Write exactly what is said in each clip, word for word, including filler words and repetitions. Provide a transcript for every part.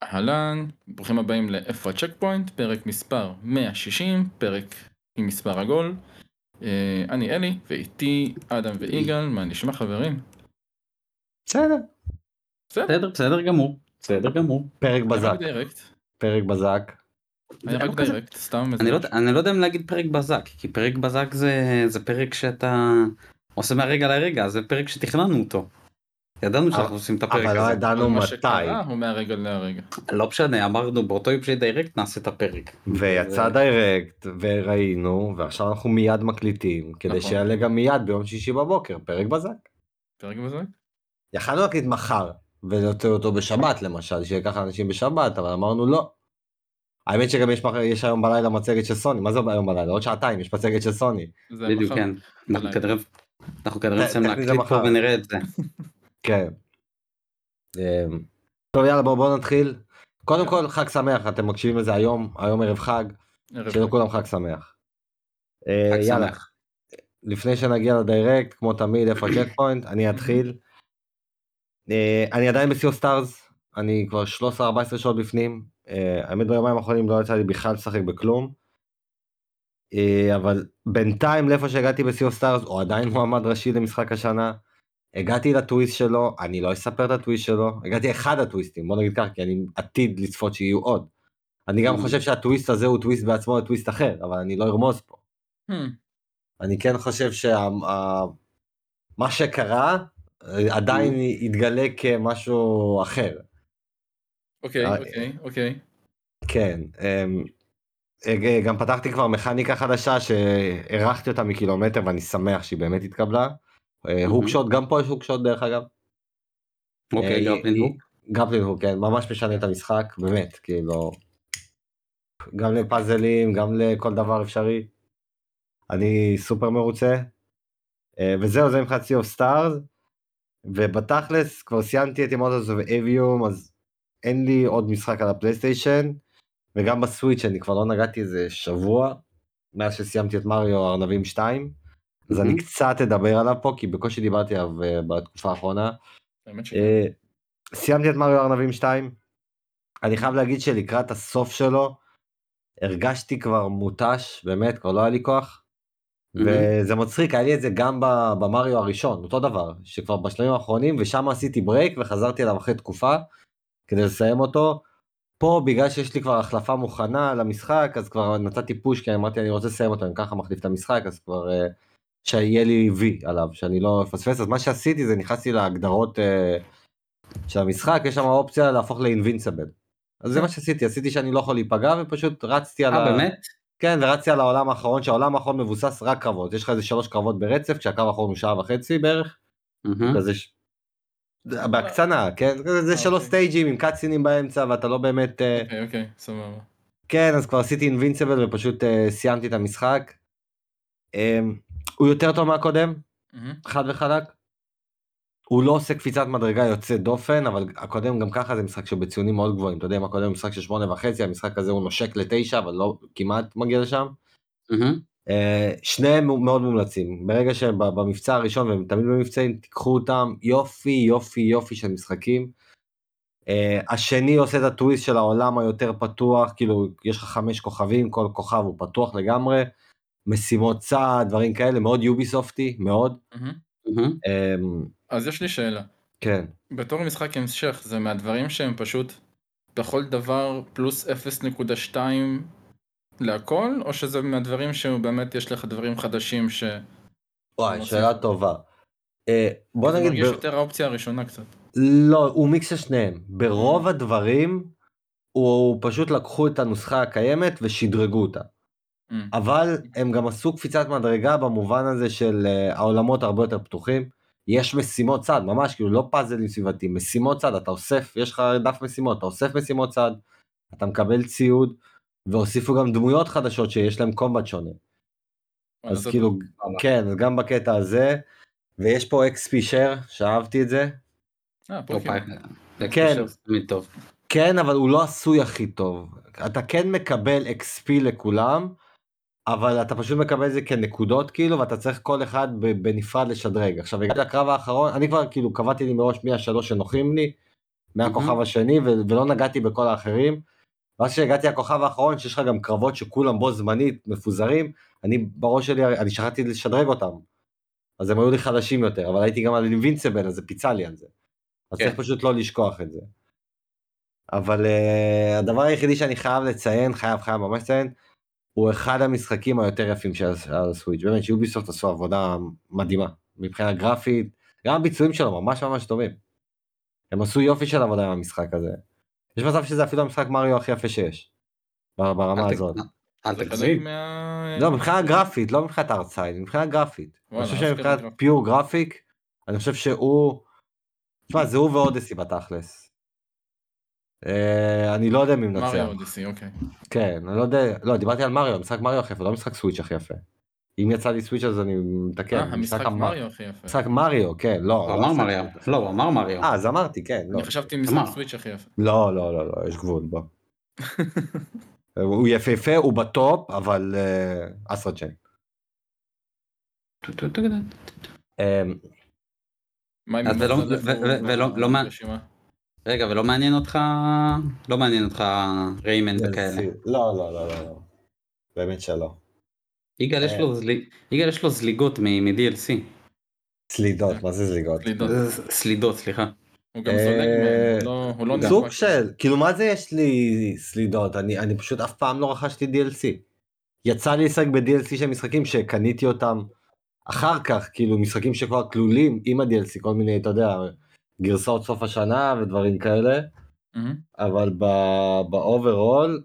אהלן, ברוכים הבאים לאיפה הצ'ק פוינט, פרק מספר מאה ושישים, פרק עם מספר עגול. אה, אני אלי, ואיתי אדם ויגאל, מה נשמע חברים? בסדר, בסדר, בסדר, בסדר גמור, בסדר גמור. היה פרק רק בזק, דיירקט, פרק בזק. היה זה רק לא כזה, דיירקט, סתם אני לא, איזה יודע- אני לא יודע אם להגיד פרק בזק, כי פרק בזק זה, זה פרק שאתה עושה מהרגע לרגע, זה פרק שתכננו אותו. ידענו אה, שאנחנו עושים את הפרק אבל הזה. לא אבל ידענו מה מתי. שקרה הוא מהרגע להרגע. לא משנה, אמרנו באותו יום שיהיה דיירקט נעשה את הפרק. ויצא וזה- דיירקט וראינו, ועכשיו אנחנו מיד מקליטים, כדי נכון. שיעלה גם מיד ביום שישי בבוקר, פרק בזק. פרק בזה? יכלנו להקליט מחר, ולהוציא אותו בשבת למשל, שיהיה ככה אנשים בשבת, אבל אמרנו לא. האמת שגם יש, מחר- יש היום בלילה מצגת של סוני, מה זה היום בלילה? עוד שעתיים, יש מצגת של סוני. זה בדיוק, מחר. כן. אנחנו בלילה. כנראה, אנחנו כנראה ט- נסיים טכנית זה להקליט פה מחר. ונראה את זה. כן. אמ, טוב יאללה בואו בוא נתחיל. קודם יאללה. כל חג שמח, אתם מקשיבים לזה היום, היום ערב חג, ערב שיהיה חג. לכולם חג שמח. אה, חג יאללה. שמח. לפני שנגיע לדיירקט, כמו תמיד, איפה הצ'ק פוינט, אני אתחיל. Uh, אני עדיין בסיו סטארס, אני כבר שלוש עשרה ארבע עשרה שעות בפנים, uh, האמת ביומיים האחרונים לא יצא לי בכלל לשחק בכלום, uh, אבל בינתיים לאיפה שהגעתי בסיו סטארס, הוא עדיין מועמד ראשי למשחק השנה, הגעתי לטוויסט שלו, אני לא אספר את הטוויסט שלו, הגעתי אחד הטוויסטים, בוא נגיד כך, כי אני עתיד לצפות שיהיו עוד, אני גם Mm. חושב שהטוויסט הזה הוא טוויסט בעצמו לטוויסט אחר, אבל אני לא ארמוז פה, Hmm. אני כן חושב שמה שקרה, עדיין יתגלה כמשהו אחר. אוקיי, אוקיי, אוקיי. כן, אמ, אה, גם פתחתי כבר מכניקה חדשה שהערכתי אותה מקילומטר ואני שמח שהיא באמת התקבלה. הוקשוט, גם פה יש הוקשוט דרך אגב. אוקיי, גרפלין הוק. גרפלין הוק, כן, ממש משנה את המשחק, באמת, כאילו, גם לפאזלים, גם לכל דבר אפשרי. אני סופר מרוצה. אה, וזהו, זה מבחינת Sea of Stars, ובתכלס כבר סיימתי את אימורטלס אוף אביום, אז אין לי עוד משחק על הפלייסטיישן, וגם בסוויץ' אני כבר לא נגעתי איזה שבוע, מאז שסיימתי את מריו ארנבים שתיים, אז אני קצת אדבר עליו פה, כי בקושי דיברתי עליו בתקופה האחרונה. האמת שכן. סיימתי את מריו ארנבים שתיים, אני חייב להגיד שלקראת הסוף שלו, הרגשתי כבר מוטש, באמת, כבר לא היה לי כוח, וזה מצחיק, היה לי את זה גם במריו הראשון, אותו דבר, שכבר בשלבים האחרונים, ושם עשיתי ברייק וחזרתי אליו אחרי תקופה, כדי לסיים אותו. פה בגלל שיש לי כבר החלפה מוכנה למשחק, אז כבר נתתי פוש, כי אמרתי אני רוצה לסיים אותו, אני ככה מחליף את המשחק, אז כבר uh, שיהיה לי וי עליו, שאני לא אפספס, אז מה שעשיתי זה נכנסתי להגדרות uh, של המשחק, יש שם אופציה להפוך לאינבינסיבל. אז זה מה שעשיתי, עשיתי שאני לא יכול להיפגע, ופשוט רצתי על אה, ה... באמת? כן, ורצתי על העולם האחרון, שהעולם האחרון מבוסס רק קרבות, יש לך איזה שלוש קרבות ברצף, כשהקו האחרון הוא שעה וחצי בערך, כזה ש... בהקצנה, כן? זה שלוש סטייג'ים עם קאצינים באמצע, ואתה לא באמת... אוקיי, אוקיי, סבבה. כן, אז כבר עשיתי אינבינסיבל ופשוט uh, סיימתי את המשחק. Um, הוא יותר טוב מהקודם, חד וחלק. הוא לא עושה קפיצת מדרגה יוצא דופן, אבל הקודם גם ככה זה משחק שבציונים מאוד גבוהים. אתה יודע, אם הקודם משחק של שמונה וחצי, המשחק הזה הוא נושק לתשע, אבל לא כמעט מגיע לשם. Uh, שניהם מאוד מומלצים. ברגע שבמבצע הראשון, והם תמיד במבצעים, תיקחו אותם, יופי, יופי, יופי של משחקים. Uh, השני עושה את הטוויסט של העולם היותר פתוח, כאילו יש לך חמש כוכבים, כל כוכב הוא פתוח לגמרי, משימות צעד, דברים כאלה, מאוד יוביסופטי, מאוד. אז יש לי שאלה. כן. בתור משחק המשך, זה מהדברים שהם פשוט בכל דבר פלוס אפס נקודה שתיים להכל, או שזה מהדברים שבאמת יש לך דברים חדשים ש... וואי, שאלה טובה. בוא זה נגיד... מרגיש יותר האופציה הראשונה קצת. לא, הוא מיקס של שניהם. ברוב הדברים, הוא פשוט לקחו את הנוסחה הקיימת ושדרגו אותה. אבל הם גם עשו קפיצת מדרגה במובן הזה של העולמות הרבה יותר פתוחים. יש משימות צד, ממש כאילו לא פאזלים סביבתיים, משימות צד, אתה אוסף, יש לך דף משימות, אתה אוסף משימות צד, אתה מקבל ציוד, והוסיפו גם דמויות חדשות שיש להם קומבט שונה. אז כאילו, כן, אז גם בקטע הזה, ויש פה אקס פי share, שאהבתי את זה. אה, פוקימון. כן, כן, אבל הוא לא עשוי הכי טוב. אתה כן מקבל אקס פי לכולם, אבל אתה פשוט מקבל את זה כנקודות כאילו, ואתה צריך כל אחד בנפרד לשדרג. עכשיו, הגעתי לקרב האחרון, אני כבר כאילו קבעתי לי מראש מי השלוש שנוחים לי, מהכוכב השני, ולא נגעתי בכל האחרים. ואז שהגעתי לכוכב האחרון, שיש לך גם קרבות שכולם בו זמנית מפוזרים, אני בראש שלי, אני שכחתי לשדרג אותם. אז הם היו לי חדשים יותר, אבל הייתי גם על אינבינסיבל, אז זה פיצה לי על זה. אז צריך פשוט לא לשכוח את זה. אבל uh, הדבר היחידי שאני חייב לציין, חייב, חייב ממש לציין, הוא אחד המשחקים היותר יפים של הסוויץ'. באמת שיוביסופט עשו עבודה מדהימה, מבחינה גרפית, גם הביצועים שלו ממש ממש טובים. הם עשו יופי של עבודה עם המשחק הזה. יש מצב שזה אפילו המשחק מריו הכי יפה שיש, ברמה הזאת. אל תגזים. לא, מבחינה גרפית, לא מבחינת הארצאי, מבחינה גרפית. אני חושב שמבחינת פיור גרפיק, אני חושב שהוא, תשמע, זה הוא ואודסי בתכלס. אני לא יודע מי מנצח. מריו אודיסי, אוקיי. כן, אני לא יודע, לא, דיברתי על מריו, המשחק מריו הכי יפה, לא משחק סוויץ' הכי יפה. אם יצא לי סוויץ' אז אני מתקן. אה, המשחק מריו הכי יפה. משחק מריו, כן, לא. הוא אמר מריו, לא, הוא אמר מריו. אה, אז אמרתי, כן, לא. אני חשבתי משחק סוויץ' הכי יפה. לא, לא, לא, לא, יש גבול, בוא. הוא יפה יפה, הוא בטופ, אבל אסטרה צ'יין. רגע, ולא מעניין אותך, לא מעניין אותך ריימן וכאלה. לא, לא, לא, לא, באמת שלא. יגאל יש לו זליגות מ-די אל סי. סלידות, מה זה זליגות? סלידות, סליחה. הוא גם זולג מהם, הוא לא... סוג של, כאילו מה זה יש לי סלידות? אני פשוט אף פעם לא רכשתי די אל סי. יצא לי לשחק ב-די אל סי של משחקים שקניתי אותם אחר כך, כאילו משחקים שכבר כלולים עם ה-די אל סי, כל מיני, אתה יודע, גרסאות סוף השנה ודברים כאלה, אבל באוברול,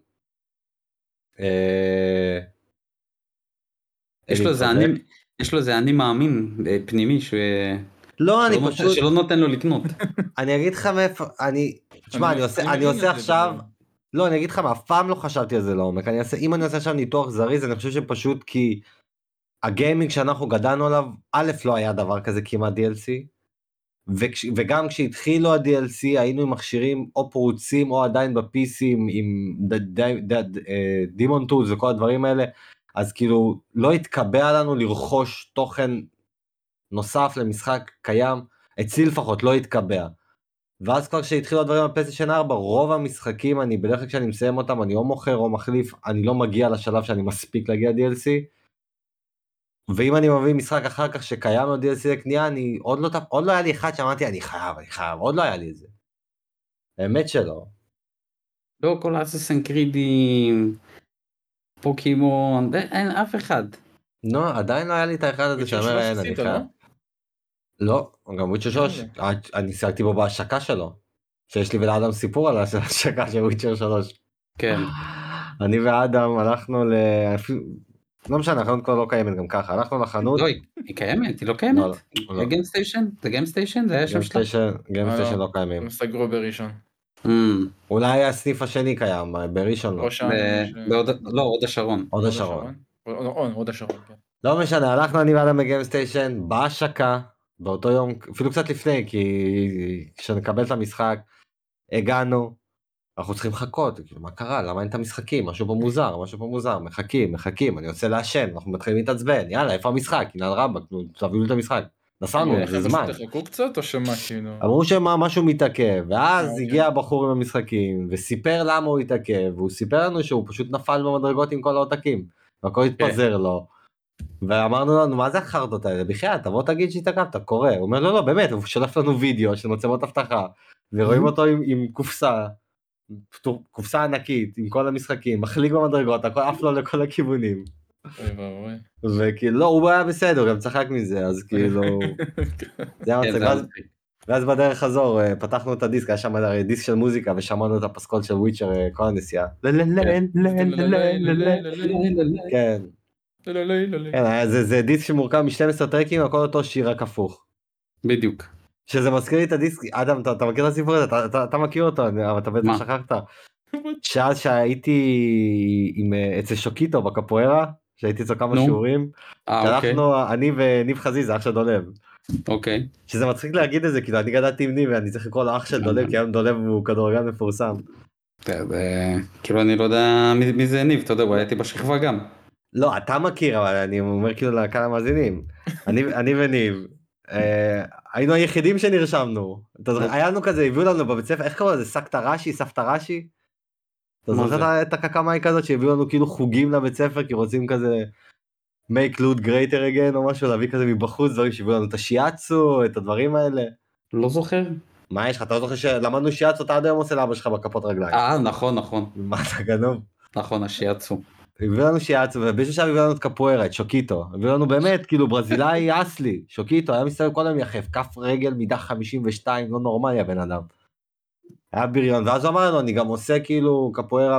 יש לו איזה אני מאמין פנימי, לא, אני פשוט... שלא נותן לו לקנות. אני אגיד לך מאיפה, אני, תשמע, אני עושה עכשיו, לא, אני אגיד לך מה, אף פעם לא חשבתי על זה לעומק, אם אני עושה עכשיו ניתוח זריז, אני חושב שפשוט כי הגיימינג שאנחנו גדלנו עליו, א' לא היה דבר כזה כמעט די אל סי, וגם כשהתחילו ה-די אל סי היינו עם מכשירים או פרוצים או עדיין ב-פי סי עם דימון טולס וכל הדברים האלה, אז כאילו לא התקבע לנו לרכוש תוכן נוסף למשחק קיים, אצלי לפחות לא התקבע. ואז כבר כשהתחילו הדברים בפלייסטיישן ארבע, רוב המשחקים אני בדרך כלל כשאני מסיים אותם אני או מוכר או מחליף, אני לא מגיע לשלב שאני מספיק להגיע די אל סי, ואם אני מביא משחק אחר כך שקיים לו די אל סי לקנייה, אני עוד לא, עוד לא היה לי אחד שאמרתי אני חייב, אני חייב, עוד לא היה לי את זה. באמת שלא. לא, כל אסאסינס קרידים, פוקימון, אין אף אחד. לא, עדיין לא היה לי את האחד הזה שאומר אין, אני חייב. לא, גם וויצ'ר שלוש, אני שיחקתי בו בהשקה שלו, שיש לי ולאדם סיפור על ההשקה של וויצ'ר שלוש. כן. אני ואדם הלכנו ל... לא משנה, החנות כבר לא קיימת גם ככה, הלכנו לחנות. לא, היא קיימת, היא לא קיימת. זה גיימסטיישן? זה גיימסטיישן? זה היה שם שלה? גיימסטיישן לא קיימים. הם סגרו בראשון. אולי הסניף השני קיים, בראשון לא. לא, עוד השרון. עוד השרון. עוד השרון, כן. לא משנה, הלכנו אני ואדם בגיימסטיישן, בהשקה, באותו יום, אפילו קצת לפני, כי כשנקבל את המשחק, הגענו, אנחנו צריכים לחכות, כאילו, מה קרה? למה אין את המשחקים? משהו פה מוזר, משהו פה מוזר, מחכים, מחכים, אני רוצה לעשן, אנחנו מתחילים להתעצבן, יאללה, איפה המשחק? הנה על רבק, תביאו לי את המשחק. נסענו, זה זמן. תחכו קצת או שמה, כאילו? אמרו שמשהו מתעכב, ואז הגיע הבחור עם המשחקים, וסיפר למה הוא התעכב, והוא סיפר לנו שהוא פשוט נפל במדרגות עם כל העותקים, והכל התפזר לו. ואמרנו לנו, מה זה החרדות האלה? בכלל, תבוא תגיד שהתעכבת, קורא. הוא אומר, לא, לא, באמת, הוא שלף לנו וידאו של מצלמות אבטחה, ורואים אותו עם, עם קופסה, קופסה ענקית, עם כל המשחקים, מחליק במדרגות, הכל עף לו לכל הכיוונים. וכאילו, לא, הוא היה בסדר, גם צחק מזה, אז כאילו, זה היה מצג. ואז בדרך חזור, פתחנו את הדיסק, היה שם דיסק של מוזיקה, ושמענו את הפסקול של וויצ'ר כל הנסיעה. כן. זה דיסק שמורכב מ-שנים עשר טרקים, הכל אותו שיר רק הפוך. בדיוק. שזה מזכיר לי את הדיסק, אדם, אתה מכיר את הסיפור הזה? אתה מכיר אותו, אבל אתה בטח שכחת. שאז שהייתי אצל שוקיטו בקפוארה, שהייתי אצל כמה שיעורים, הלכנו, אני וניב חזיזה, אח של דולב. אוקיי. שזה מצחיק להגיד את זה, כאילו אני גדלתי עם ניב ואני צריך לקרוא לאח של דולב, כי היום דולב הוא כדורגלן מפורסם. כאילו אני לא יודע מי זה ניב, אתה יודע, הוא הייתי בשכבה גם. לא, אתה מכיר, אבל אני אומר כאילו לקהל המאזינים. אני וניב, היינו היחידים שנרשמנו. היה לנו כזה, הביאו לנו בבית ספר, איך קוראים לזה? סבתא רש"י, סבתא רש"י? אתה זוכר את הקקמאי כזאת שהביאו לנו כאילו חוגים לבית ספר, כי רוצים כזה make loot greater again או משהו, להביא כזה מבחוץ דברים שהביאו לנו את השיאצו, את הדברים האלה. לא זוכר. מה יש לך? אתה לא זוכר שלמדנו שיאצו, אתה עד היום עושה לאבא שלך בכפות רגליים. אה, נכון, נכון. מה אתה גנוב? נכון, השיאצו. הביאו לנו שיאצו, ובאיזשהו שעה הביאו לנו את קפוארה, את שוקיטו. הביאו לנו באמת, כאילו ברזילאי אסלי, שוקיטו, היה מסתכל כל היום יחף, כף רגל מידה חמישים ושתיים, לא נורמלי הבן אדם. היה בריון, ואז הוא אמר לנו, אני גם עושה כאילו קפוארה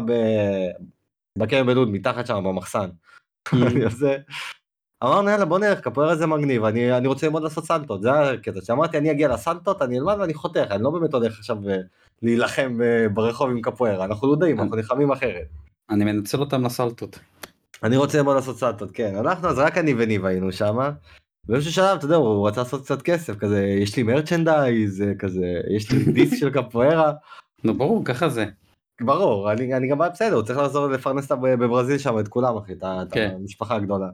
בקרן בלוד, מתחת שם, במחסן. אני עושה... אמרנו, יאללה, בוא נלך, קפוארה זה מגניב, אני, אני רוצה ללמוד לעשות סנטות, זה היה קטע, שאמרתי, אני אגיע לסנטות, אני אלמד ואני חותך, אני לא באמת הולך עכשיו להילחם ברחוב עם קפוארה, אנחנו לא יודעים, אנחנו נלחמים אחרת. אני מנצל אותם לסלטות. אני רוצה ללמוד לעשות סנטות, כן, אנחנו, אז רק אני וניב היינו שם, באיזשהו שלב, אתה יודע, הוא רצה לעשות קצת כסף, כזה, יש לי מרצ'נדייז, כזה, יש לי דיסק של קפוארה. נו, ברור, ככה זה. ברור, אני, אני גם בא בסדר, הוא צריך לעזור לפרנס בברזיל שם את כולם, אחי, את המשפחה הגדולה.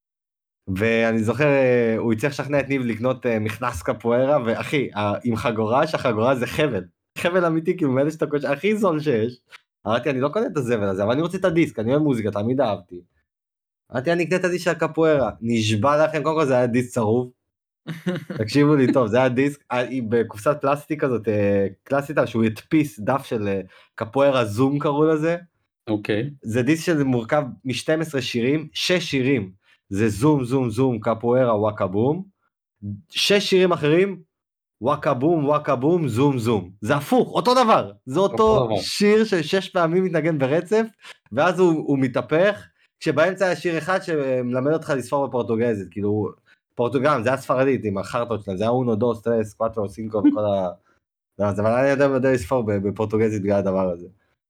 ואני זוכר, הוא הצליח לשכנע את ניב לקנות מכנס קפוארה, ואחי, עם חגורה, שהחגורה זה חבל, חבל אמיתי, כאילו מאלה שאתה קודש, הכי זול שיש. אמרתי, אני לא קונה את הזבל הזה, אבל אני רוצה את הדיסק, אני אוהב מוזיקה, תמיד אהבתי. אמרתי, אני אקנה את הדיסק של הקפוארה, נשבע לכם, קודם כל זה היה דיסק צרוב, תקשיבו לי טוב, זה היה דיסק, בקופסת פלסטיק כזאת, קלאסית, שהוא הדפיס דף של קפוארה זום קראו לזה. אוקיי. זה דיסק שזה מורכב מ-שנים עשר שירים, שש שירים, זה זום זום זום קפוארה וואקה בום, שש שירים אחרים, וואקה בום וואקה בום זום זום, זה הפוך, אותו דבר, זה אותו שיר ששש פעמים מתנגן ברצף, ואז הוא, הוא מתהפך, כשבאמצע היה שיר אחד שמלמד אותך לספור בפורטוגזית, כאילו, פורטוגל, זה היה ספרדית עם החרטות שלהם, זה היה אונו, דו, סטרס, קואטרו, סינקו וכל ה... אבל אני יודע יודע לספור בפורטוגזית בגלל הדבר הזה.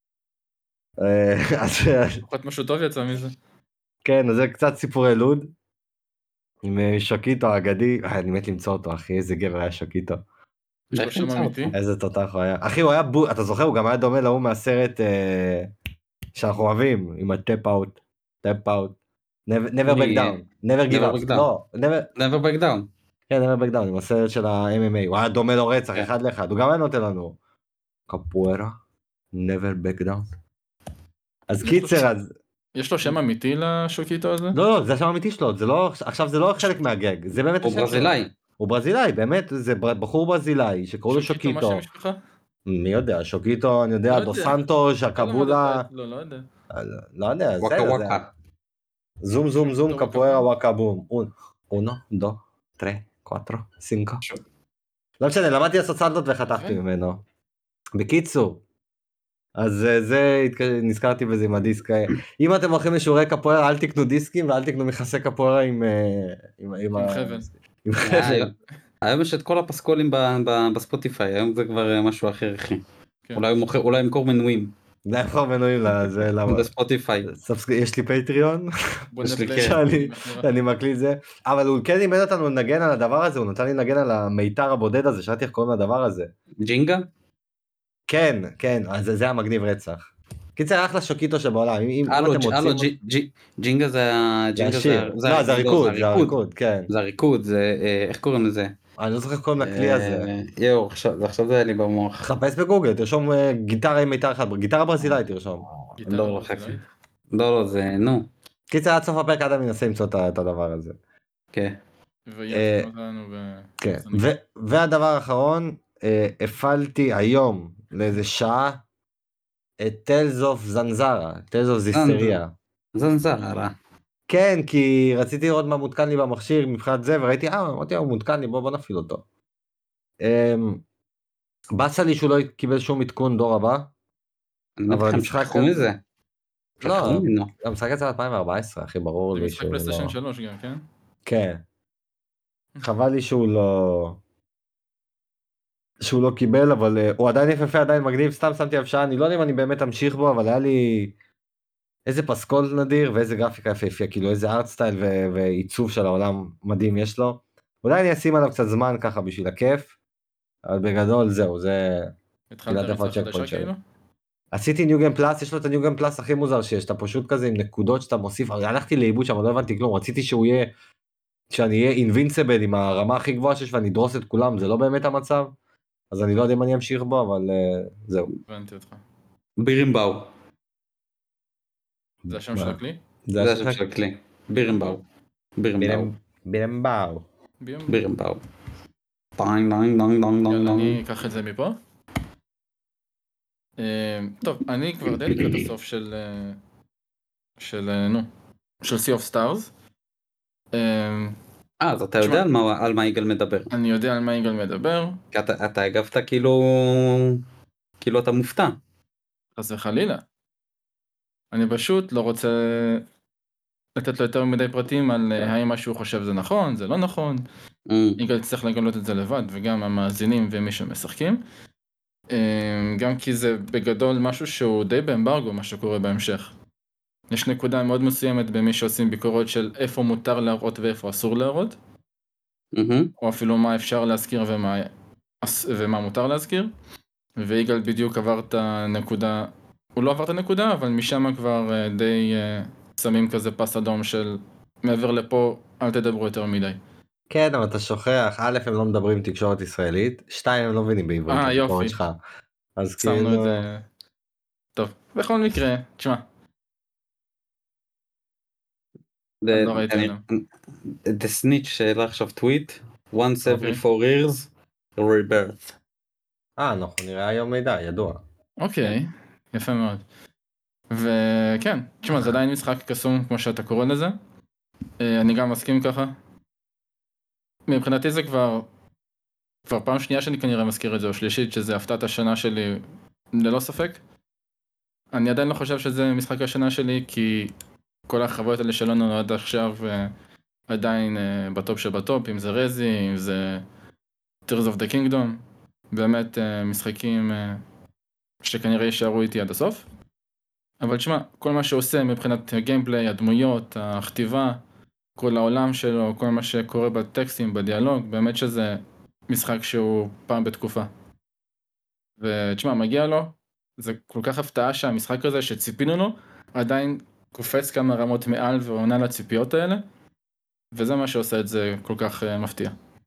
פחות משהו טוב יצא מזה. כן, אז זה קצת סיפורי לוד, עם שוקיטו האגדי, אני מת למצוא אותו אחי, איזה גבר היה שוקיטו. יש לו שם אמיתי? איזה תותח הוא היה. אחי, הוא היה, אתה זוכר, הוא גם היה דומה להוא מהסרט שאנחנו אוהבים, עם הטאפ אאוט, טאפ אאוט. never back down, never give up, לא, never back down. כן, never back down, עם הסרט של ה-אם אם איי, הוא היה דומה לו רצח אחד לאחד, הוא גם היה נותן לנו קפוארה, never back down. אז קיצר, אז... יש לו שם אמיתי לשוקיטו הזה? לא, לא, זה השם האמיתי שלו, זה לא, עכשיו זה לא חלק מהגג, זה באמת השם שלו. הוא ברזילאי. הוא ברזילאי, באמת, זה בחור ברזילאי, שקוראים לו שוקיטו. שוקיטו, מה שם משפחה? מי יודע, שוקיטו, אני יודע, דו סנטו, ז'קבולה. לא, לא יודע. לא יודע, זה... וואקה וואקה. זום זום זום קפוארה וואקה בום. אונו, דו, טרי, קואטרו, סינקו. לא משנה, למדתי לעשות סנטות וחתכתי ממנו. בקיצור, אז זה, נזכרתי בזה עם הדיסק. אם אתם הולכים לשיעורי קפוארה, אל תקנו דיסקים ואל תקנו מכסי קפוארה עם... עם חבל. עם חבל. היום יש את כל הפסקולים בספוטיפיי, היום זה כבר משהו אחר אחי. אולי ימכור מנויים. זה ימכור מנויים לזה, למה? בספוטיפיי. יש לי פטריון, אני מקליט זה, אבל הוא כן לימד אותנו לנגן על הדבר הזה, הוא נתן לי לנגן על המיתר הבודד הזה, שאלתי איך קוראים לדבר הזה. ג'ינגה? כן, כן, אז זה היה מגניב רצח. קיצר, אחלה שוקיטו שבעולם. הלו, ג'ינגה זה... לא, זה הריקוד, זה הריקוד, כן. זה הריקוד, זה... איך קוראים לזה? אני לא זוכר קוראים לכלי הזה. יואו, עכשיו זה היה לי במוח. חפש בגוגל, תרשום גיטרה עם מיתר אחד, גיטרה ברזילאית תרשום. לא, לא, זה... נו. קיצר, עד סוף הפרק אדם מנסה למצוא את הדבר הזה. כן. והדבר האחרון, הפעלתי היום לאיזה שעה את טיילס אוף זנזרה, טיילס אוף זיסטריה. זנזרה. כן, כי רציתי לראות מה מותקן לי במכשיר מבחינת זה, וראיתי, אה, אמרתי, הוא מותקן לי, בוא, בוא נפעיל אותו. בסה לי שהוא לא קיבל שום עדכון דור הבא. אבל המשחק... שכחו מזה. לא, המשחק יצא ב-אלפיים וארבע עשרה, הכי ברור לי שהוא לא... זה משחק פלייסטיישן שלוש גם, כן? כן. חבל לי שהוא לא... שהוא לא קיבל, אבל uh, הוא עדיין יפהפה, עדיין מגניב, סתם שמתי הבשעה, אני לא יודע אם אני באמת אמשיך בו, אבל היה לי איזה פסקול נדיר ואיזה גרפיקה יפהפה, כאילו איזה ארט סטייל ו- ועיצוב של העולם מדהים יש לו. אולי אני אשים עליו קצת זמן ככה בשביל הכיף, אבל בגדול זהו, זה... התחלת למצוא חדשה כאילו? עשיתי ניו גיים פלאס, יש לו את הניו גיים פלאס הכי מוזר שיש, אתה פשוט כזה עם נקודות שאתה מוסיף, הלכתי לאיבוד שם, לא הבנתי כלום, רציתי שהוא יהיה, שאני אהיה אינבינסיבל עם הרמה הכי גבוהה שיש ואני אדרוס את כולם, זה לא באמת המצב, אז אני לא יודע אם אני אמשיך בו, אבל uh, זהו. הבנתי אותך. בירנבאו. זה השם של הכלי? זה השם של הכלי. בירנבאו. בירנבאו. בירנבאו. בירנבאו. דינג דינג דינג דינג דינג. אני אקח את זה מפה. טוב, אני כבר די לקראת הסוף של של נו של Sea of Stars. אה, אז אתה יודע על מה על מה יגאל מדבר. אני יודע על מה יגאל מדבר. אתה אתה הגבת כאילו כאילו אתה מופתע. אז זה חלילה. אני פשוט לא רוצה לתת לו יותר מדי פרטים על האם מה שהוא חושב זה נכון, זה לא נכון. יגאל צריך לגלות את זה לבד, וגם המאזינים ומי שמשחקים. גם כי זה בגדול משהו שהוא די באמברגו, מה שקורה בהמשך. יש נקודה מאוד מסוימת במי שעושים ביקורות של איפה מותר להראות ואיפה אסור להראות. או אפילו מה אפשר להזכיר ומה, ומה מותר להזכיר. ויגאל בדיוק עבר את הנקודה, הוא לא עבר את הנקודה, אבל משם כבר די שמים כזה פס אדום של מעבר לפה, אל תדברו יותר מדי. כן, אבל אתה שוכח, א', הם לא מדברים תקשורת ישראלית, שתיים, הם לא מבינים בעברית. אה, יופי. אז שמנו כאילו... את זה... טוב, בכל מקרה, תשמע. לא ראיתי עליו. The snitch שאלה עכשיו טוויט, once every four years, rebirth. אה, נכון, נראה היום מידע, ידוע. אוקיי, יפה מאוד. וכן, תשמע, זה עדיין משחק קסום כמו שאתה קורא לזה. אני גם מסכים ככה. מבחינתי זה כבר... כבר פעם שנייה שאני כנראה מזכיר את זה, או שלישית, שזה הפתעת השנה שלי ללא ספק. אני עדיין לא חושב שזה משחק השנה שלי, כי כל החוויות האלה שלנו עד עכשיו עדיין בטופ שבטופ, אם זה רזי, אם זה Tears of the Kingdom, באמת משחקים שכנראה יישארו איתי עד הסוף. אבל תשמע, כל מה שעושה מבחינת הגיימפליי, הדמויות, הכתיבה, כל העולם שלו, כל מה שקורה בטקסטים, בדיאלוג, באמת שזה משחק שהוא פעם בתקופה. ותשמע, מגיע לו, זה כל כך הפתעה שהמשחק הזה שציפינו לו, עדיין קופץ כמה רמות מעל ועונה לציפיות האלה, וזה מה שעושה את זה כל כך uh, מפתיע.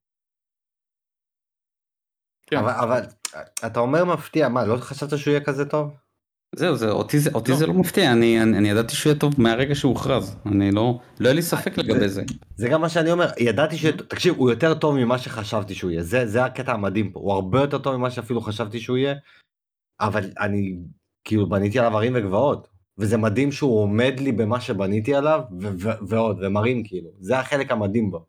כן. אבל, אבל אתה אומר מפתיע, מה, לא חשבת שהוא יהיה כזה טוב? זהו, זה, אותי, זה, אותי לא. זה לא מפתיע, אני, אני, אני ידעתי שהוא יהיה טוב מהרגע שהוא הוכרז, אני לא, לא היה לי ספק לגבי זה. זה גם מה שאני אומר, ידעתי ש... תקשיב, הוא יותר טוב ממה שחשבתי שהוא יהיה, זה, זה הקטע המדהים פה, הוא הרבה יותר טוב ממה שאפילו חשבתי שהוא יהיה, אבל אני כאילו בניתי עליו הרים וגבעות, וזה מדהים שהוא עומד לי במה שבניתי עליו, ו- ו- ועוד, ומרים כאילו, זה החלק המדהים בו.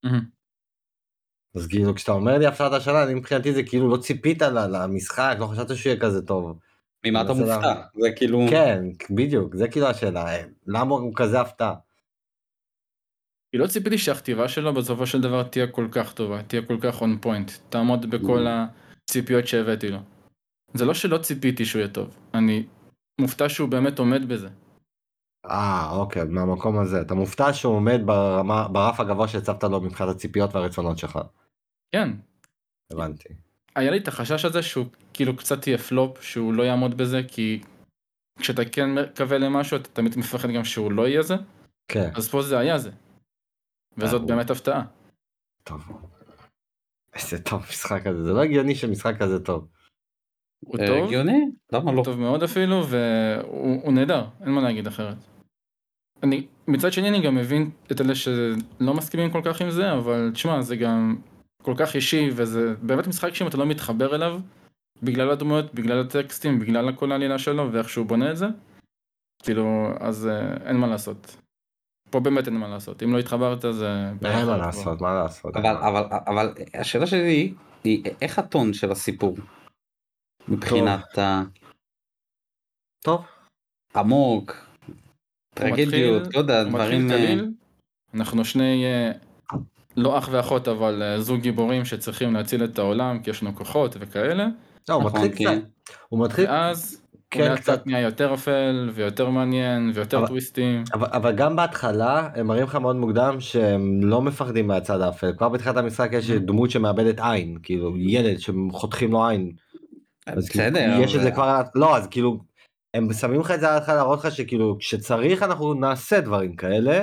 אז כאילו, כשאתה אומר לי הפתעת השנה, אני מבחינתי זה כאילו לא ציפית למשחק, לא חשבת שהוא יהיה כזה טוב. ממה אתה מופתע? זה כאילו... כן, בדיוק, זה כאילו השאלה, למה הוא כזה הפתעה? היא לא ציפיתי שהכתיבה שלו בסופו של דבר תהיה כל כך טובה, תהיה כל כך on point, תעמוד בכל הציפיות שהבאתי לו. זה לא שלא ציפיתי שהוא יהיה טוב, אני מופתע שהוא באמת עומד בזה. אה, אוקיי, מהמקום הזה, אתה מופתע שהוא עומד ברמה, ברף הגבוה שהצבת לו מבחינת הציפיות והרצונות שלך. כן. הבנתי. היה לי את החשש הזה שהוא כאילו קצת יהיה פלופ, שהוא לא יעמוד בזה, כי כשאתה כן מקווה למשהו, אתה תמיד מפחד גם שהוא לא יהיה זה. כן. אז פה זה היה זה. וזאת באמת הפתעה. טוב. איזה טוב משחק הזה, זה לא הגיוני שמשחק כזה טוב. הוא טוב. הגיוני? למה לא? הוא טוב מאוד אפילו, והוא נהדר, אין מה להגיד אחרת. אני, מצד שני אני גם מבין את אלה שלא מסכימים כל כך עם זה, אבל תשמע, זה גם כל כך אישי, וזה באמת משחק שאם אתה לא מתחבר אליו, בגלל הדמויות, בגלל הטקסטים, בגלל הכל העלילה שלו, ואיך שהוא בונה את זה, כאילו, אז אין מה לעשות. פה באמת אין מה לעשות, אם לא התחברת זה... אין מה לעשות, מה לעשות. אבל, אבל, אבל השאלה שלי היא, איך הטון של הסיפור? מבחינת ה... טוב. עמוק, טרגדיות, לא יודע, דברים... אנחנו שני, לא אח ואחות, אבל זוג גיבורים שצריכים להציל את העולם, כי יש לנו כוחות וכאלה. לא, הוא מתחיל קצת. הוא מתחיל... ואז הוא לאט קצת נהיה יותר אפל, ויותר מעניין, ויותר טוויסטים. אבל גם בהתחלה, הם מראים לך מאוד מוקדם שהם לא מפחדים מהצד האפל. כבר בתחילת המשחק יש דמות שמאבדת עין, כאילו ילד שחותכים לו עין. בסדר. יש את זה כבר... לא, אז כאילו... הם שמים לך את זה עליך להראות לך שכאילו כשצריך אנחנו נעשה דברים כאלה,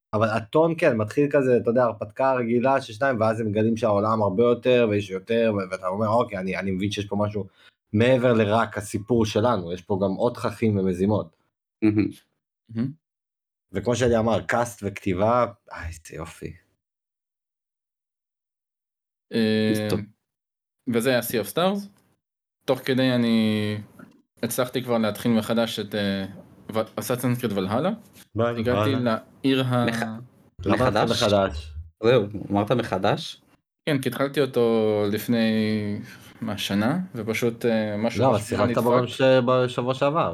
אבל הטון כן, מתחיל כזה, אתה יודע, הרפתקה רגילה של שניים, ואז הם מגלים שהעולם הרבה יותר, ויש יותר, ואתה אומר, אוקיי, אני, אני מבין שיש פה משהו מעבר לרק הסיפור שלנו, יש פה גם עוד תככים ומזימות. וכמו שאני אמר, קאסט וכתיבה, איי, זה יופי. וזה היה Sea of Stars. תוך כדי אני הצלחתי כבר להתחיל מחדש את Assassin's Creed Valhalla. הגעתי לעיר ה... למה להתחיל מחדש? זהו, אמרת מחדש? כן, כי התחלתי אותו לפני מה, שנה, ופשוט משהו... לא, שיחקת בו גם בשבוע שעבר.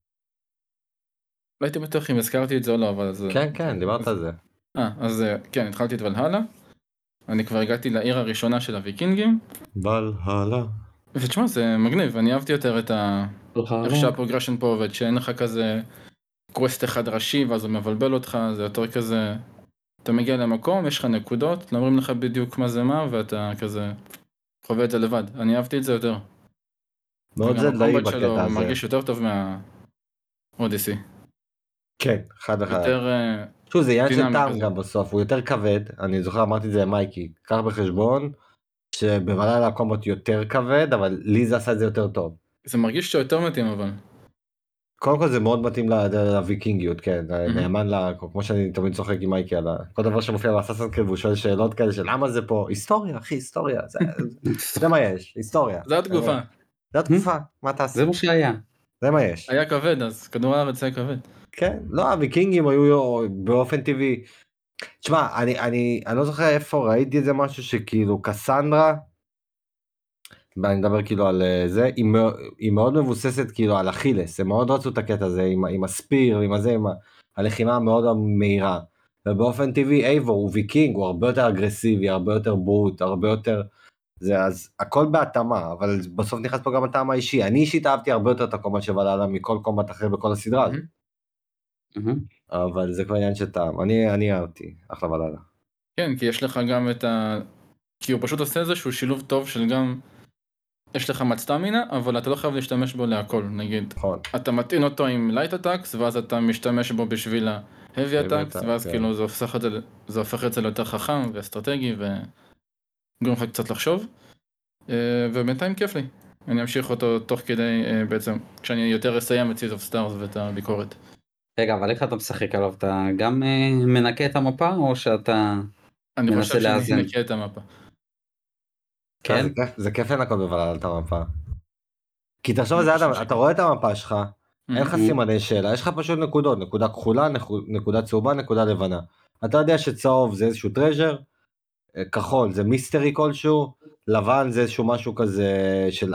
לא הייתי בטוח אם הזכרתי את זה או לא, אבל זה... כן, כן, דיברת על זה. אה, אז כן, התחלתי את ולהלה. אני כבר הגעתי לעיר הראשונה של הוויקינגים. ולהלה. ותשמע, זה מגניב, אני אהבתי יותר את ה... איך שהפרוגרשן פה עובד, שאין לך כזה קווסט אחד ראשי, ואז הוא מבלבל אותך, זה יותר כזה... אתה מגיע למקום, יש לך נקודות, לא אומרים לך בדיוק מה זה מה, ואתה כזה חווה את זה לבד. אני אהבתי את זה יותר. מאוד זלדאי בקטע הזה. וגם הקומבט שלו מרגיש יותר טוב מהאודיסי. כן, חד וחד. יותר... שוב, זה עניין של טעם גם בסוף, הוא יותר כבד, אני זוכר, אמרתי את זה למייקי, קח בחשבון, שבוודאי הקומבט יותר כבד, אבל לי זה עשה את זה יותר טוב. זה מרגיש שיותר מתאים אבל. קודם כל זה מאוד מתאים לוויקינגיות, כן, נאמן, כמו שאני תמיד צוחק עם מייקי, על כל דבר שמופיע באסאסינס קריד, והוא שואל שאלות כאלה של למה זה פה, היסטוריה, אחי, היסטוריה, זה מה יש, היסטוריה. זה התגובה. זה התגובה, מה תעשה? זה מה שהיה. זה מה יש. היה כבד אז, כדור הארץ היה כבד. כן, לא, הוויקינגים היו באופן טבעי, תשמע, אני, אני, אני לא זוכר איפה ראיתי איזה משהו שכאילו קסנדרה, ואני מדבר כאילו על זה, היא, היא מאוד מבוססת כאילו על אכילס, הם מאוד רצו את הקטע הזה עם, עם הספיר, עם הזה, עם הלחימה המאוד מהירה, ובאופן טבעי אייבור הוא ויקינג, הוא הרבה יותר אגרסיבי, הרבה יותר ברוט, הרבה יותר, זה, אז הכל בהתאמה, אבל בסוף נכנס פה גם הטעם האישי, אני אישית אהבתי הרבה יותר את הקומבט של ולהלה מכל קומבט אחר בכל הסדרה הזאת. אבל זה כבר עניין של טעם, אני, אני אהבתי, אחלה ולהלה. כן, כי יש לך גם את ה... כי הוא פשוט עושה איזשהו שילוב טוב של גם... יש לך מצטמינה, אבל אתה לא חייב להשתמש בו להכל, נגיד. נכון. אתה מטעין אותו עם לייט אטאקס, ואז אתה משתמש בו בשביל ה-heavy אטאקס, ואז כן. כאילו זה הופך את זה, זה הופך את זה ליותר חכם ואסטרטגי, וגורם לך קצת לחשוב. ובינתיים כיף לי. אני אמשיך אותו תוך כדי, בעצם, כשאני יותר אסיים את Seas of Stars ואת הביקורת. רגע, אבל איך אתה משחק עליו? אתה גם מנקה את המפה, או שאתה אני חושב שאני מנקה את המפה. כן? זה כיף לנקות בוולהלה את המפה. כי תחשוב על זה, אדם, אתה רואה את המפה שלך, אין לך סימני שאלה, יש לך פשוט נקודות, נקודה כחולה, נקודה צהובה, נקודה לבנה. אתה יודע שצהוב זה איזשהו טרז'ר, כחול זה מיסטרי כלשהו, לבן זה איזשהו משהו כזה של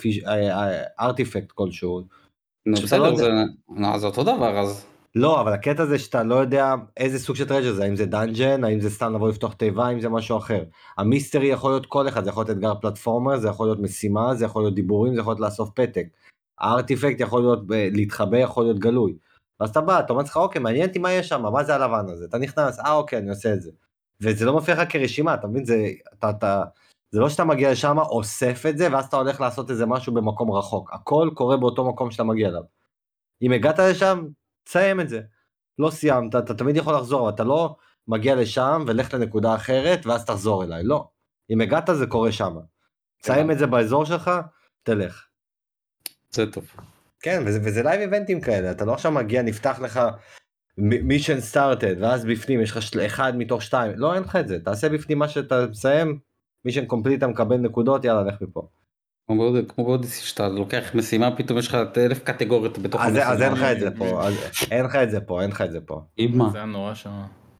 ארטיפקט כלשהו. נו בסדר, זה אותו דבר אז. לא, אבל הקטע זה שאתה לא יודע איזה סוג של טרז'ר זה, האם זה דאנג'ן, האם זה סתם לבוא לפתוח תיבה, האם זה משהו אחר. המיסטרי יכול להיות כל אחד, זה יכול להיות אתגר פלטפורמר, זה יכול להיות משימה, זה יכול להיות דיבורים, זה יכול להיות לאסוף פתק. הארטיפקט יכול להיות להתחבא, יכול להיות גלוי. ואז אתה בא, אתה אומר לך, אוקיי, מעניין אותי מה יש שם, מה זה הלבן הזה? אתה נכנס, אה אוקיי, אני עושה את זה. וזה לא מופיע לך כרשימה, אתה מבין? זה, אתה, אתה, זה לא שאתה מגיע לשם, אוסף את זה, ואז אתה הולך לעשות איזה משהו במקום רחוק. הכל קורה באותו מקום שאתה מגיע אליו. אם הגעת לשם, תסיים את זה. לא סיימת, אתה תמיד יכול לחזור, אבל אתה לא מגיע לשם ולך לנקודה אחרת, ואז תחזור אליי, לא. אם הגעת זה קורה שם. תסיים את זה באזור שלך, תלך. זה טוב. כן, וזה, וזה לייב איבנטים כאלה, אתה לא עכשיו מגיע, נפתח לך מישן סטארטד, ואז בפנים יש לך אחד מתוך שתיים, לא, אין לך את זה, תעשה בפנים מה שאתה מסיים, מישן קומפליט, אתה מקבל נקודות, יאללה, לך מפה. כמו באודיסי שאתה לוקח משימה, פתאום יש לך אלף קטגוריות בתוך המשימה. אז אין לך את זה פה, אין לך את זה פה, אין לך את זה פה. זה היה נורא שם.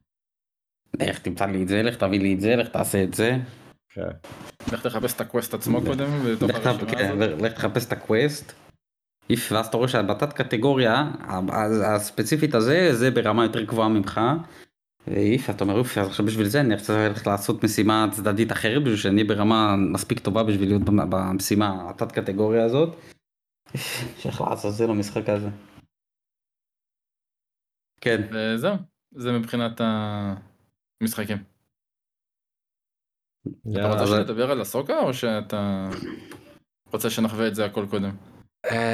לך תמצא לי את זה, לך תביא לי את זה, לך תעשה את זה. לך תחפש את הקווסט עצמו קודם, לך תחפש את הקווסט. ואז אתה רואה שבתת קטגוריה הספציפית הזה, זה ברמה יותר גבוהה ממך. ואיף, אתה אומר, אוף, אז עכשיו בשביל זה אני רוצה ללכת לעשות משימה צדדית אחרת, בשביל שאני ברמה מספיק טובה בשביל להיות במשימה, התת קטגוריה הזאת. שייך לעשות זה למשחק הזה. כן. וזהו, זה מבחינת המשחקים. אתה רוצה שנדבר על הסוקה, או שאתה רוצה שנחווה את זה הכל קודם?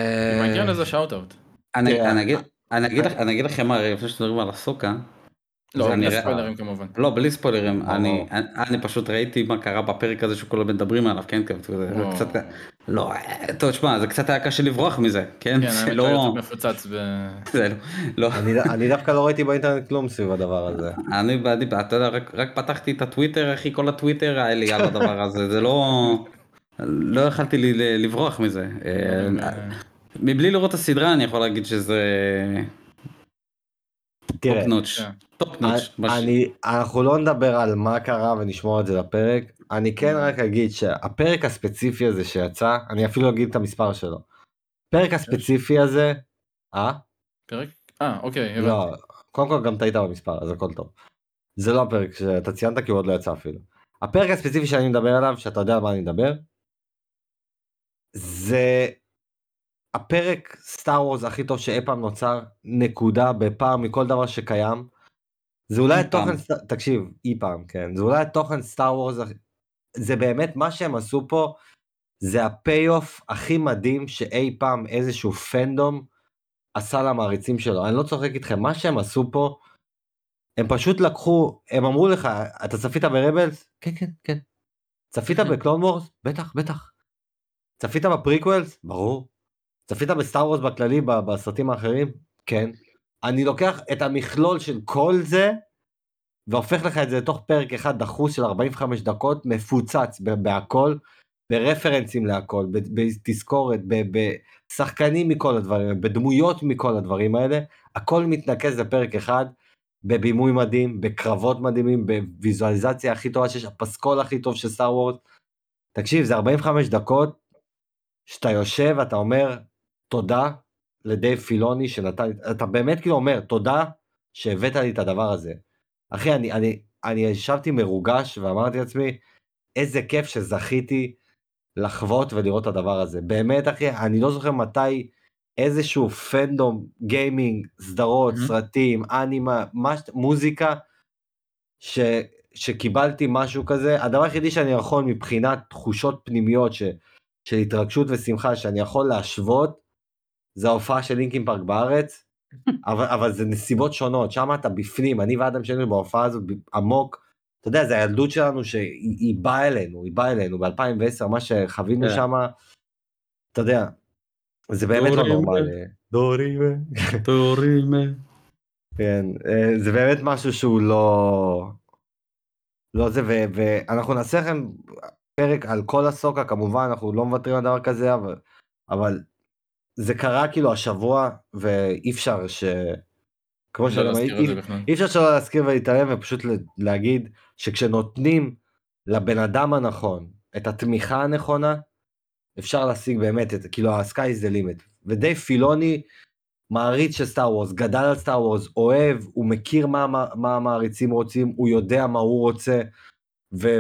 מגיע לזה שאוט-אוט. אני אגיד לכם מה, לפני שתדברים על הסוקה, לא, זה בלי נראה- ספוילרים כמובן. לא, בלי ספוילרים, ברור. אני, אני, אני פשוט ראיתי מה קרה בפרק הזה שכולם מדברים עליו, כן, זה וואו. קצת, לא, טוב, שמע, זה קצת היה קשה לברוח מזה, כן, כן, זה האמת לא, שהיוטיוב מפוצץ ב... זה לא, לא, אני, אני דווקא לא ראיתי באינטרנט כלום סביב הדבר הזה. אני, אני, אתה יודע, רק, רק פתחתי את הטוויטר, אחי, כל הטוויטר היה לי על הדבר הזה, זה לא, לא יכלתי לי לברוח מזה, דברים, אה, אה, מבלי לראות את הסדרה אני יכול להגיד שזה תראה, טופ נוטש, כן. טופ נוטש, אני, אנחנו לא נדבר על מה קרה ונשמור את זה לפרק, אני כן רק אגיד שהפרק הספציפי הזה שיצא, אני אפילו אגיד את המספר שלו. הפרק הספציפי הזה, אה? פרק? אה, אוקיי, הבנתי. לא, קודם כל גם טעית במספר, אז הכל טוב. זה לא הפרק שאתה ציינת כי הוא עוד לא יצא אפילו. הפרק הספציפי שאני מדבר עליו, שאתה יודע על מה אני מדבר, זה הפרק סטאר וורס הכי טוב שאי פעם נוצר, נקודה, בפעם מכל דבר שקיים. זה אולי אי התוכן, פעם. תקשיב, אי פעם, כן, זה אולי התוכן סטאר וורס, זה באמת מה שהם עשו פה, זה הפי-אוף הכי מדהים שאי פעם איזשהו פנדום עשה למעריצים שלו. אני לא צוחק איתכם, מה שהם עשו פה, הם פשוט לקחו, הם אמרו לך, אתה צפית ברבלס? כן, כן, כן. צפית בקלון וורס? בטח, בטח. צפית בפריקוולס? ברור. צפית בסטאר וורס בכללי, ב- בסרטים האחרים? כן. אני לוקח את המכלול של כל זה, והופך לך את זה לתוך פרק אחד דחוס של ארבעים וחמש דקות, מפוצץ ב- בהכל, ברפרנסים להכל, ב- בתזכורת, ב- בשחקנים מכל הדברים, בדמויות מכל הדברים האלה, הכל מתנקז לפרק אחד, בבימוי מדהים, בקרבות מדהימים, בוויזואליזציה הכי טובה שיש, הפסקול הכי טוב של סטאר וורס. תקשיב, זה ארבעים וחמש דקות, שאתה יושב, אתה אומר, תודה לדייב פילוני שנתן, אתה באמת כאילו אומר, תודה שהבאת לי את הדבר הזה. אחי, אני, אני, אני ישבתי מרוגש ואמרתי לעצמי, איזה כיף שזכיתי לחוות ולראות את הדבר הזה. באמת, אחי, אני לא זוכר מתי איזשהו פנדום, גיימינג, סדרות, Mhm. סרטים, אנימה, מש, מוזיקה, ש, שקיבלתי משהו כזה. הדבר היחידי שאני יכול מבחינת תחושות פנימיות ש, של התרגשות ושמחה שאני יכול להשוות, זה ההופעה של לינקין פארק בארץ, אבל, אבל זה נסיבות שונות, שם אתה בפנים, אני ואדם שהיינו בהופעה הזאת עמוק, אתה יודע, זה הילדות שלנו שהיא היא באה אלינו, היא באה אלינו, ב-אלפיים ועשר, מה שחווינו כן. שם, אתה יודע, זה באמת לא דורימה. נורמלי. דורימה. דורימה. כן, אה, זה באמת משהו שהוא לא, לא זה, ו- ואנחנו נעשה לכם פרק על כל הסוקה, כמובן, אנחנו לא מוותרים על דבר כזה, אבל, אבל זה קרה כאילו השבוע, ואי אפשר ש... כמו לא שאני אומר, להזכיר את זה בכלל. אי אפשר שלא להזכיר ולהתעלם ופשוט להגיד שכשנותנים לבן אדם הנכון את התמיכה הנכונה, אפשר להשיג באמת את, כאילו ה-sky is the limit. ודייב פילוני מעריץ של סטאר וורס, גדל על סטאר וורס, אוהב, הוא מכיר מה, מה, מה המעריצים רוצים, הוא יודע מה הוא רוצה, ו,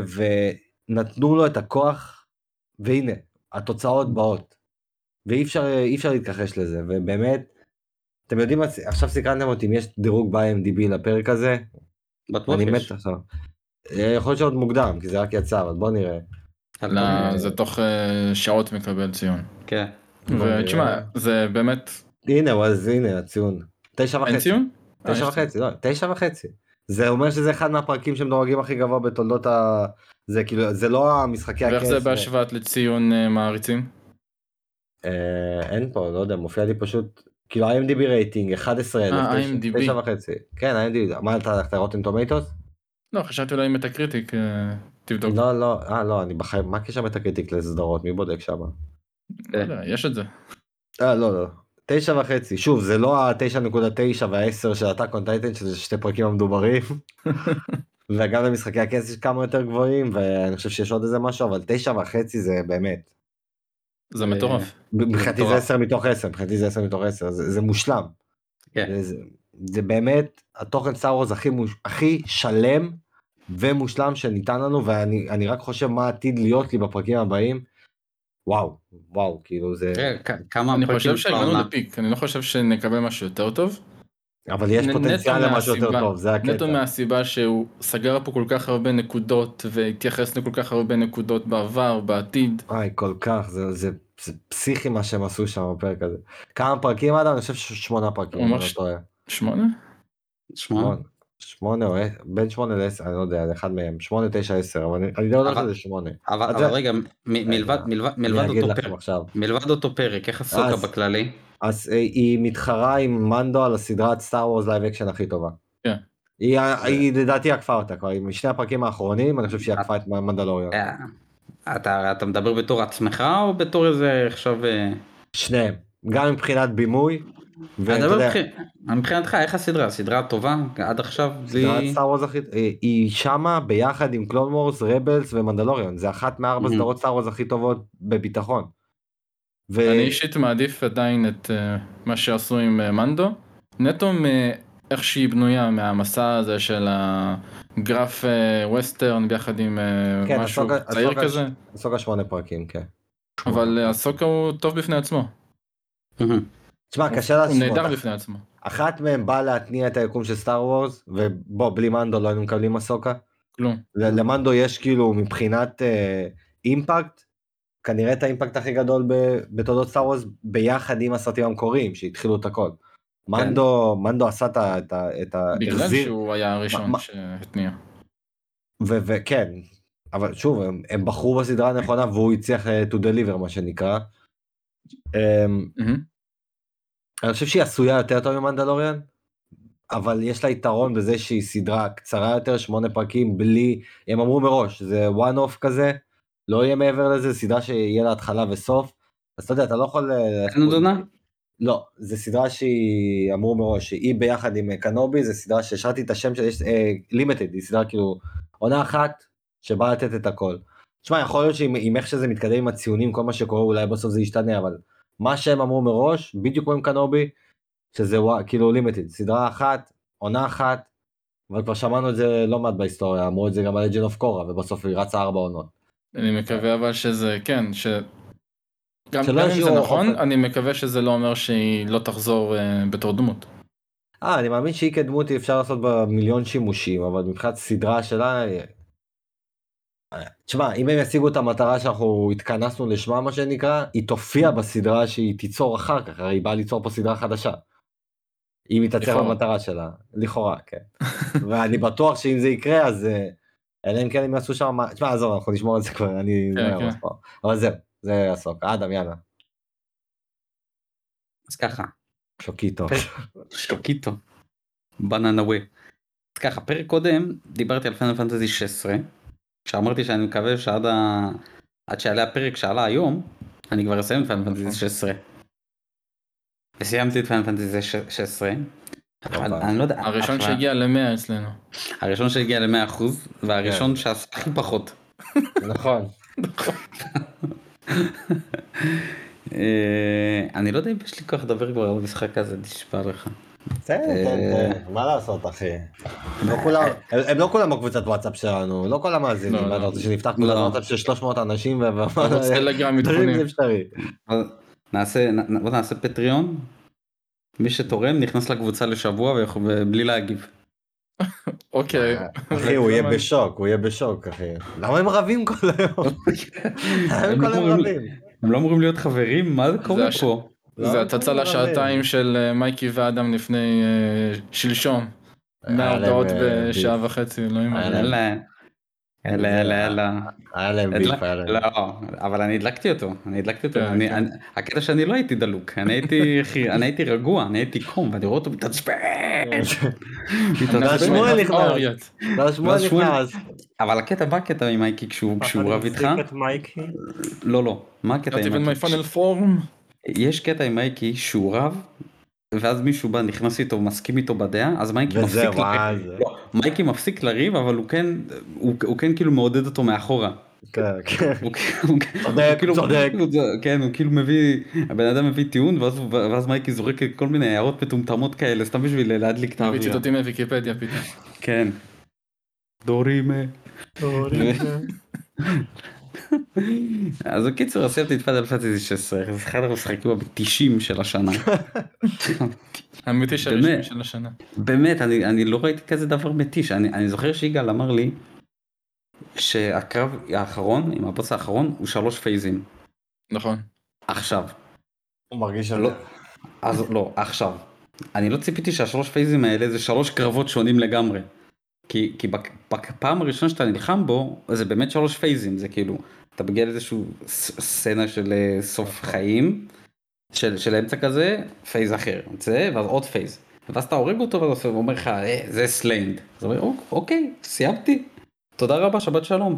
ונתנו לו את הכוח, והנה, התוצאות באות. ואי אפשר, אי אפשר להתכחש לזה, ובאמת, אתם יודעים מה, עכשיו סיכנתם אותי אם יש דירוג ב-איי אם די בי לפרק הזה, בטוח אני מת יש. עכשיו. אה, יכול להיות שעוד מוקדם, כי זה רק יצא, אבל בוא נראה. לא, זה תוך אה, שעות מקבל ציון. כן. בוא ותשמע, נראה. זה באמת... הנה, אז הנה הציון. תשע אין וחצי. ציון? אה, תשע יש ציון. וחצי, לא, תשע וחצי. זה אומר שזה אחד מהפרקים שמדורגים הכי גבוה בתולדות ה... זה כאילו, זה לא המשחקי הכס. ואיך זה ו- בהשוואת לציון אה, מעריצים? אה, אין פה, לא יודע, מופיע לי פשוט, כאילו איי אם די בי רייטינג, אחד עשר אלף, אה, איי אם די בי. תשע וחצי. כן, איי אם די בי, מה אתה הלכת רוטן טומטוס? לא, חשבתי אולי מטה קריטיק, אה, תבדוק. לא, לא, אה, לא, אני בחיים, מה הקשר מטה-קריטיק לסדרות, מי בודק שם? לא יודע, יש את זה. אה, לא, לא. תשע וחצי, שוב, זה לא ה-תשע נקודה תשע וה-עשר של הטאק און טייטן, שזה שתי פרקים המדוברים, וגם למשחקי הכס יש כמה יותר גבוהים, ואני חושב שיש עוד איזה משהו, אבל תשע וחצי זה באמת. זה מטורף. מבחינתי זה מטורף. עשר מתוך עשר, מבחינתי זה עשר מתוך עשר, זה, זה מושלם. כן. זה, זה באמת התוכן סטאר וורס הכי, מוש- הכי שלם ומושלם שניתן לנו, ואני אני רק חושב מה עתיד להיות לי בפרקים הבאים. וואו, וואו, כאילו זה... כן, כ- כמה אני פרקים חושב יש שהגענו בעונה? לפיק, אני לא חושב שנקבל משהו יותר טוב. אבל יש נ- פוטנציאל נטו למשהו יותר מהסיבה- טוב, זה הקטע. נטו מהסיבה שהוא סגר פה כל כך הרבה נקודות, והתייחס לכל כך הרבה נקודות בעבר, בעתיד. איי, כל כך, זה, זה, זה פסיכי מה שהם עשו שם בפרק הזה. כמה פרקים עד? אני חושב ששמונה פרקים, אני לא ממש- טועה. שמונה? שמע, שמונה. שמונה או בין שמונה לעשר, אני לא יודע, אחד מהם, שמונה, תשע, עשר, אבל אני לא יודע שזה שמונה. אבל רגע, מלבד אותו פרק, איך הסוקה בכללי? אז היא מתחרה עם מנדו על הסדרת סטאר וורס לייב אקשן הכי טובה. כן. היא לדעתי עקפה אותה כבר, עם שני הפרקים האחרונים, אני חושב שהיא עקפה את מנדלוריון. אתה מדבר בתור עצמך או בתור איזה עכשיו... שניהם, גם מבחינת בימוי. מבחינתך, איך הסדרה? הסדרה טובה עד עכשיו? סדרת סטאר וורס הכי... היא שמה ביחד עם קלון וורס, רבלס ומנדלוריון, זה אחת מארבע סדרות סטאר וורס הכי טובות בביטחון. אני אישית מעדיף עדיין את מה שעשו עם מנדו, נטו מאיך שהיא בנויה, מהמסע הזה של הגרף ווסטרן ביחד עם משהו צעיר כזה. הסוקה שמונה פרקים, כן. אבל הסוקה הוא טוב בפני עצמו. תשמע, קשה להשוות. הוא נהדר בפני עצמו. אחת מהם באה להתניע את היקום של סטאר וורס, ובוא, בלי מנדו לא היינו מקבלים הסוקה. כלום. למנדו יש כאילו מבחינת אימפקט, כנראה את האימפקט הכי גדול בתולדות סטאר וורס, ביחד עם הסרטים המקוריים שהתחילו את הכל. מנדו, מנדו עשה את ה... בגלל שהוא היה הראשון שהתניע. וכן, אבל שוב, הם בחרו בסדרה הנכונה, והוא הצליח to deliver מה שנקרא. אני חושב שהיא עשויה יותר טוב ממנדלוריאן, אבל יש לה יתרון בזה שהיא סדרה קצרה יותר, שמונה פרקים בלי, הם אמרו מראש, זה one off כזה, לא יהיה מעבר לזה, סדרה שיהיה לה התחלה וסוף, אז אתה יודע, אתה לא יכול... אין דונה? לא, זה סדרה שהיא אמרו מראש, שהיא ביחד עם קנובי, זה סדרה שהשארתי את השם של לימיטד, היא סדרה כאילו עונה אחת שבאה לתת את הכל. תשמע, יכול להיות שעם איך שזה מתקדם עם הציונים, כל מה שקורה, אולי בסוף זה ישתנה, אבל מה שהם אמרו מראש, בדיוק כמו עם קנובי, שזה כאילו לימיטד, סדרה אחת, עונה אחת, אבל כבר שמענו את זה לא מעט בהיסטוריה, אמרו את זה גם על לג'נד אוף קורה, ובסוף היא רצה ארבע עונות. אני מקווה אבל שזה, כן, ש... גם אם זה נכון, אני מקווה שזה לא אומר שהיא לא תחזור בתור דמות. אה, אני מאמין שהיא כדמות אפשר לעשות בה מיליון שימושים, אבל מבחינת סדרה שלה... תשמע, אם הם ישיגו את המטרה שאנחנו התכנסנו לשמה, מה שנקרא, היא תופיע בסדרה שהיא תיצור אחר כך, הרי היא באה ליצור פה סדרה חדשה. אם היא תצליח במטרה שלה, לכאורה, כן. ואני בטוח שאם זה יקרה, אז... אלא אם כן הם יעשו שם... תשמע, עזוב, אנחנו נשמור את זה כבר, אני... אבל זהו, זה הסוק. אדם, יאללה. אז ככה. שוקיטו. שוקיטו. בננאווי. אז ככה, פרק קודם דיברתי על פיינל פנטזי שש עשרה, כשאמרתי שאני מקווה שעד ה... עד שעלה הפרק שעלה היום, אני כבר אסיים את פיינל פנטזי שש עשרה. וסיימתי את פיינל פנטזי שש עשרה. אני לא יודע... הראשון שהגיע למאה אצלנו. הראשון שהגיע למאה אחוז, והראשון שעשה הכי פחות. נכון. אני לא יודע אם יש לי כוח לדבר כבר על המשחק הזה, נשבע לך. מה לעשות אחי? הם לא כולם בקבוצת וואטסאפ שלנו, לא כל המאזינים, אתה רוצה שנפתח קבוצת וואטסאפ של שלוש מאות אנשים בוא נעשה פטריון, מי שתורם נכנס לקבוצה לשבוע ובלי להגיב. אוקיי. אחי הוא יהיה בשוק, הוא יהיה בשוק אחי. למה הם רבים כל היום? הם כל היום רבים. הם לא אמורים להיות חברים? מה זה קורה פה? זה הצצה לשעתיים של מייקי ואדם לפני שלשום. מאה הודעות בשעה וחצי, לא עם אלה. אלה, אלה, אלה. היה להם ביף, היה להם. לא, אבל אני הדלקתי אותו, אני הדלקתי אותו. הקטע שאני לא הייתי דלוק, אני הייתי רגוע, אני הייתי קום, ואני רואה אותו מתעצבן. שמואל נכנס. שמואל נכנס. אבל הקטע, מה הקטע עם מייקי כשהוא רב איתך? לא, לא. מה הקטע עם מייקי? יש קטע עם מייקי שהוא רב, ואז מישהו בא נכנס איתו ומסכים איתו בדעה, אז מייקי מפסיק לריב. לא, מייקי מפסיק לריב, אבל הוא כן, הוא כן כאילו מעודד אותו מאחורה. כן, כן. צודק, צודק. כן, הוא כאילו מביא, הבן אדם מביא טיעון, ואז מייקי זורק כל מיני הערות מטומטמות כאלה, סתם בשביל להדליק את האווירה. מביא ציטוטים מוויקיפדיה פתאום. כן. דורימה. דורימה. אז בקיצור, עשיתי את פיינל פנטזי שש עשרה, זה אחד המשחקים ב-תשעים של השנה. המתיש הראשון של השנה. באמת, אני לא ראיתי כזה דבר מתיש. אני זוכר שיגאל אמר לי שהקרב האחרון, עם הבוס האחרון, הוא שלוש פייזים. נכון. עכשיו. הוא מרגיש על זה. אז לא, עכשיו. אני לא ציפיתי שהשלוש פייזים האלה זה שלוש קרבות שונים לגמרי. כי, כי בפעם הראשונה שאתה נלחם בו, זה באמת שלוש פייזים, זה כאילו, אתה מגיע לאיזשהו סצנה של סוף חיים, של, של אמצע כזה, פייז אחר, זה, ואז עוד פייז, ואז אתה הורג אותו, ואז הוא אומר לך, אה, זה סליינד, אז הוא אומר, אוקיי, סיימתי, תודה רבה, שבת שלום.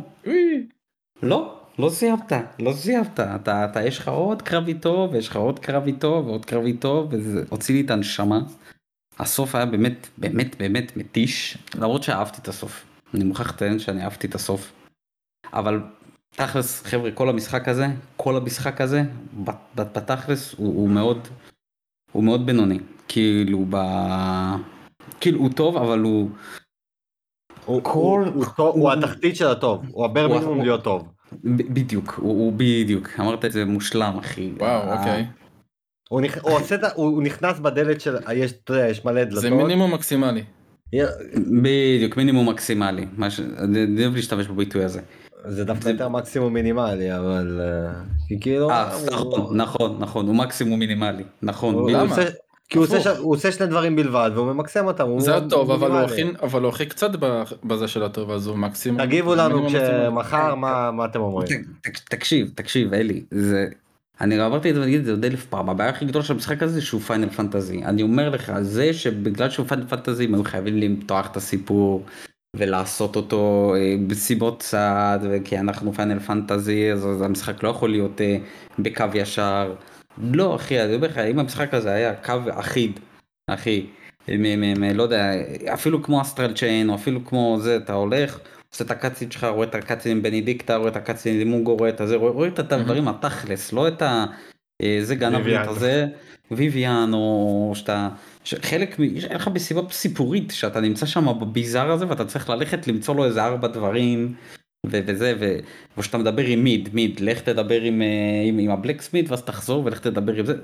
לא, לא סיימת, לא סיימת, אתה, אתה, יש לך עוד קרב איתו, ויש לך עוד קרב איתו, ועוד קרב איתו, וזה הוציא לי את הנשמה. הסוף היה באמת, באמת, באמת מתיש, למרות שאהבתי את הסוף. אני מוכרח לציין שאני אהבתי את הסוף. אבל תכלס, חבר'ה, כל המשחק הזה, כל המשחק הזה, בתכלס הוא, הוא מאוד, הוא מאוד בינוני. כאילו, ב... כאילו, הוא טוב, אבל הוא... הוא, כל... הוא, הוא, הוא, הוא התחתית של הטוב, הוא הבר מינימום להיות טוב. בדיוק, הוא, הוא בדיוק, אמרת את זה מושלם, אחי. וואו, אוקיי. הוא, נכ... הוא, עושה... הוא נכנס בדלת של, יש, יש מלא דלתות. זה מינימום מקסימלי. בדיוק, מינימום מקסימלי. אני אוהב להשתמש בביטוי הזה. זה דווקא יותר מקסימום מינימלי, אבל... כאילו... נכון, נכון, נכון, הוא מקסימום מינימלי, נכון. למה? כי הוא עושה שני דברים בלבד, והוא ממקסם אותם. זה הטוב, אבל הוא הכי קצת בזה של הטוב, אז הוא מקסימום. תגיבו לנו כשמחר, מה אתם אומרים? תקשיב, תקשיב, אלי, זה... אני אמרתי את זה ואני אגיד את זה עוד אלף פעם, הבעיה הכי גדולה של המשחק הזה שהוא פיינל פנטזי. אני אומר לך, זה שבגלל שהוא פיינל פנטזי, הם היו חייבים למתוח את הסיפור, ולעשות אותו בסיבות צעד, וכי אנחנו פיינל פנטזי, אז המשחק לא יכול להיות בקו ישר. לא, אחי, אני אומר לך, אם המשחק הזה היה קו אחיד, אחי, לא יודע, אפילו כמו אסטרל צ'יין, או אפילו כמו זה, אתה הולך, עושה את הקאצין שלך, רואה את הקאצין עם בנדיקטה, רואה את הקאצין עם מונגו, רואה את זה, רואה את הדברים התכלס, לא את ה... זה גנב לי את הזה, ויביאן, או שאתה... חלק, יש לך בסיבה סיפורית, שאתה נמצא שם בביזר הזה, ואתה צריך ללכת למצוא לו איזה ארבע דברים, וזה, ושאתה מדבר עם מיד, מיד, לך תדבר עם הבלקסמית, ואז תחזור ולך תדבר עם זה.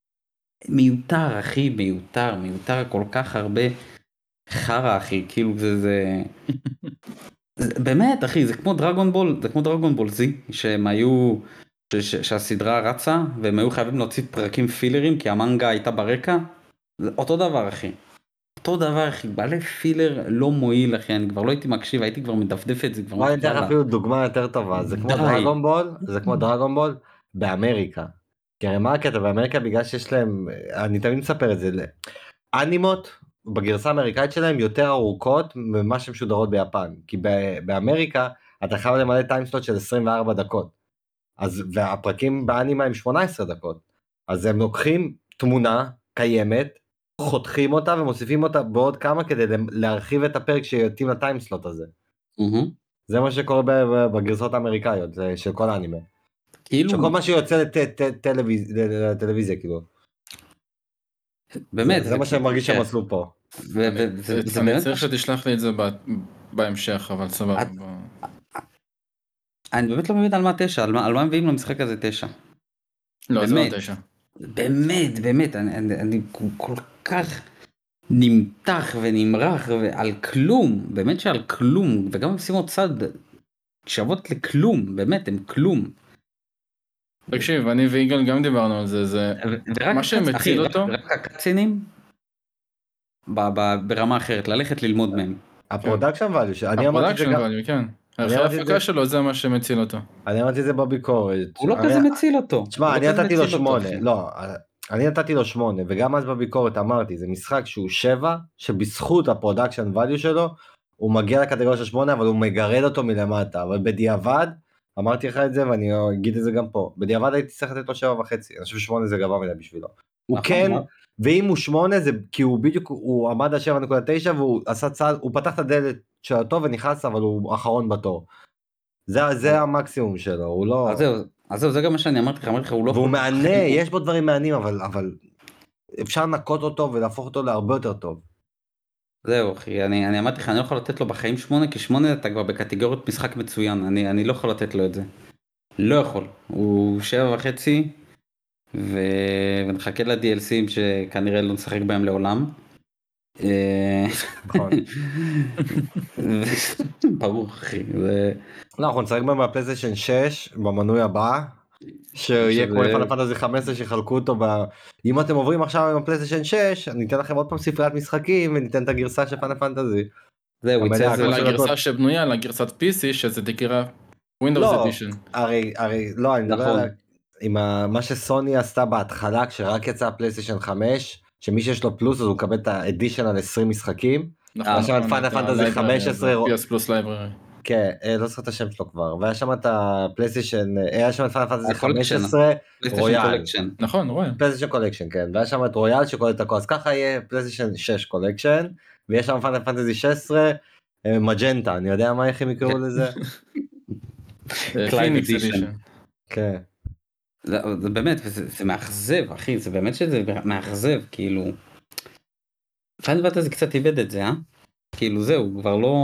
מיותר, אחי, מיותר, מיותר כל כך הרבה חרא, אחי, כאילו זה, זה... באמת, אחי, זה כמו דרגון בול, זה כמו דרגון בול זי, שהם היו, ש, שהסדרה רצה, והם היו חייבים להוציא פרקים פילרים, כי המנגה הייתה ברקע. זה אותו דבר, אחי. אותו דבר, אחי, בעלי פילר לא מועיל, אחי, אני כבר לא הייתי מקשיב, הייתי כבר מדפדף את זה, כבר... בוא אני אתן אפילו דוגמה יותר טובה, זה כמו דרגון בול, זה כמו דרגון בול באמריקה. כי הרי מה הקטע באמריקה, בגלל שיש להם, אני תמיד מספר את זה, אנימות, בגרסה האמריקאית שלהם יותר ארוכות ממה שמשודרות ביפן, כי באמריקה אתה חייב למלא טיימסלוט של עשרים וארבע דקות, אז, והפרקים באנימה הם שמונה עשרה דקות, אז הם לוקחים תמונה קיימת, חותכים אותה ומוסיפים אותה בעוד כמה כדי להרחיב את הפרק שיתאים לטיימסלוט הזה. Mm-hmm. זה מה שקורה בגרסאות האמריקאיות של כל האנימה. כאילו... שכל מה שיוצא לטלוויזיה, כאילו. באמת. זה מה שאני מרגיש שהם עשו פה. אני צריך שתשלח לי את זה בהמשך, אבל סבבה. אני באמת לא מבין על מה תשע, על מה מביאים למשחק הזה תשע. לא, זה לא תשע. באמת, באמת, אני כל כך נמתח ונמרח על כלום, באמת שעל כלום, וגם משימות צד שוות לכלום, באמת, הם כלום. תקשיב, אני ויגאל גם דיברנו על זה, זה מה שהם מציל אותו. רק הקצינים ברמה אחרת, ללכת ללמוד מהם. הפרודקשן ואליו, הפרודקשן ואליו, כן. אחרי ההפקה שלו זה מה שמציל אותו. אני אמרתי את זה בביקורת. הוא לא כזה מציל אותו. תשמע, אני נתתי לו שמונה, לא, אני נתתי לו שמונה, וגם אז בביקורת אמרתי, זה משחק שהוא שבע, שבזכות הפרודקשן ואליו שלו, הוא מגיע לקטגוריה של שמונה, אבל הוא מגרד אותו מלמטה, אבל בדיעבד, אמרתי לך את זה ואני אגיד את זה גם פה, בדיעבד הייתי צריך לתת לו שבע וחצי, אני חושב ששמונה זה גבוה מדי בשבילו. הוא כן, ואם הוא שמונה זה כי הוא בדיוק, הוא עמד על שבע נקודה תשע והוא עשה צעד, הוא פתח את הדלת של הטוב ונכנס, אבל הוא אחרון בתור. זה, זה המקסימום שלו, הוא לא... אז זהו, אז זהו, זה גם מה שאני אמרתי לך, אמרתי לך, הוא לא... והוא מענה, יש בו דברים מעניינים, אבל, אבל אפשר לנקות אותו ולהפוך אותו להרבה יותר טוב. זהו אחי, אני, אני אמרתי לך, אני לא יכול לתת לו בחיים שמונה, כי שמונה אתה כבר בקטגוריות משחק מצוין, אני, אני לא יכול לתת לו את זה. לא יכול, הוא שבע וחצי, ו... ונחכה ל-די אל סי שכנראה לא נשחק בהם לעולם. נכון. ברור אחי. לא, אנחנו נשחק בהם בפלייסטיישן שש, במנוי הבא, שיהיה כמו פאנל פנטזי חמש עשרה שיחלקו אותו ב... אם אתם עוברים עכשיו עם הפלייסטיישן שש, אני אתן לכם עוד פעם ספריית משחקים, וניתן את הגרסה של פאנל פנטזי. זהו, גם יצא אני- איזה... כמו על של הגרסה הדוד. שבנויה על הגרסת פי סי שזה תקרא Windows לא, Edition. הרי, הרי, לא, אני מדבר נכון. על עם ה- מה שסוני עשתה בהתחלה, כשרק יצא הפלייסטיישן חמש, שמי שיש לו פלוס אז הוא מקבל את האדישן על עשרים משחקים. נכון, היה שם את נכון, פיינל את פנטזי ה-library חמש עשרה, הזה, פי אס פלוס לייברי. כן, אה, לא זוכר את השם שלו כבר, והיה שם את הפלייסטיישן, אה, היה שם את פיינל פנטזי הקולקשן, חמש עשרה, פלייסטיישן רויאל, קולקשן. נכון, רואה. פלייסטיישן קולקשן, כן, והיה שם את רויאל שכולל את הכל, אז ככה יהיה פלייסטיישן שש קולקשן, ויש שם פיינל פנטזי שש עשרה, אה, מג'נטה, אני יודע מה איך הם יקראו לזה, קלייב פיניקס אדישן. אדישן. כן. זה, זה באמת, זה, זה מאכזב, אחי, זה באמת שזה מאכזב, כאילו... פיינל פנטזי קצת איבד את זה, אה? כאילו זהו, כבר לא...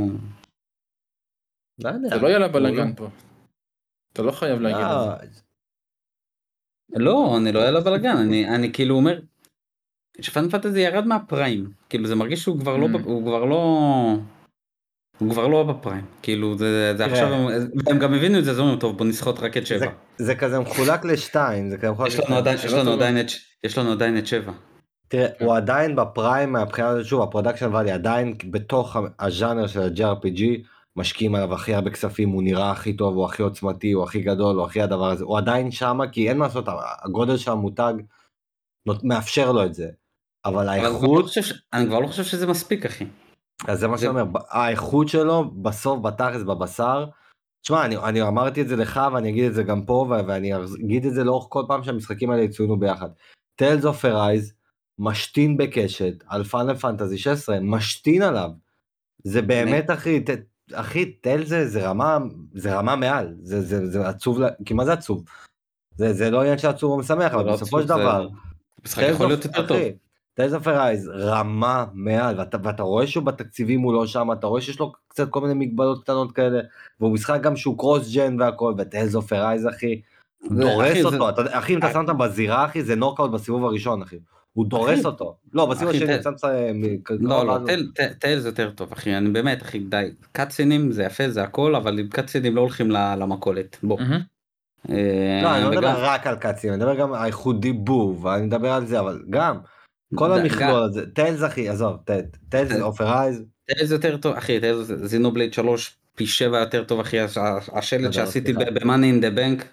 לא יודע. זה לא יהיה לה הוא לא- בלאגן פה. אתה לא חייב להגיד את לא, זה. לא, אני לא היה לה בלאגן, אני, אני כאילו אומר... שפיינל פנטזי ירד מהפריים, כאילו זה מרגיש שהוא כבר לא, Mm. הוא כבר לא... הוא כבר לא בפריים, כאילו זה, זה תראה. עכשיו, הם גם הבינו את זה, זה אומרים, טוב בוא נסחוט רק את זה, שבע. זה כזה מחולק לשתיים, זה כזה מחולק יש לנו לשתיים. עדיין, יש שאלה לנו טובה. עדיין את, יש לנו עדיין את שבע. תראה, כן. הוא עדיין בפריים מהבחינה הזאת, שוב, הפרודקשן ואלי עדיין בתוך הז'אנר של ה-ג'י אר פי ג'י, משקיעים עליו הכי הרבה כספים, הוא נראה הכי טוב, הוא הכי עוצמתי, הוא הכי גדול, הוא הכי הדבר הזה, הוא עדיין שמה, כי אין מה לעשות, הגודל של המותג נות- מאפשר לו את זה. אבל אבל אני כבר לא האיכות, חושב, ש- אני כבר לא חושב שזה מספיק, אחי. אז זה מה זה- שאני אומר, ב- האיכות שלו בסוף בתכלס בבשר, תשמע, אני, אני אמרתי את זה לך ואני אגיד את זה גם פה ו- ואני אגיד את זה לאורך כל פעם שהמשחקים האלה יצוינו ביחד. Tales of Arise משתין בקשת על פאנל פנטזי שש עשרה, משתין עליו. זה באמת אחי, ת, אחי, תל זה, זה רמה, זה רמה מעל, זה, זה, זה עצוב, לה- כי מה זה עצוב? זה, זה לא עניין של עצוב או משמח, זה אבל לא בסופו של עצוב, זה- דבר, משחק יכול להיות יותר טוב. טיילס אוף ארייז רמה מעל, ואתה, ואתה רואה שהוא בתקציבים הוא לא שם, אתה רואה שיש לו קצת כל מיני מגבלות קטנות כאלה, והוא משחק גם שהוא קרוס ג'ן והכל, וטיילס אוף ארייז אחי, הוא זה- דורס אחי, אותו, זה- אתה יודע, אחי אם אתה שם אותם בזירה אחי, זה נוקאוט בסיבוב הראשון אחי, הוא דורס אחי, אותו, לא בסיבוב אחי, השני, ת- קצת אה, מ- לא, לא, קרוב טל- ט- טל זה יותר טוב, אחי, אני באמת, אחי, די. קאצינים זה יפה, זה הכל, אבל עם קאצינים לא הולכים ל- למכולת, בוא. מהמם. אה, לא, אני לא וגם- מדבר רק על קאצים, אני מדבר גם על האיכות דיבוב, ואני מדבר על זה, אבל גם, כל ד- המכלול הזה, טיילס אחי, עזוב, טיילס אוף ארייז, טל זה יותר טוב, אחי, טל זה זינובלייד שלוש פי שבע יותר טוב, אחי, הש- השלט תודה, שעשיתי סליחה. ב-Money in the Bank,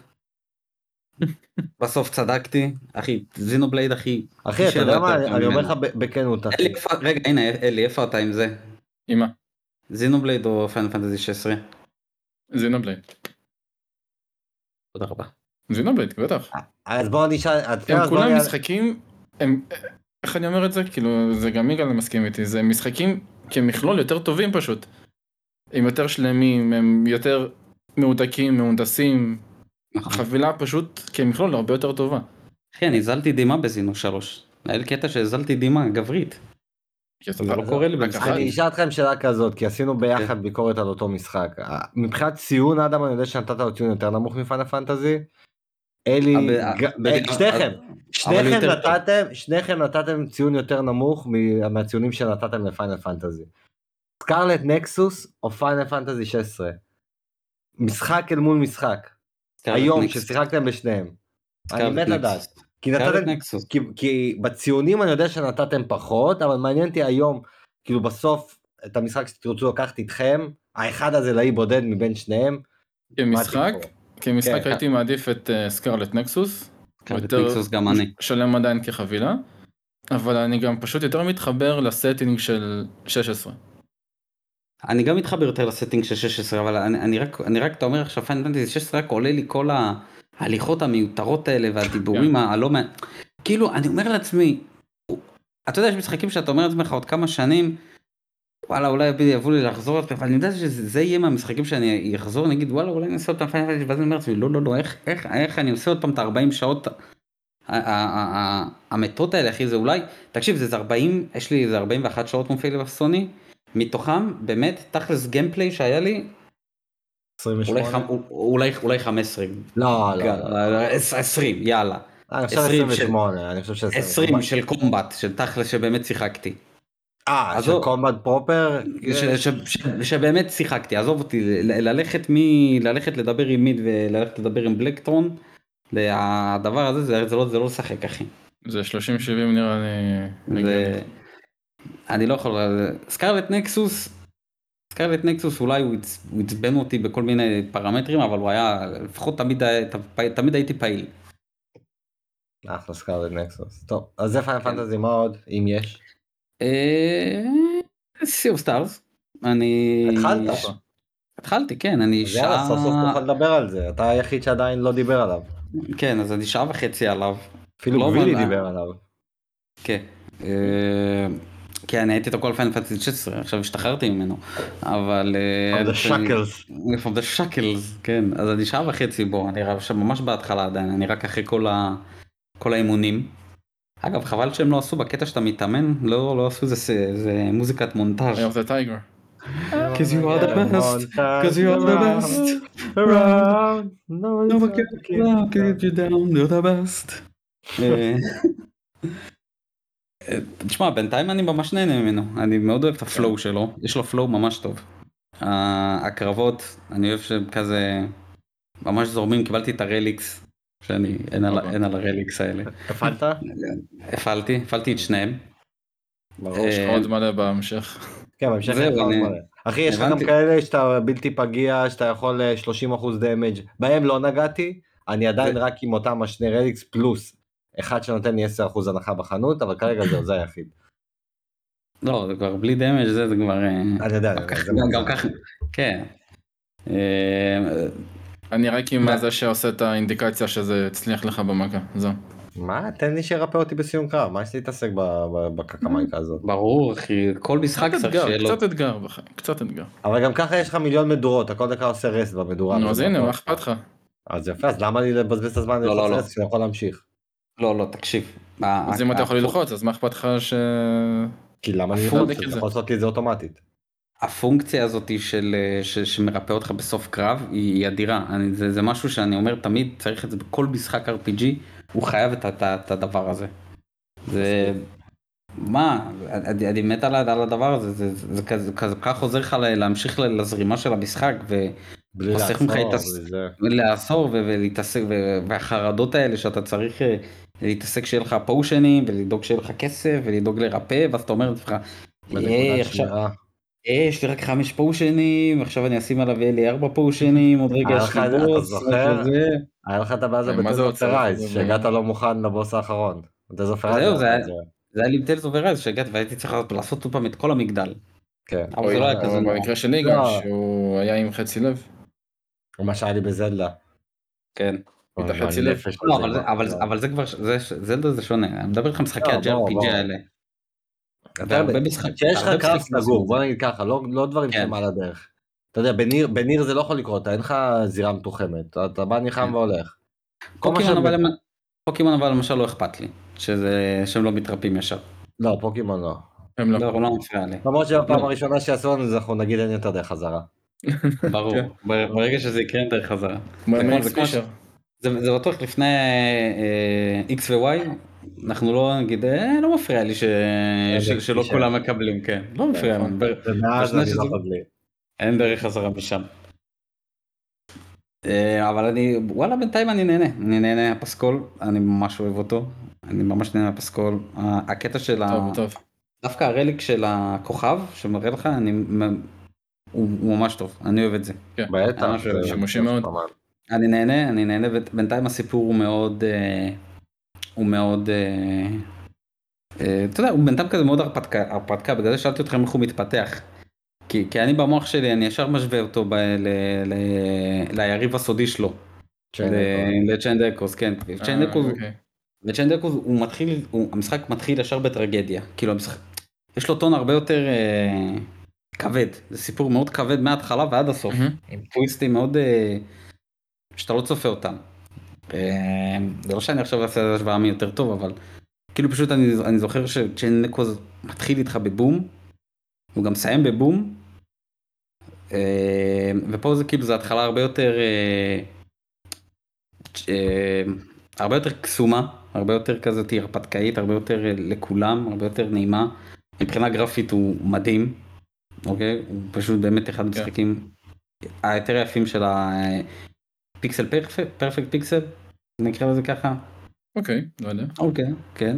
בסוף צדקתי, אחי, זינובלייד, אחי, אחי, פי אתה יודע שבע מה, יותר אני טוב אני אומר ממנו. לך ב- בכנות, אחי. אלי, איפה- רגע, הנה, אלי, איפה אתה עם זה? עם מה? זינובלייד או פיינל פנטזי שש עשרה? זינובלייד. תודה רבה. זינובלייד, בטח. אז בואו נשאל, אז הם אז בוא כולם נ- משחקים, הם, איך אני אומר את זה? כאילו, זה גם יגאל מסכים איתי, זה משחקים כמכלול יותר טובים פשוט. הם יותר שלמים, הם יותר מהודקים, מהונדסים. נכון. החבילה פשוט כמכלול הרבה יותר טובה. אחי, אני הזלתי דימה בזינו שלוש. היה לי קטע שהזלתי דימה גברית. זה לא קורה לי רק במשחק. אחת. אני אשאל אתכם שאלה כזאת, כי עשינו ביחד ביקורת על אותו משחק. מבחינת ציון, אדם, אני יודע שנתת לו ציון יותר נמוך מפאנל פנטזי. אלי, אבל- ג- אבל- אה, שניכם, אבל שניכם יותר טוב. נתתם, שניכם נתתם ציון יותר נמוך מ- מהציונים שנתתם לפיינל פנטזי. סקרלט נקסוס או פיינל פנטזי שש עשרה? משחק אל מול משחק. היום נקסוס. ששיחקתם בשניהם. אני סקרלט מת נקסוס. לדעת. כי סקרלט נתתם, נקסוס. כי, כי בציונים אני יודע שנתתם פחות, אבל מעניין אותי היום, כאילו בסוף, את המשחק שתרצו לקחת איתכם, האחד הזה לאי בודד מבין שניהם. כמשחק, מה תבחרו? כמשחק כן. הייתי מעדיף את סקרלט נקסוס. הוא סקרלט יותר נקסוס גם אני. שלם עדיין כחבילה. אבל אני גם פשוט יותר מתחבר לסטינג של שש עשרה. אני גם מתחבר יותר לסטינג של שש עשרה, אבל אני, אני רק, אני רק, אתה אומר עכשיו פיינל פנטזי שש עשרה רק עולה לי כל ההליכות המיותרות האלה והדיבורים הלא, מה- כאילו אני אומר לעצמי, אתה יודע יש משחקים שאתה אומר לעצמך עוד כמה שנים, וואלה אולי יבוא לי לחזור, אבל אני יודע שזה יהיה מהמשחקים שאני אחזור, נגיד וואלה אולי אני אעשה אותם פיינל פנטזי, ואז אני אומר לעצמי לא לא לא, איך, איך, איך אני עושה עוד פעם את ה-ארבעים שעות ה- ה- ה- ה- המתות האלה אחי, זה אולי, תקשיב זה ארבעים, יש לי איזה ארבעים ואחת שעות מופיע לי בסוני, מתוכם באמת תכלס גיימפליי שהיה לי עשרים אולי, ושמונה? חמ- אולי, אולי חמש עשרה. לא, לא, לא. עשרים, יאללה. אני חושב עשרים עשרים ושמונה, אני חושב ש-עשרים ושמונה. עשרים של קומבט, של תכל'ס שבאמת שיחקתי. אה, אז של לא- קומבט פרופר? ש- ש- ש- שבאמת שיחקתי, עזוב אותי, ל- ללכת מ... ללכת לדבר עם מיד וללכת לדבר עם בלקטרון, הדבר הזה זה זה לא זה לא לשחק אחי. זה שלושים שבעים נראה לי. זה... אני לא יכול, סקרלט נקסוס, סקרלט נקסוס אולי הוא עצבן אותי בכל מיני פרמטרים, אבל הוא היה, לפחות תמיד, תמיד הייתי פעיל. אחלה סקרלט נקסוס. טוב, אז זה פיינל פנטזי מה עוד, אם יש? סי אוף סטארס. אני... התחלת? התחלתי, כן, אני אז יאללה, שעה... סוף סוף תוכל לדבר על זה, אתה היחיד שעדיין לא דיבר עליו. כן, אז אני שעה וחצי עליו. אפילו לא גבילי מה- דיבר עליו. כן. אה, כן, אני הייתי איתו כל פיינל פנטזי תשע עשרה, עכשיו השתחררתי ממנו, אבל... אה, From the shackles. From the shackles, כן. אז אני שעה וחצי בו, אני רואה שם ממש בהתחלה עדיין, אני רק אחרי כל ה... כל האימונים. אגב, חבל שהם לא עשו בקטע שאתה מתאמן, לא, לא עשו איזה, איזה מוזיקת מונטאז'. Eye of the Tiger. Cause you are the best, cause you are the best, around, no no one's one can gonna keep keep you down, you're the best. אה, אה, תשמע, בינתיים אני ממש נהנה ממנו, אני מאוד אוהב את הפלואו שלו, יש לו פלואו ממש טוב. ה- הקרבות, אני אוהב שהם כזה ממש זורמים, קיבלתי את הרליקס, שאני, אין על- אוקיי. אין על הרליקס האלה. הפעלת? הפעלתי, הפעלתי את שניהם. ברור. יש לך אה, עוד מלא בהמשך. כן, בהמשך זהו, יש לך עוד אני- מלא. אחי, יש לך גם הבנתי. כאלה שאתה בלתי פגיע, שאתה יכול אה, שלושים אחוז דמג', בהם לא נגעתי, אני עדיין זה- רק עם אותם השני רליקס פלוס, אחד שנותן לי עשרה אחוז הנחה בחנות, אבל כרגע זהו, זה היחיד. לא, זה כבר בלי דמג' זה, זה כבר... אה, אני יודע, גם אני יודע, ככה- זה גם- מוגזם. גם ככה, כן. אה, אני רק עם מה? זה שעושה את האינדיקציה שזה הצליח לך במכה. זהו. מה? תן לי שירפא אותי בסיום קרב, מה יש לי להתעסק ב- ב- בקקמייקה הזאת? ברור, אחי, כל משחק קצת צריך אתגר, שיהיה לו... קצת אתגר בחיים, קצת אתגר. אבל גם ככה יש לך מיליון מדורות, הכל דקה עושה רסט במדורה. נו, אז וזה הנה, בטוח. מה אכפת לך? אז יפה, אז למה לי לבזבז את הזמן לא, ללחוץ לא, לא. רסט כשאני יכול להמשיך? לא, לא, תקשיב. אז אם אתה יכול ללחוץ, אז מה אכפת לך ש... כי למה אני הפונקציה ללחוץ? אתה זה. יכול לעשות לי את זה אוטומטית. הפונקציה הזאת של, ש, שמרפא אותך בסוף קרב היא, היא אדירה. אני, זה, זה משהו שאני אומר תמיד, צריך את זה בכל משחק אר פי ג'י, הוא חייב את, את, את הדבר הזה. זה... מה? אני, אני מת על, על הדבר הזה, זה, זה, זה כזה, כזה כך עוזר לך לה- להמשיך לזרימה של המשחק, ו... בלי חוסך ממך לעצור, להתעס- בלי זה. לעשור ו- ולהתעסק, ו- והחרדות האלה שאתה צריך אה, להתעסק שיהיה לך פושנים, ולדאוג שיהיה לך כסף, ולדאוג לרפא, ואז אתה אומר לעצמך, בנקודת "אה, עכשיו, שמירה. אה, יש לי רק חמש פושנים, עכשיו אני אשים עליו יהיה לי ארבע פושנים, עוד רגע היה יש לך לי את זה, אתה בוס, זוכר? וזה." היה לך את הבעיה הזו מה זה בטלס עוצר? אוף רייז, זה- שהגעת לא מוכן לבוס האחרון. טלס אוף זהו, זה היה- רייז. זה היה לי עם טלס אוף רייז שהגעתי והייתי צריך לעשות עוד פעם את כל המגדל. כן. אבל זה לא היה כזה או נורא. במקרה שלי לא. גם, שהוא היה עם חצי לב. או מה שהיה לי בזלדה. כן. אוי, את החצי והנפש לב. לא, הזה אבל זה- כבר. אבל זה- אבל זה כבר, זה- זלדה זה שונה, אני מדבר איתך משחקי לא, ה-ג'י אר פי ברור, ג'י ברור. האלה. אתה והרבה יודע, משחק- כשיש הרבה לך קרב משחקים סגור, עושים בוא את זה. נגיד ככה, לא לא דברים כן. שהם על הדרך. אתה יודע, בניר בניר זה לא יכול לקרות, אין לך זירה מתוחמת, אתה- אתה בא נלחם כן. והולך. כל מה פוקימון ש- אבל, למ- פוקימון אבל למשל לא אכפת לי, שזה, שהם לא מתרפים ישר. לא, פוקימון לא. הם לא. לא, לא מפריע לי. למרות שבפעם לא. הראשונה שיעשו לנו את זה, אנחנו נגיד אין יותר דרך חזרה. ברור, כן. בר- ברגע שזה יקרה אין דרך חזרה. כמו זה כמו- עם זה כמו ש- פישר. זה זה בטוח לפני אה, X ו-Y, אנחנו לא נגיד, "אה, לא מפריע לי ש- ש- דרך שלא פישר. כולם מקבלים, כן, לא מפריע נכון. לנו, בר- ומאז בשנייה אני לא שזה- חוזר. אין דרך חזרה משם. אה, אבל אני, וואלה בינתיים אני נהנה, אני נהנה מהפסקול, אני ממש אוהב אותו, אני ממש נהנה מהפסקול, ה- הקטע של ה... טוב, טוב. דווקא הרליק של הכוכב שמראה לך, אני, מ- הוא, הוא ממש טוב, אני אוהב את זה. בטח, ממש אוהב את זה זה. שימושי מאוד. ממש. אני נהנה, אני נהנה, ובינתיים הסיפור הוא מאוד, אה, הוא מאוד, אה, אה, אתה יודע, הוא בינתיים כזה מאוד הרפתקה, הרפתקה, בגלל זה שאלתי אתכם איך הוא מתפתח. כי, כי אני במוח שלי, אני ישר משווה אותו ב, ל, ל, ליריב הסודי שלו. צ'יין ל- לצ'יין דקוס, כן. צ'יין אה, דקוס, אוקיי. וצ'יין דקוס הוא מתחיל, הוא, המשחק מתחיל ישר בטרגדיה. כאילו המשחק, יש לו טון הרבה יותר אה, כבד. זה סיפור מאוד כבד מההתחלה ועד הסוף. מהמם. עם טוויסטים מאוד, אה, שאתה לא צופה אותם. אה, זה לא שאני עכשיו אעשה השוואה מי יותר טוב, אבל כאילו פשוט אני, אני זוכר שצ'יין דקוס מתחיל איתך בבום, הוא גם מסיים בבום, אה, ופה זה כאילו זה התחלה הרבה יותר, אה, אה, הרבה יותר קסומה, הרבה יותר כזאת הרפתקאית, הרבה יותר אה, לכולם, הרבה יותר נעימה. מבחינה גרפית הוא מדהים, אוקיי? הוא פשוט באמת אחד המשחקים היותר יפים של הפיקסל פרפקט, פרפקט פיקסל, נקרא לזה ככה. אוקיי, לא יודע. אוקיי, כן.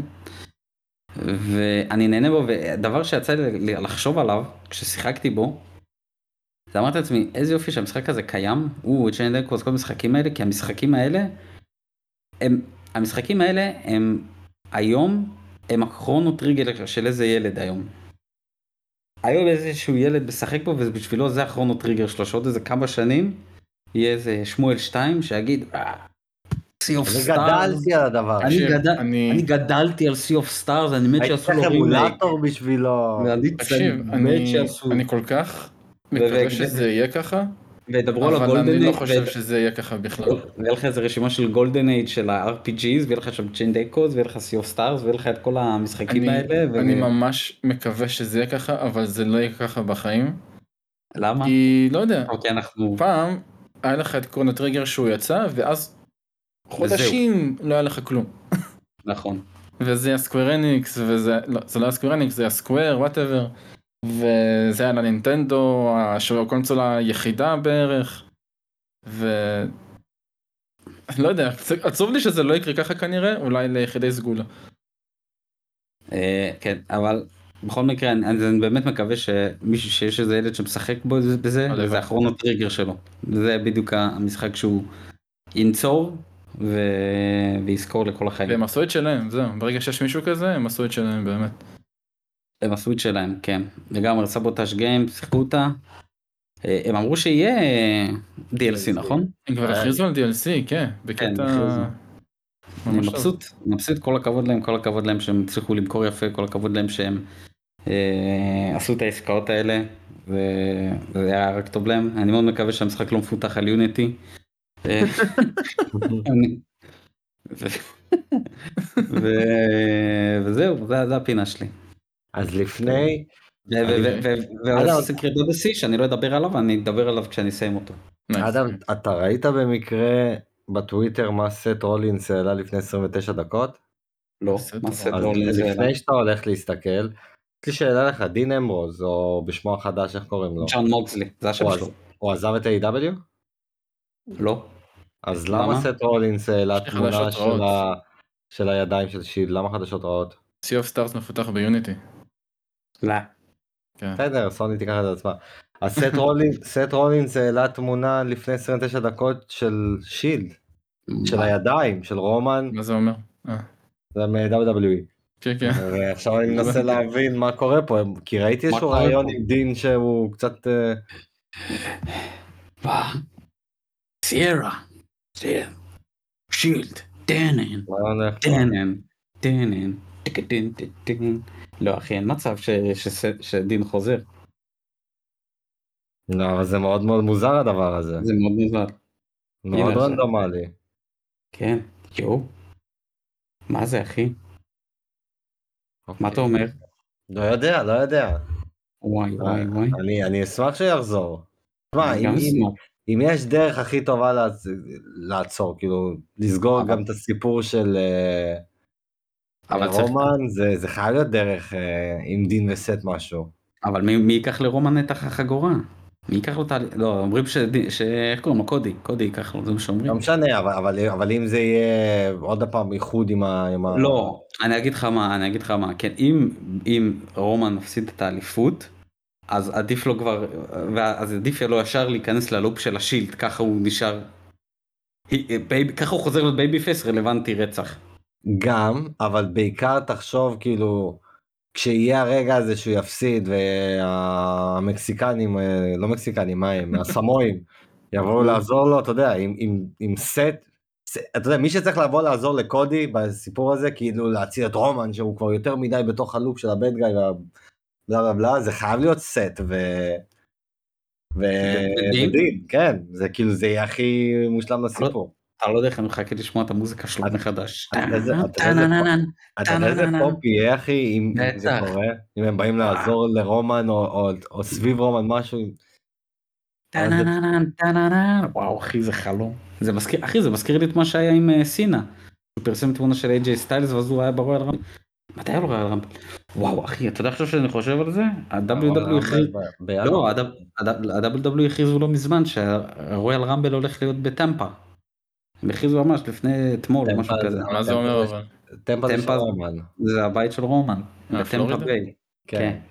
ואני נהנה בו, ודבר שיצא לי לחשוב עליו כששיחקתי בו, אז אמרתי לעצמי, איזה יופי שהמשחק הזה קיים, הוא, צ'יין דקוס, כל המשחקים האלה, כי המשחקים האלה, הם, המשחקים האלה הם היום, הם הכרונו טריגר של איזה ילד היום. היום איזשהו ילד משחק בו, ובשבילו זה הכרונו טריגר שלו, שעוד איזה כמה שנים, יהיה איזה שמואל שתיים שיגיד, Sea of אני Stars. גדלתי על הדבר. אני, תקשיב, גדל, אני- אני גדלתי על Sea of Stars, אני מת הייתי שעשו צריך לו רימייק. אמולטור בשבילו. ואני תקשיב, מת אני, שעשו. אני כל כך ו- מקווה ו- שזה ו- יהיה ככה, וידברו על אבל הגולדן אני לא אייג' חושב שזה יהיה ככה בכלל. ויהיה לך איזה רשימה של גולדן אייג' של ה-אר פי ג'יז, ויהיה לך שם צ'יין דייקוז, ויהיה לך Sea of Stars, ויהיה לך את כל המשחקים אני, האלה. ו- אני ו- ממש מקווה שזה יהיה ככה, אבל זה לא יהיה ככה בחיים. למה? כי לא יודע, אוקיי, אנחנו... פעם היה לך את קרונו טריגר שהוא יצא, ואז חודשים לא היה לך כלום. נכון. וזה היה סקוואר אניקס, וזה לא, זה לא היה סקוואר אניקס, זה היה סקוואר, וואטאבר. וזה היה לנינטנדו, הקונסולה היחידה בערך. ו... לא יודע, עצוב לי שזה לא יקרה ככה כנראה, אולי ליחידי סגולה. אה, כן, אבל בכל מקרה, אני, אני באמת מקווה שמישהו שיש איזה ילד שמשחק בו בזה, הלוואי. וזה אחרון הטריגר שלו. זה בדיוק המשחק שהוא ינצור ו... ויזכור לכל החיים. והם עשו את שלהם, זהו, ברגע שיש מישהו כזה, הם עשו את שלהם באמת. הם עשו את שלהם, כן. לגמרי סבוטאז' גיים, שיחקו אותה. אה, הם אמרו שיהיה די אל סי, נכון? הם כבר הכריזו על די אל סי, כן, בקטע... הכריזו. אני ממש טוב. מבסוט, מבסוט, כל הכבוד להם, כל הכבוד להם שהם הצליחו למכור יפה, כל הכבוד להם שהם אה, עשו את העסקאות האלה, וזה היה רק טוב להם. אני מאוד מקווה שהמשחק לא מפותח על יוניטי. אה, אני- ו- ו- וזהו, זה זה הפינה שלי. אז לפני, והסקרט אודיסי שאני לא אדבר עליו, אני אדבר עליו כשאני אסיים אותו. נייס. אדם, אתה ראית במקרה בטוויטר מה סט רולינס העלה לפני עשרים ותשע דקות? לא, בסדר. מה סט אז רולינס העלה? לפני שאתה הולך להסתכל, יש לי שאלה לך, דין אמברוז, או בשמו החדש, איך קוראים לו? ג'ון מוקסלי, זה השם הוא שלו. עז- הוא עזב את ה-איי דאבליו? לא. אז למה? למה סט רולינס העלה יש לי תמונה חדשות של רעות. ה- של הידיים של שיד? למה חדשות רעות? Sea of Stars מפותח ביוניטי. לא. כן. בסדר, סוני תיקח את זה עצמה. אז סט רולינס, סט רולינס העלה תמונה לפני עשרים ותשע דקות של שילד, של הידיים, של רומן, מה זה אומר? אה, זה מ-דאבליו דאבליו אי. כן, כן. ועכשיו אני מנסה להבין מה קורה פה, כי ראיתי איזשהו קורה רעיון פה? עם דין שהוא קצת... אה, סיירה. סיירה. שילד. דנן. רעיון איך- דנן. דנן. טקטין טקטין. לא אחי, אין מצב ש- ש- שדין חוזר. לא, אבל זה מאוד מאוד מוזר הדבר הזה, זה מאוד מוזר. מאוד הנה, רנדומלי. כן. יואו. מה זה אחי? מה אתה אוקיי. אומר? לא יודע, לא יודע. וואי וואי וואי. אני אני אשמח שיחזור. תשמע, אני אם- גם אם- אשמח. אם יש דרך הכי טובה לעצ- לעצור, כאילו, לסגור אבל- גם את הסיפור של אה, אבל צריך- רומן, זה זה חייב להיות דרך אה, עם דין וסט משהו. אבל מי, מי ייקח לרומן את החגורה? מי ייקח לו את ה... לא, אומרים ש... ש... איך קוראים לו? קודי. קודי ייקח לו, זה מה שאומרים. לא משנה, אבל- אבל אבל אם זה יהיה עוד פעם איחוד עם ה... עם ה- לא, אני אגיד לך מה, אני אגיד לך מה, כן, אם, אם רומן מפסיד את האליפות, אז עדיף לו כבר, אז עדיף לו ישר להיכנס ללופ של השילד, ככה הוא נשאר, בייב, ככה הוא חוזר להיות בייבי פייס רלוונטי רצח. גם, אבל בעיקר תחשוב כאילו, כשיהיה הרגע הזה שהוא יפסיד והמקסיקנים, אה, לא מקסיקנים, מה הם, הסמואים, יבואו לעזור לו, אתה יודע, עם, עם, עם סט, ס- אתה יודע, מי שצריך לבוא לעזור לקודי בסיפור הזה, כאילו להציל את רומן, שהוא כבר יותר מדי בתוך הלופ של הבד גאי, בלה בלה בלה, זה חייב להיות סט, ו... ו... ודין? ודין, כן, זה כאילו, זה יהיה הכי מושלם לסיפור. אתה לא יודע איך אני מחכה לשמוע את המוזיקה שלו מחדש. אתה יודע איזה- אתה יודע איזה- אתה יודע איזה פופ יהיה אחי אם אם זה בטח. קורה, אם הם באים לעזור לרומן או- או- או סביב רומן משהו, טה-נה-נה-נה, טה-נה-נה. וואו אחי זה חלום. זה מזכיר, אחי זה מזכיר לי את מה שהיה עם אה, סינה. הוא פרסם תמונה של איי ג'יי סטיילס ואז הוא היה ברויאל רמבל. מתי היה לו רויאל רמבל? וואו אחי אתה יודע עכשיו שאני חושב על זה? ה-דאבליו דאבליו הכריז... לא, ה-דאבליו דאבליו הכריזו לא מזמן שהרויאל רמבל הולך להיות בטמפה. הם הכריזו ממש לפני אתמול או משהו טמפה כזה. זה- מה זה אומר אבל? טמפה זה של טמפה- רומן, זה הבית של רומן. אה, בטמפה פלורידה? ביי. כן.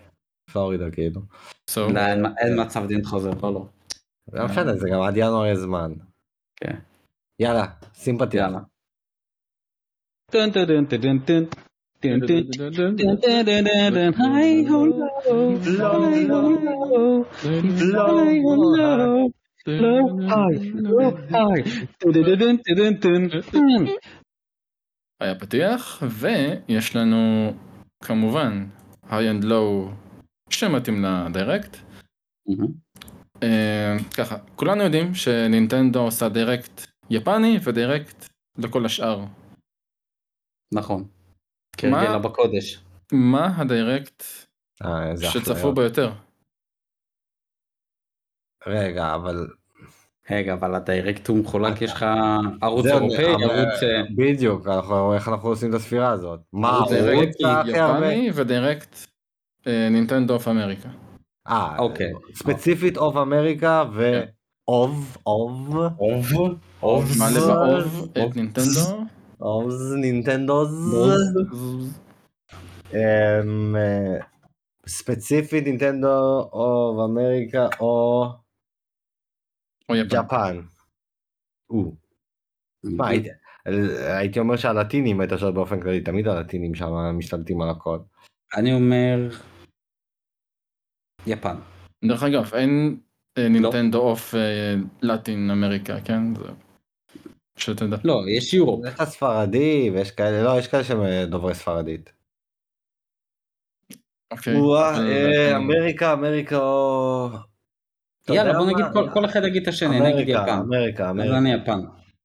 פלורידה כאילו. So, לא, אין- אין מצב דין חוזר, לא, לא. לא משנה, זה גם עד ינואר יש זמן. כן. יאללה, שים פתיח. יאללה. טן טן טן טן טן. טן טן טן טן טן טן. היי הולו, היי הולו, היי הולו, לא היי, לא היי. טן טן טן טן טן. היה פתיח, ויש לנו כמובן high and low שמתאים לדירקט. אה, ככה, כולנו יודעים שנינטנדו עושה דירקט יפני ודירקט לכל השאר. נכון. כרגלה בקודש. מה הדירקט אה, איזה שצפו אחלה. בו יותר? רגע, אבל... רגע, אבל הדירקט הוא מחולק, יש לך ערוץ זהו, אירופאי, אבל- ערוץ... אה, בדיוק, אנחנו- איך אנחנו עושים את הספירה הזאת? מה, ערוץ הוא דירקט רוצה הכי הרבה? יפני ודירקט אה, נינטנדו אוף אמריקה. אה, אוקיי. ספציפית אוף אמריקה ואוב, אוב, אוב, אוב, מה ז- לבאוב אוב. את נינטנדו? אובז, נינטנדוז, אמ, אה, ספציפית נינטנדו אוף אמריקה או או יפן. ג'פן. או. מה, הייתי- הייתי אומר שהלטינים הייתה שואל באופן כללי, תמיד הלטינים שם משתלטים על הכל. אני אומר... יפן. דרך אגב, אין אה, נינטנדו אוף אה, לטין אמריקה, כן? זה... שתדע. לא, יש יורופ. יש לך ספרדי ויש כאלה, לא, יש כאלה שהם דוברי ספרדית. אוקיי. וואה, אבל, אה, אה, אמריקה, אמריקה או... אתה יאללה, יודע בוא מה? נגיד, כל- כל אחד יגיד את השני, נגיד אמריקה, יפן. אמריקה, אז אמריקה. אני יפן.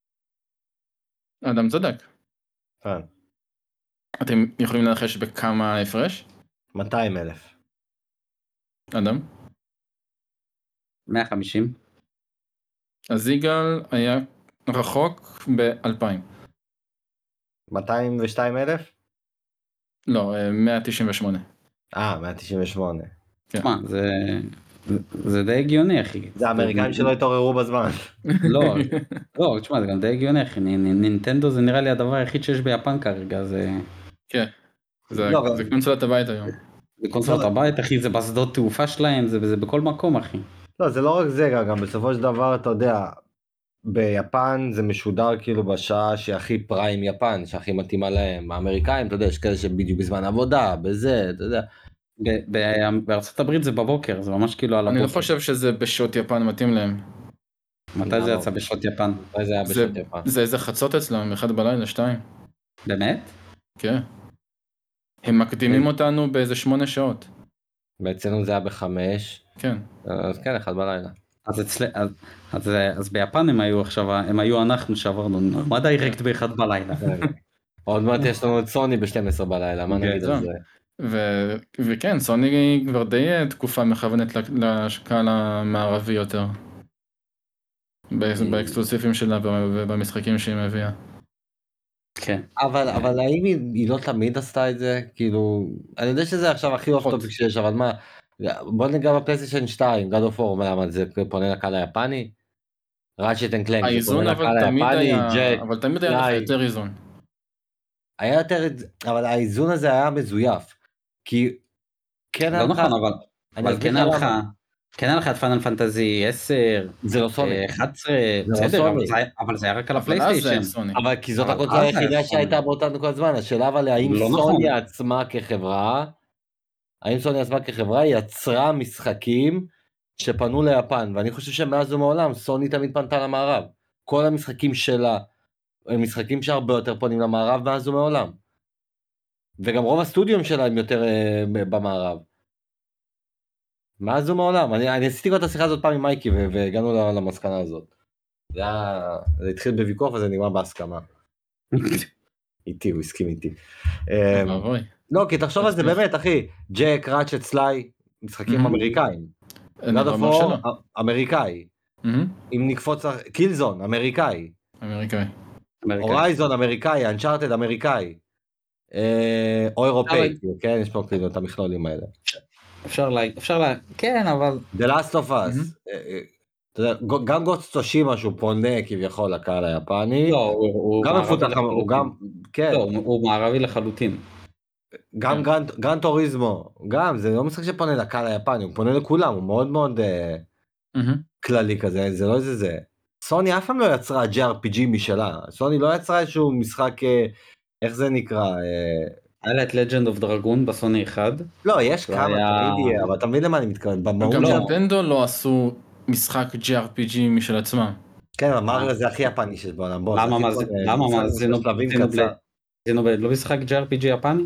אדם צדק. כן. אתם יכולים לנחש בכמה ההפרש? מאתיים אלף. אדם? מאה וחמישים. אז יגאל היה רחוק ב-אלפיים. מאתיים ושתיים אלף? לא, אה, מאה תשעים ושמונה. אה, מאה תשעים ושמונה. תשמע, זה... זה די הגיוני, אחי. זה האמריקאים שלא התעוררו בזמן. לא, לא, תשמע, זה גם די הגיוני, אחי. נ- נ- נינטנדו זה נראה לי הדבר היחיד שיש ביפן כרגע, זה... כן. זה לא, אבל- זה קונסולת הבית היום. זה קונסולת לא. הבית, אחי, זה בשדות תעופה שלהם, זה זה בכל מקום, אחי. לא, זה לא רק זה, גם בסופו של דבר, אתה יודע, ביפן זה משודר כאילו בשעה שהכי פריים יפן, שהכי מתאימה להם. האמריקאים, אתה יודע, יש כאלה שבדיוק בזמן עבודה, בזה, אתה יודע. ב- ב- בארצות הברית זה בבוקר, זה ממש כאילו על אני לא הבוקר. חושב שזה בשעות יפן מתאים להם. מתי זה לא. יצא בשעות יפן? אולי זה היה זה בשעות יפן. זה איזה חצות אצלם, אחד בלילה, שתיים. באמת? כן. הם מקדימים אותנו באיזה שמונה שעות. ואצלנו זה היה בחמש, כן. אז כן, אחד בלילה. אז אצל... אז, אז, אז ביפן הם היו עכשיו, הם היו אנחנו שעברנו, מה דיירקט באחד בלילה? עוד מעט יש לנו את סוני ב-שתים עשרה בלילה, מה נגיד על זה? ו- וכן, סוני כבר די תקופה מכוונת ל- לקהל המערבי יותר. ב- באקסקלוסיבים שלה ובמשחקים שהיא מביאה. כן. אבל אבל האם היא היא לא תמיד עשתה את זה? כאילו, אני יודע שזה עכשיו הכי אוף טופיק שיש, אבל מה, בוא ניגע בפלייסטיישן שתיים, God of War, למה זה פונה לקהל היפני? ראצ'ט אנד קלנק, זה האיזון פונה אבל לקהל תמיד היפני, היה, ג'ט, אבל תמיד היה לך פליי. יותר איזון. היה יותר, אבל האיזון הזה היה מזויף, כי כן היה לא לך, נכון, אבל, אני אבל אסביר כן לך היה לך, למה. כן היה לך את פאנל פנטזי עשר, זה לא סוני, אה, אחת עשרה, זה לא בסדר, סוני. אבל זה היה- אבל זה היה רק על אבל אז זה הפלייסטיישן. היה סוני. אבל כי זאת אבל הקונסולה אז היה היחידה סוני. שהייתה באותה נקודת זמן, השאלה אבל האם לא סוני נכון. עצמה כחברה, האם סוני עצמה כחברה יצרה משחקים שפנו ליפן, ואני חושב שמאז ומעולם סוני תמיד פנתה למערב, כל המשחקים שלה הם משחקים שהרבה יותר פונים למערב מאז ומעולם, וגם רוב הסטודיו שלה הם יותר אה, במערב, מאז ומעולם. אני, אני עשיתי כבר את השיחה הזאת פעם עם מייקי ו- והגענו למסקנה הזאת. זה, היה, זה התחיל בוויכוח וזה נגמר בהסכמה. איתי, הוא הסכים איתי. אמ, אבוי. לא, כי תחשוב על זה באמת, אחי, ג'ק, ראצ'ט, סליי, משחקים Mhm. אמריקאים. אני God לא of אומר War, שלא. אמריקאי. מהמם. אם נקפוץ, קילזון, אמריקאי. אמריקאי. אמריקאי. הורייזון, אמריקאי. אנצ'ארטד, אמריקאי. אה, או אירופאי, אבל- כאילו, כן, יש פה כאילו את המכלולים האלה. אפשר לה... אפשר לה... כן, אבל... The Last of Us. אה, אה, אתה יודע, גם גוסט טושימה שהוא פונה כביכול לקהל היפני. לא, הוא, הוא גם מערבי מפותח, הוא לחלוטין. גם, כן. לא, הוא, הוא מערבי לחלוטין. גם גרנד טוריזמו, גם, זה לא משחק שפונה לקהל היפני, הוא פונה לכולם, הוא מאוד מאוד כללי כזה, זה לא איזה זה. סוני אף פעם לא יצרה ג'י אר פי ג'י משלה, סוני לא יצרה איזשהו משחק, איך זה נקרא? היה את לג'נד אוף דרגון בסוני אחד. לא, יש כמה, תמיד יהיה, אבל אתה מבין למה אני מתכוון, גם נינטנדו לא עשו משחק ג'י אר פי ג'י משל עצמם. כן, מריו זה הכי יפני שיש בעולם, בוא. למה מה זה, למה מה זה, זנובלייד לא משחק ג'י אר פי ג'י יפני?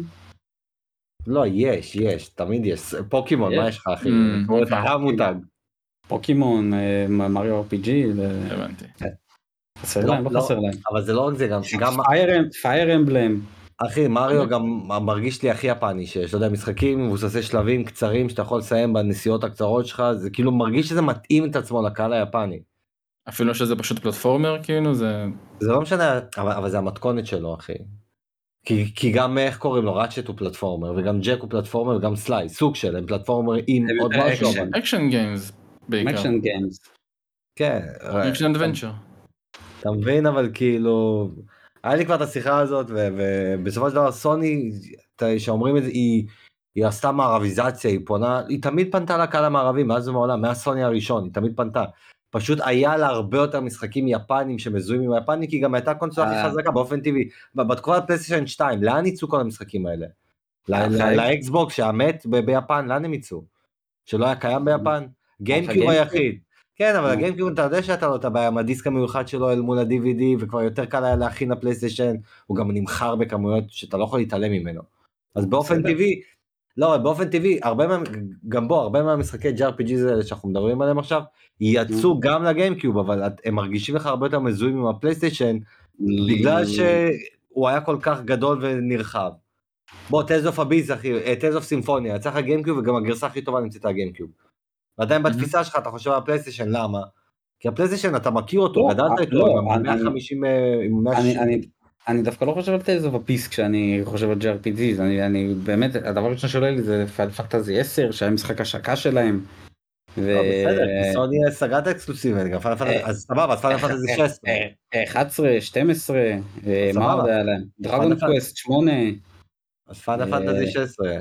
לא, יש, יש, תמיד יש, פוקימון, מה יש לך אחי? זה המותג. פוקימון, מריו אר פי ג'י, הבנתי. חסר להם, לא חסר להם. אבל זה לא רק זה, גם... פייר אמבלם. אחי, מריו גם מרגיש לי הכי יפני שיש, לא יודע, משחקים מבוססי שלבים קצרים שאתה יכול לסיים בנסיעות הקצרות שלך, זה כאילו מרגיש שזה מתאים את עצמו לקהל היפני. אפילו שזה פשוט פלטפורמר, כאילו זה... זה לא משנה, אבל, אבל זה המתכונת שלו, אחי. כי, כי גם, איך קוראים לו, ראצ'ט הוא פלטפורמר, וגם ג'ק הוא פלטפורמר, וגם סליי, סוג שלהם, פלטפורמר עם עוד משהו. אקשן גיימס, בעיקר. אקשן גיימס. כן. אקשן אדוונצ'ר. אתה מבין, אבל כאילו... היה לי כבר את השיחה הזאת, ובסופו של דבר סוני, שאומרים את זה, היא, היא עשתה מערביזציה, היא פונה, היא תמיד פנתה לקהל המערבי, מאז ומעולם, מהסוני הראשון, היא תמיד פנתה. פשוט היה לה הרבה יותר משחקים יפנים שמזוהים עם היפני, כי גם הייתה קונסולה הכי חזקה באופן טבעי. בתקופת פלייסטיישן שתיים, לאן יצאו כל המשחקים האלה? לאקסבוקס שהמת ביפן, לאן הם יצאו? שלא היה קיים ביפן? גיימקיוב היחיד. כן, אבל הגיימקיוב, אתה יודע שאתה לא את הבעיה, הדיסק המיוחד שלו אל מול ה-די וי די, וכבר יותר קל היה להכין לפלייסטיישן, הוא גם נמכר בכמויות שאתה לא יכול להתעלם ממנו. אז באופן טבעי, לא, באופן טבעי, הרבה מה, גם בו, הרבה מהמשחקי ג'י אר פי ג'י האלה שאנחנו מדברים עליהם עכשיו, יצאו גם לגיימקיוב, אבל הם מרגישים לך הרבה יותר מזוהים עם הפלייסטיישן, בגלל שהוא היה כל כך גדול ונרחב. בוא, טייז אוף אביז, אחי, טייז אוף סימפוניה, יצא לך גיימקיוב, וגם הגרסה הכי טובה נמצאת הגיימקיוב. ועדיין בתפיסה שלך אתה חושב על הפלייסטיישן, למה? כי הפלייסטיישן אתה מכיר אותו, גדלת איתו, עם מאה וחמישים, עם מאה שישים. אני דווקא לא חושב על טייז אוף אביז כשאני חושב על ג'י אר פי ג'י, אני באמת, הדבר הראשון שעולה לי זה פיינל פנטזי עשר, שהיה משחק השקה שלהם. בסדר, סוני סגרת אקסקלוסיבי, אז סבבה, אז פיינל פנטזי שש עשרה. אחת עשרה, שתים עשרה, מה עוד היה להם? דרגון קווסט שמונה. אז פיינל פנטזי שש עשרה,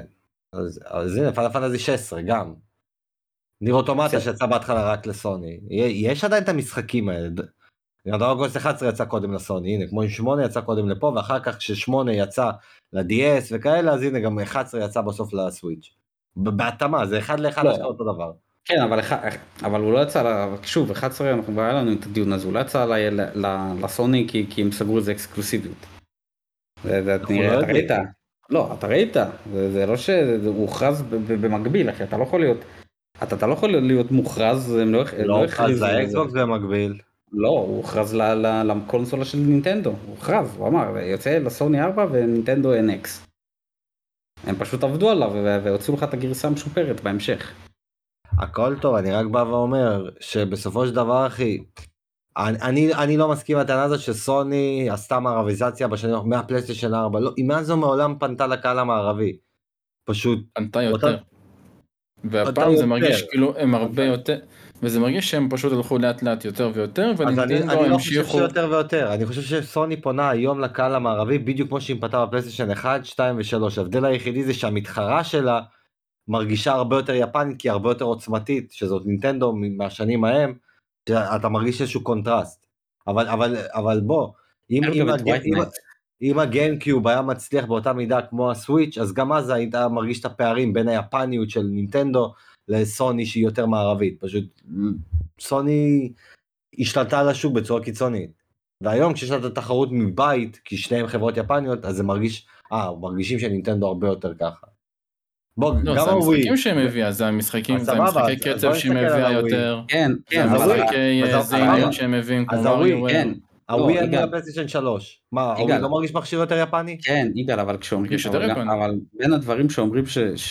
אז הנה, פיינל פנטזי שש עשרה גם. ניר אוטומטה שיצא בהתחלה רק לסוני, יש עדיין את המשחקים האלה, דרגון קווסט אחת עשרה יצא קודם לסוני, הנה כמו עם שמונה יצא קודם לפה, ואחר כך כששמונה יצא ל-די אס וכאלה, אז הנה גם אחת עשרה יצא בסוף לסוויץ'. בהתאמה, זה אחד לאחד לשכה אותו דבר. כן, אבל, אבל הוא לא יצא, שוב, אחת עשרה, אנחנו כבר היה לנו את הדיון הזה, הוא לא יצא לסוני כי, כי הם סגרו את זה אקסקלוסיביות. זה, אתה ראית? לא, אתה ראית, זה, זה לא שהוא הוכרז במקביל, אחי, אתה לא יכול להיות, אתה, אתה לא יכול להיות מוכרז, הם לא, לא הוכרז לאקסבוקס במקביל. לא, הוא הוכרז לקונסולה של נינטנדו, הוא הוכרז, הוא אמר, יוצא לסוני ארבע ונינטנדו אן אקס. הם פשוט עבדו עליו והוציאו לך את הגרסה המשופרת בהמשך. הכל טוב, אני רק בא ואומר שבסופו של דבר, אחי, אני, אני, אני לא מסכים לטענה הזאת שסוני עשתה מערביזציה בשנים מהפלייסטיישן ארבע, לא, היא מאז מעולם פנתה לקהל המערבי, פשוט... פנתה יותר. והפעם זה מרגיש כאילו הם הרבה יותר, וזה מרגיש שהם פשוט הלכו לאט לאט יותר ויותר, ונינטנדו המשיכו... אני לא חושב שיותר ויותר, אני חושב שסוני פונה היום לקהל המערבי, בדיוק כמו שהיא פנתה בפלייסטיישן אחת, שתיים ושלוש, ההבדל היחידי זה שהמתחרה שלה, מרגישה הרבה יותר יפנית, כי הרבה יותר עוצמתית, שזאת נינטנדו מהשנים ההם, שאתה מרגיש איזשהו קונטרסט. אבל, אבל, אבל בוא, אם, אם, אם, אם הגיימקיוב היה מצליח באותה מידה כמו הסוויץ', אז גם אז היית מרגיש את הפערים בין היפניות של נינטנדו לסוני שהיא יותר מערבית. פשוט סוני השתלטה על השוק בצורה קיצונית. והיום כשיש לה את התחרות מבית, כי שניהם חברות יפניות, אז זה מרגיש, אה, מרגישים שנינטנדו הרבה יותר ככה. בוא, לא, זה המשחקים שהם הביאה, זה המשחקים, זה המשחקי קצב שהם הביאה יותר, כן, כן, זה המשחקי זייניות שהם מביאים כמו מריו, כן, הווי היה פלייסטיישן שלוש, מה, הווי לא מרגיש מכשיר יותר יפני? כן, יגאל, אבל כשאומרים, אבל בין הדברים שאומרים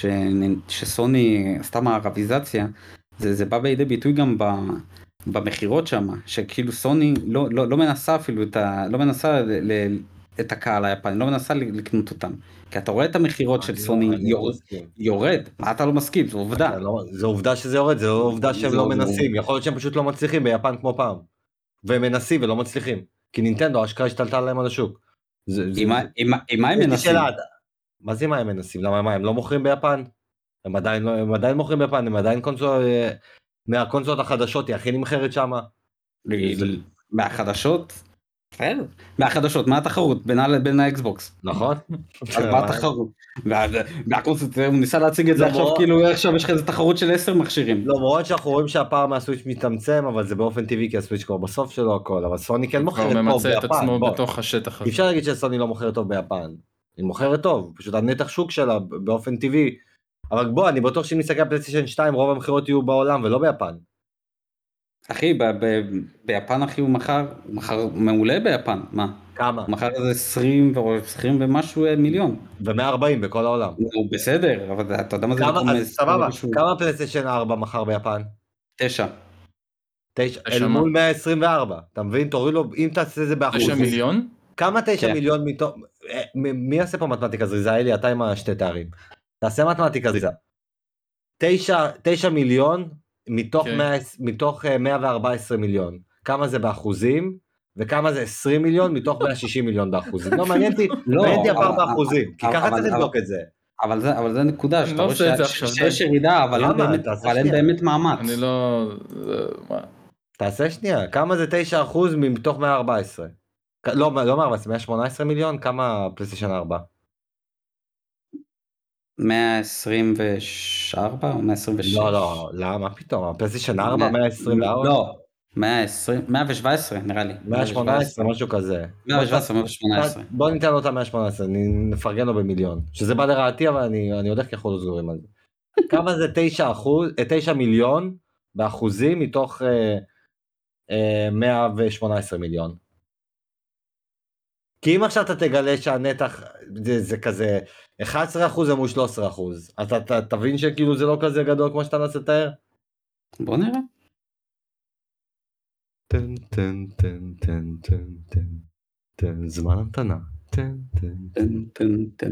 שסוני עשתה מערביזציה, זה בא בידי ביטוי גם במחירות שם, שכאילו סוני לא מנסה אפילו, לא מנסה את הקהל היפני, לא מנסה לקנות אותם. כי אתה רואה את המחירות של סוני יורד, מה אתה לא מסכים? זו עובדה. זו עובדה שזה יורד, זו עובדה שהם לא מנסים, יכול להיות שהם פשוט לא מצליחים ביפן כמו פעם. והם מנסים ולא מצליחים, כי נינטנדו אשכרה השתלטה עליהם על השוק. עם מה הם מנסים? מה זה מה הם מנסים? למה מה, הם לא מוכרים ביפן? הם עדיין, לא, הם עדיין מוכרים ביפן, הם עדיין קונסול, מהקונסולות החדשות, היא הכי נמכרת שמה. מהחדשות? מהחדשות, מה התחרות בין האקסבוקס? נכון? אז מה התחרות? והקונסול, הוא ניסה להציג את זה עכשיו כאילו עכשיו יש לך איזה תחרות של עשר מכשירים. למרות שאנחנו רואים שהפער מהסוויץ' מצטמצם, אבל זה באופן טבעי כי הסוויץ' כבר בסוף שלו הכל, אבל סוני כן מוכרת טוב ביפן. הוא כבר ממצא את עצמו בתוך השטח הזה. אי אפשר להגיד שסוני לא מוכרת טוב ביפן. היא מוכרת טוב, פשוט הנתח שוק שלה באופן טבעי. אבל בוא, אני בטוח שאם נסתכל על פלייסטיישן שתיים, רוב המחירות יהיו בעולם ולא ביפן. אחי, ביפן אחי הוא מכר, הוא מכר מעולה ביפן, מה? כמה? הוא מכר איזה עשרים ומשהו מיליון. ו-מאה וארבעים בכל העולם. הוא בסדר, אבל אתה יודע מה זה? אז סבבה, כמה פלייסטיישן ארבע מכר ביפן? תשע. תשע, אל מול מאה עשרים וארבע, אתה מבין? תוריד לו, אם תעשה את זה באחוזים. תשע מיליון? כמה תשע מיליון מתוך, מי יעשה פה מתמטיקה זריזה? אלי, אתה עם השתי תארים. תעשה מתמטיקה זריזה. תשע מיליון מתוך מאה וארבע עשרה מיליון. כמה זה באחוזים? וכמה זה עשרים מיליון מתוך מאה ושישים מיליון באחוזים. לא, מעניין אותי, מעניין אותי הפער באחוזים. כי ככה צריך לבדוק את זה. אבל זה, אבל זה נקודה, שאתה רואה שיש ירידה, אבל אין באמת מאמץ. אני לא... תעשה שנייה, כמה זה תשע אחוז מתוך מאה וארבע עשרה? לא, לא מאה וארבע עשרה, מאה ושמונה עשרה מיליון? כמה פלייסטיישן ארבע? מאה עשרים וארבע או מאה עשרים ושש? לא, לא, למה פתאום? פלייסטיישן ארבע, מאה עשרים וארבע? לא, מאה ועשרים, מאה ושבע עשרה נראה לי. מאה ושמונה עשרה, משהו כזה. מאה ושבע עשרה, מאה ושמונה עשרה. בוא ניתן לו את ה-מאה ושמונה עשרה, נפרגן לו במיליון. שזה בא לרעתי, אבל אני יודע איך יכול לסגורים על זה. כמה זה תשע מיליון באחוזים מתוך מאה ושמונה עשרה מיליון? כי אם עכשיו אתה תגלה שהנתח זה, זה כזה אחד עשר אחוז מול שלושה עשר אחוז, אז אתה תבין שכאילו זה לא כזה גדול כמו שאתה נסה לתאר? בוא נראה. טן טן טן טן טן טן טן זמן המתנה. טן טן טן טן טן.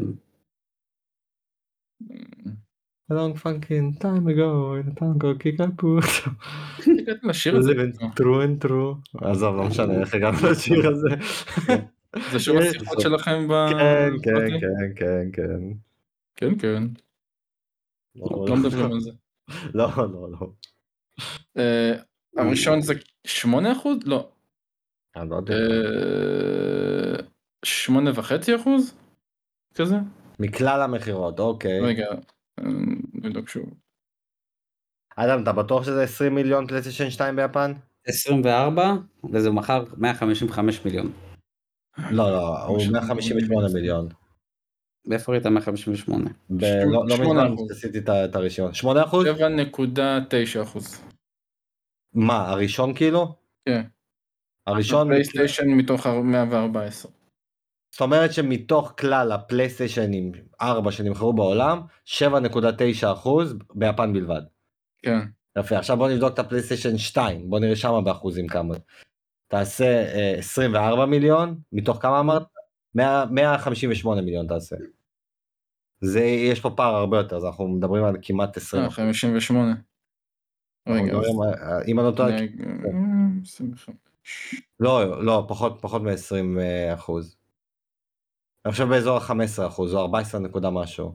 A long fucking time ago in a tango kikaput. לשיר הזה. true and true. עזוב, לא משנה איך הגענו לשיר הזה. זה שוב השיחות שלכם ב... כן, כן, כן, כן, כן. כן, כן. לא מדברים על זה. לא, לא, לא. הראשון זה שמונה אחוז? לא. אני לא יודע. שמונה וחצי אחוז? כזה? מכלל המחירות, אוקיי. רגע, נבדוק שוב. אדם, אתה בטוח שזה עשרים מיליון פלייסטיישן שתיים ביפן? עשרים וארבע, וזה מחר מאה חמישים וחמישה מיליון. לא, לא, הוא מאה חמישים ושמונה מיליון. באיפה ראית מאה חמישים ושמונה? לא מזמן עשיתי את הרשיון. שמונה אחוז? שבע נקודה תשע אחוז. מה, הראשון כאילו? כן. הראשון... פלייסטיישן מתוך מאה וארבע עשרה. זאת אומרת שמתוך כלל הפלייסטיישנים ארבע שנמכרו בעולם, שבע נקודה תשע אחוז ביפן בלבד. כן. יפה, עכשיו בוא נבדוק את הפלייסטיישן שתיים, בוא נראה שמה באחוזים כמה. תעשה אה, עשרים וארבע מיליון, מתוך כמה אמרת? מאה חמישים ושמונה מיליון תעשה. זה, יש פה פער הרבה יותר, אז אנחנו מדברים על כמעט עשרים. אה, חמישים ושמונה. רגע. אם אני לא טועה... לא, לא, פחות, פחות מ-עשרים אחוז. אני חושב באזור ה-חמש עשרה אחוז, או ארבע עשרה נקודה משהו.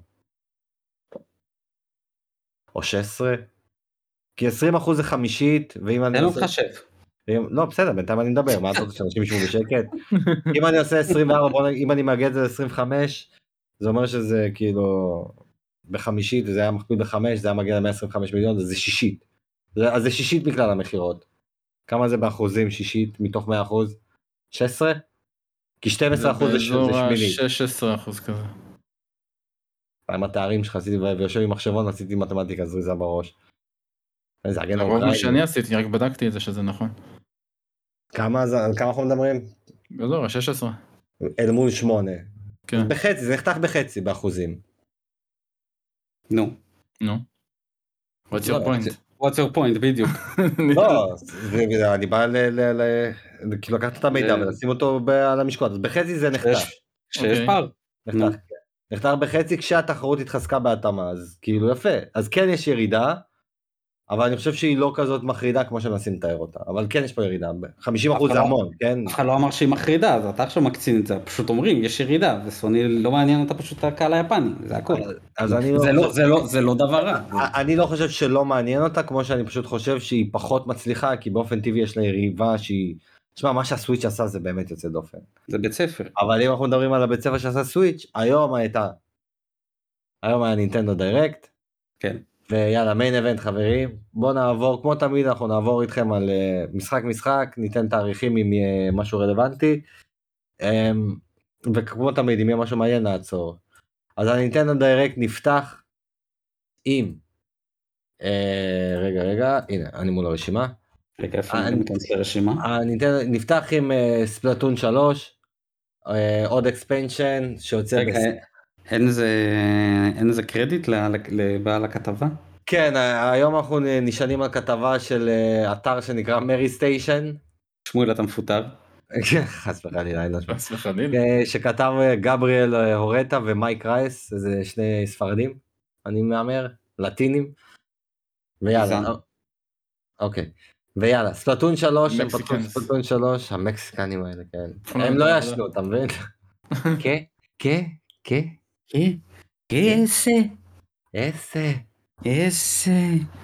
או שש עשרה. כי עשרים אחוז זה חמישית, ואם אני... אין לך שף. לא, בסדר, בינתיים אני מדבר, מה אתה רוצה שאנשים ישבו בשקט? אם אני עושה עשרים וארבע, אם אני מאגד את זה ל-עשרים וחמש, זה אומר שזה כאילו בחמישית, זה היה מכפיל בחמש, זה היה מגיע ל-מאה עשרים וחמישה מיליון, אז זה שישית. אז זה שישית מכלל המחירות. כמה זה באחוזים שישית מתוך מאה אחוז? שש עשרה? כי שתים עשרה אחוז זה שמינית. באזור ה-שש עשרה אחוז כזה. עם התארים שלך עשיתי, ויושב עם מחשבון, עשיתי מתמטיקה זריזה בראש. זה הגן הרוב מה שאני עשיתי, רק בדקתי את זה שזה נכון. כמה אנחנו מדברים? באזור ה-שש עשרה. אל מול שמונה. כן. בחצי, זה נחתך בחצי באחוזים. נו. נו. What's your point? What's your point, בדיוק. לא, אני בא כאילו לקחת את המידע ולשים אותו על המשקורת, אז בחצי זה נחתך. שיש פער. נחתך בחצי כשהתחרות התחזקה בהתאמה, אז כאילו יפה. אז כן יש ירידה, אבל אני חושב שהיא לא כזאת מחרידה כמו שמנסים לתאר אותה, אבל כן יש פה ירידה, חמישים אחוז אף זה אחד לא- המון, כן? אף אחד לא אמר שהיא מחרידה, אז אתה עכשיו מקצין את זה, פשוט אומרים, יש ירידה, וסוני לא מעניין אותה פשוט הקהל היפני, זה הכל. אז אני לא זה לא- חושב- זה לא- זה לא דבר רע. אני לא חושב שלא מעניין אותה, כמו שאני פשוט חושב שהיא פחות מצליחה, כי באופן טבעי יש לה יריבה שהיא... תשמע, מה שהסוויץ' עשה זה באמת יוצא דופן. זה בית ספר. אבל אם אנחנו מדברים על הבית ספר שעשה סוויץ', היום הייתה... היום היה נינטנדו דיירקט, כן. ויאללה, מיין אבנט חברים, בואו נעבור, כמו תמיד אנחנו נעבור איתכם על uh, משחק משחק, ניתן תאריכים אם יהיה משהו רלוונטי, um, וכמו תמיד אם יהיה משהו מעניין נעצור. אז הנינטנדו דיירקט נפתח עם, uh, רגע רגע, הנה אני מול הרשימה, רגע, איפה אני- אני אכנס לרשימה? הנינטנדו נפתח עם uh, ספלטון שלוש, uh, עוד אקספנשן שיוצא רגע, בס... אין איזה, אין איזה קרדיט ל- לבעל הכתבה? כן, היום אנחנו נשענים על כתבה של uh, אתר שנקרא מרי סטיישן, שמואל אתה מפוטר. חס וחלילה, אין משהו. חס וחלילה. אה, שכתב אה, גבריאל אה, הורטה ומייק רייס, איזה שני ספרדים, אני מהמר, לטינים, ויאללה, גזען. אה, אוקיי, ויאללה, ספלטון שלוש, הם פתחו מקסיקנס. ספלטון שלוש, המקסיקנים האלה, כן, פתחו הם לנו לא את ישנו, אתה מבין? כן, כן, כן, כן. איזה, איזה, איזה.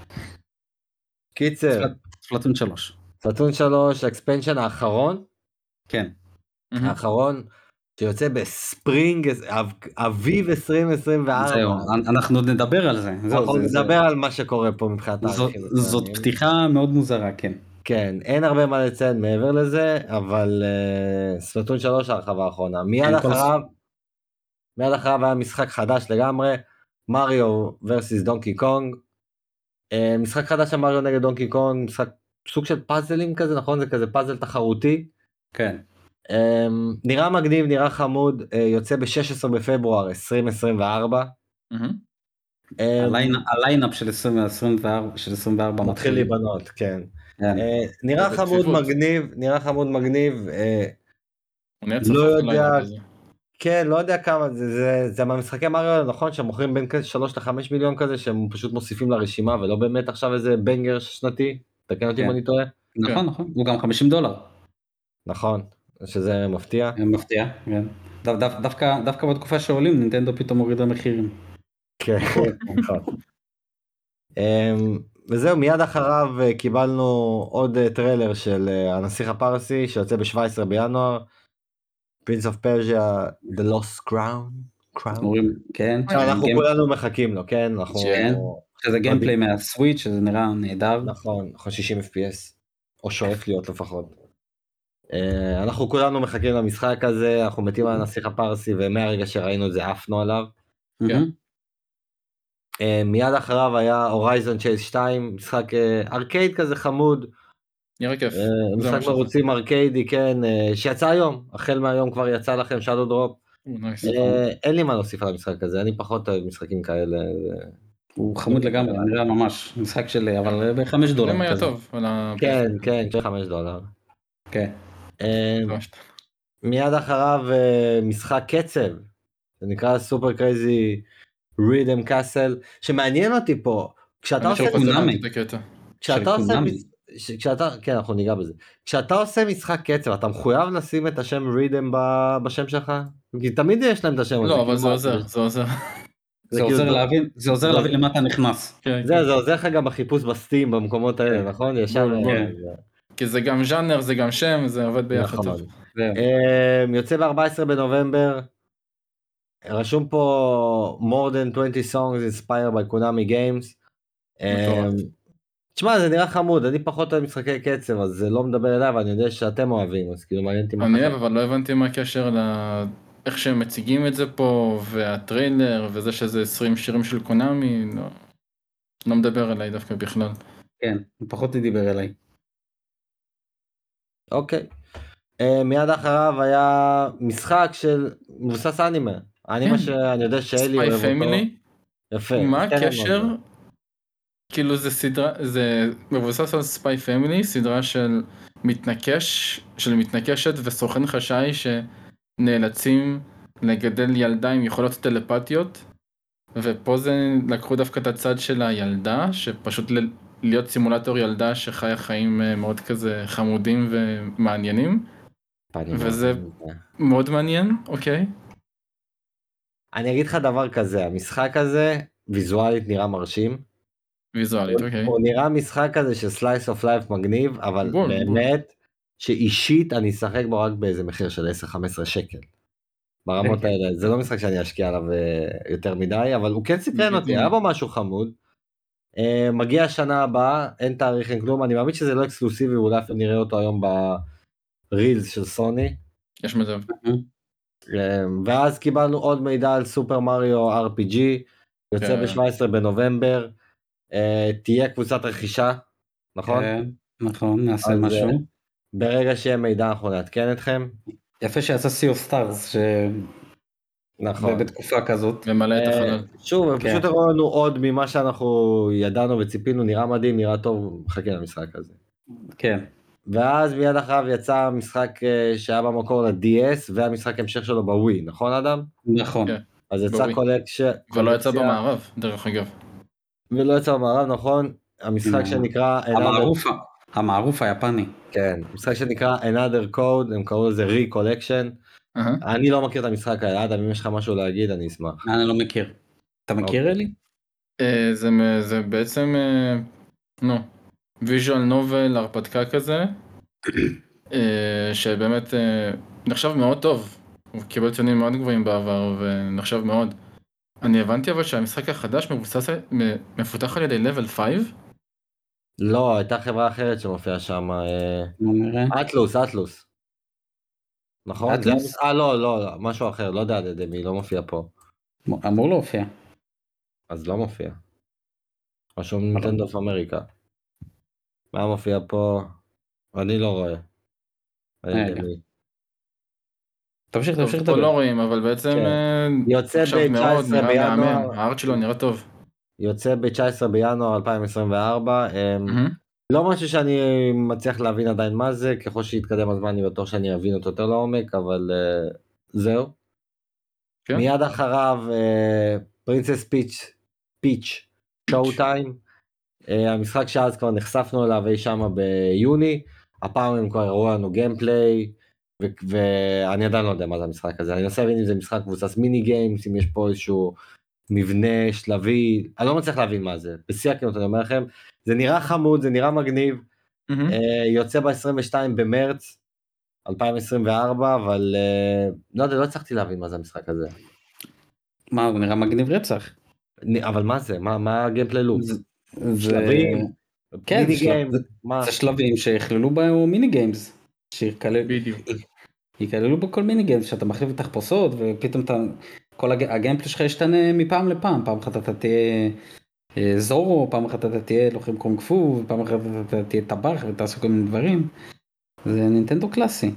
קיצר, ספלטון שלוש. ספלטון שלוש, האקספנשן האחרון, כן. האחרון, שיוצא בספרינג, אב- אביב עשרים עשרים וארבע, זהו, אנחנו עוד נדבר על זה. זהו, אנחנו זה- זה- נדבר על מה שקורה פה מבחינת זאת- תאריכים זאת מסוימים. פתיחה מאוד מוזרה, כן. כן, אין הרבה מה לציין מעבר לזה, אבל uh, ספלטון שלוש ההרחבה האחרונה. מיד כן, כל אחריו, מיד אחריו היה משחק חדש לגמרי, מריו versus דונקי קונג. Uh, משחק חדש של מריו נגד דונקי קונג, משחק סוג של פאזלים כזה, נכון? זה כזה פאזל תחרותי. כן. Um, נראה מגניב, נראה חמוד, uh, יוצא ב-שישה עשר בפברואר עשרים עשרים וארבע. Um, הליין- הליינאפ של עשרים וארבע של עשרים וארבע מתחיל להיבנות, כן. כן. Uh, נראה חמוד בצפיפות. מגניב, נראה חמוד מגניב. Uh, הוא נהיה לא צפוף יודע, הלילה בזה. כן, לא יודע כמה, זה, זה, זה מהמשחקי מריו, נכון, שמוכרים בין שלוש לחמש מיליון כזה, שהם פשוט מוסיפים לרשימה, ולא באמת עכשיו איזה בנגר שנתי, תקן אותי אם כן. אני טועה. נכון, נכון, הוא גם חמישים דולר. נכון, שזה מפתיע. מפתיע, כן. דו- דו- דווקא דווקא בתקופה שעולים נינטנדו פתאום הורידה מחירים. כן, נכון. אמ, וזהו, מיד אחריו אה, קיבלנו עוד אה, טריילר של אה, הנסיך הפרסי, שיוצא ב-שבעה עשר בינואר, Prince of Persia, The Lost Crown. Crown. אומרים, כן. אנחנו גיים- כולנו מחכים לו, כן? אנחנו... כן. שזה גיימפליי מהסוויץ' שזה נראה נהדר. נכון, נכון, שישים אף פי אס, או שואף להיות לפחות. אה, אנחנו כולנו מחכים למשחק הזה, אנחנו מתים על הנסיך הפרסי, ומהרגע שראינו את זה עפנו עליו. מהמם. אה, מיד אחריו היה הורייזון צ'ייס שתיים, משחק אה, ארקייד כזה חמוד, נראה כיף. אה, זה משחק מה שזה. מרוצים ארקיידי, כן, אה, שיצא היום, החל מהיום כבר יצא לכם שאדו דרופ. או, נייס. אה, אין לי מה להוסיף על המשחק הזה, אני פחות אוהב משחקים כאלה. אה, הוא חמוד לגמרי, נראה ממש משחק של אבל בחמש דולר. זה מה היה כזה. טוב. על ה- כן, כן, של חמש דולר. כן. אה, זה מה שאתה- מיד אחריו אה, משחק קצב, זה נקרא סופר קרייזי רידם קאסל, שמעניין אותי פה, כשאתה אני עושה, שוב קונאמי. הבנתי את הקטע. כשאתה של עושה, קונאמי. מש- ש- כשאתה, כן אנחנו ניגע בזה, כשאתה עושה משחק קצב, אתה מחויב לשים את השם רידם ב- בשם שלך? כי תמיד יש להם את השם הזה. לא, אבל כאילו, זה מה, עוזר, זה עוזר. זה כאילו עוזר זה- להבין, זה עוזר זה- להבין למה אתה נכנס. כן, זה, כן. זה עוזר לך גם בחיפוש בסטים במקומות האלה, כן. נכון? ישר, כן. כי זה גם ז'אנר, זה גם שם, זה עובד ביחד נכון. טוב. זהו. אמ, יוצא ב-ארבעה עשר בנובמבר, רשום פה more than twenty songs inspired by Konami games. מטורף. אמ, תשמע, זה נראה חמוד, אני פחות אוהב משחקי קצב, אז זה לא מדבר אליי, אבל אני יודע שאתם אוהבים, אז כאילו מעניין אותי מה אני חשבתם. אוהב, אבל לא הבנתי מה הקשר ל... איך שהם מציגים את זה פה, והטריילר, וזה שזה עשרים שירים של קונאמי, לא... לא מדבר אליי דווקא בכלל. כן, פחות דיבר אליי. אוקיי. אה, מיד אחריו היה משחק של מבוסס אנימה. אנימה כן. שאני יודע שאלי ספיי אוהב אותו. פמילי? יפה. מה תן לנו הקשר? על זה. כאילו זה סדרה, זה מבוסס על ספיי פמילי, סדרה של מתנקש, של מתנקשת וסוכן חשאי שנאלצים לגדל ילדה עם יכולות טלפתיות, ופה זה לקחו דווקא את הצד של הילדה, שפשוט ל... להיות סימולטור ילדה שחיה חיים מאוד כזה חמודים ומעניינים, וזה מאוד מעניין, אוקיי? אני אגיד לך דבר כזה, המשחק הזה ויזואלית נראה מרשים. ויזואלית, אוקיי. הוא נראה משחק כזה של סלייס אוף לייף מגניב, אבל בול, באמת שאישית אני אשחק בו רק באיזה מחיר של עשר חמש עשרה שקל. ברמות האלה, זה לא משחק שאני אשקיע עליו יותר מדי, אבל הוא כן סקרן אותי, היה בו משהו חמוד. מגיע השנה הבאה, אין תאריך, אין כלום, אני מאמין שזה לא אקסקלוסיבי, ואולי אפילו נראה אותו היום ברילס של סוני. יש מזל. ואז קיבלנו עוד מידע על סופר מריו אר פי ג'י, יוצא ב-שבעה עשר בנובמבר, תהיה קבוצת רכישה, נכון? נכון, נעשה משהו. ברגע שיהיה מידע אנחנו נעדכן אתכם. יפה שיצא סי אוף סטארס, נכון. בתקופה כזאת. ומלא את החלל. שוב, הם פשוט הראו לנו עוד ממה שאנחנו ידענו וציפינו, נראה מדהים, נראה טוב, מחכה למשחק הזה. כן. ואז מיד אחריו יצא משחק שהיה במקור ל-די אס, והמשחק המשך שלו בווי, נכון אדם? נכון. אז יצא קולקציה. ולא יצא במערב, דרך אגב. ולא יצא במערב, נכון. המשחק שנקרא... המערוף היפני. כן, משחק שנקרא Another Code, הם קראו לזה Re-Collection. אני לא מכיר את המשחק האלה, אדם, אם יש לך משהו להגיד, אני אשמח. אני לא מכיר. אתה מכיר, אלי? זה בעצם, נו, ויז'ואל נובל, הרפתקה כזה, שבאמת נחשב מאוד טוב. הוא קיבל ציונים מאוד גבוהים בעבר, ונחשב מאוד. אני הבנתי אבל שהמשחק החדש מבוסס, מפותח על ידי לבל חמש? לא, הייתה חברה אחרת שמופיעה שם, אטלוס, אטלוס. נכון? אה, לא, לא, משהו אחר, לא יודע עד ידי מי, לא מופיע פה. אמור להופיע. אז לא מופיע. משהו נינטנדו אוף אמריקה. מה מופיע פה? אני לא רואה. תמשיך, תמשיך לדבר. פה לא רואים, אבל בעצם יוצא ב-תשעה עשר בינואר. הארט שלו נראה טוב. יוצא ב-תשעה עשר בינואר אלפיים עשרים וארבע. לא משהו שאני מצליח להבין עדיין מה זה, ככל שיתקדם הזמן אני בטוח שאני אבין אותו יותר לעומק, אבל זהו. מיד אחריו פרינסס פיץ' פיץ' שואו טיים, המשחק שאז כבר נחשפנו אליו אי שמה ביוני, הפעם הם כבר הראו לנו גיימפליי, ואני עדיין לא יודע מה זה המשחק הזה, אני אנסה להבין אם זה משחק מבוסס מיני גיימס, אם יש פה איזשהו מבנה שלבי, אני לא מצליח להבין מה זה, בשיא הכנות אני אומר לכם, זה נראה חמוד, זה נראה מגניב, יוצא ב-עשרים ושניים במרץ אלפיים עשרים וארבע, אבל לא יודע, לא הצלחתי להבין מה זה המשחק הזה. מה, הוא נראה מגניב רצח. אבל מה זה? מה הגיימפליי לופ? שלבים? כן, זה שלבים שיכללו בו מיני גיימס. יכללו בו כל מיני גיימס, שאתה מחליף תחפושות, ופתאום כל הגיימפליי שלך ישתנה מפעם לפעם. פעם אחת אתה תהיה זורו, פעם אחת אתה תהיה לוחם קונג פו, ופעם אחת אתה תהיה טבח ותעשו כל מיני דברים. זה נינטנדו קלאסי.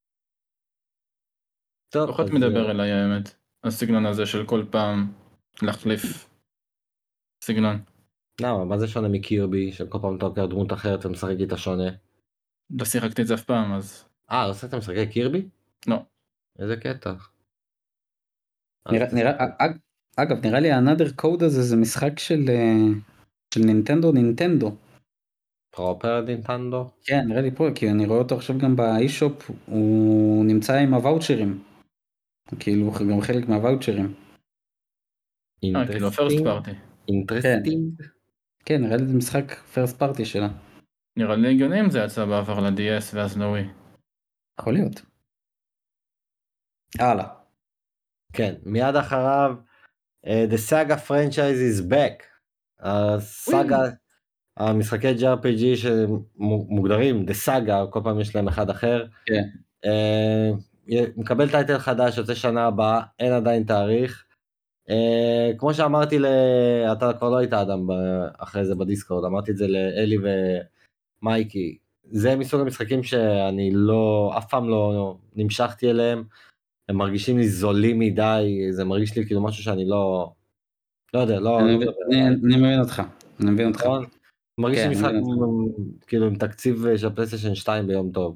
פחות מדבר אליי האמת, הסגנון הזה של כל פעם להחליף סגנון. למה? מה זה שונה מקירבי, שכל פעם אתה לוקח דמות אחרת ומשחק איתה שונה? לא שיחקתי את זה אף פעם, אז... אה, לא שיחקת משחקי קירבי? לא. איזה קטע. אגב, נראה לי ה-Another Code הזה זה משחק של נינטנדו נינטנדו. פרופר נינטנדו? כן, נראה לי פה, כי אני רואה אותו עכשיו גם באי-שופ, הוא נמצא עם הוואוצ'רים. כאילו, הוא גם חלק מהוואוצ'רים. אה, כאילו, פרסט פארטי. אינטרסטינג? כן, נראה לי זה משחק פרסט פארטי שלה. נראה לי הגיוני אם זה יצא בעבר ל-די אס ואז לווי. יכול להיות. הלאה. כן, מיד אחריו, The Saga franchise is back. הסאגה, המשחקי ג'י אר פי ג'י שמוגדרים, The Saga, כל פעם יש להם אחד אחר. כן. מקבל טייטל חדש, יוצא שנה הבאה, אין עדיין תאריך. כמו שאמרתי, אתה כבר לא היית אדם אחרי זה בדיסקורד, אמרתי את זה לאלי ומייקי, זה מסוג המשחקים שאני לא, אף פעם לא נמשכתי אליהם, הם מרגישים לי זולים מדי, זה מרגיש לי כאילו משהו שאני לא, לא יודע, לא... אני מבין אותך, אני מבין אותך. מרגיש לי משחק כאילו עם תקציב של פלייסטיישן שתיים ביום טוב.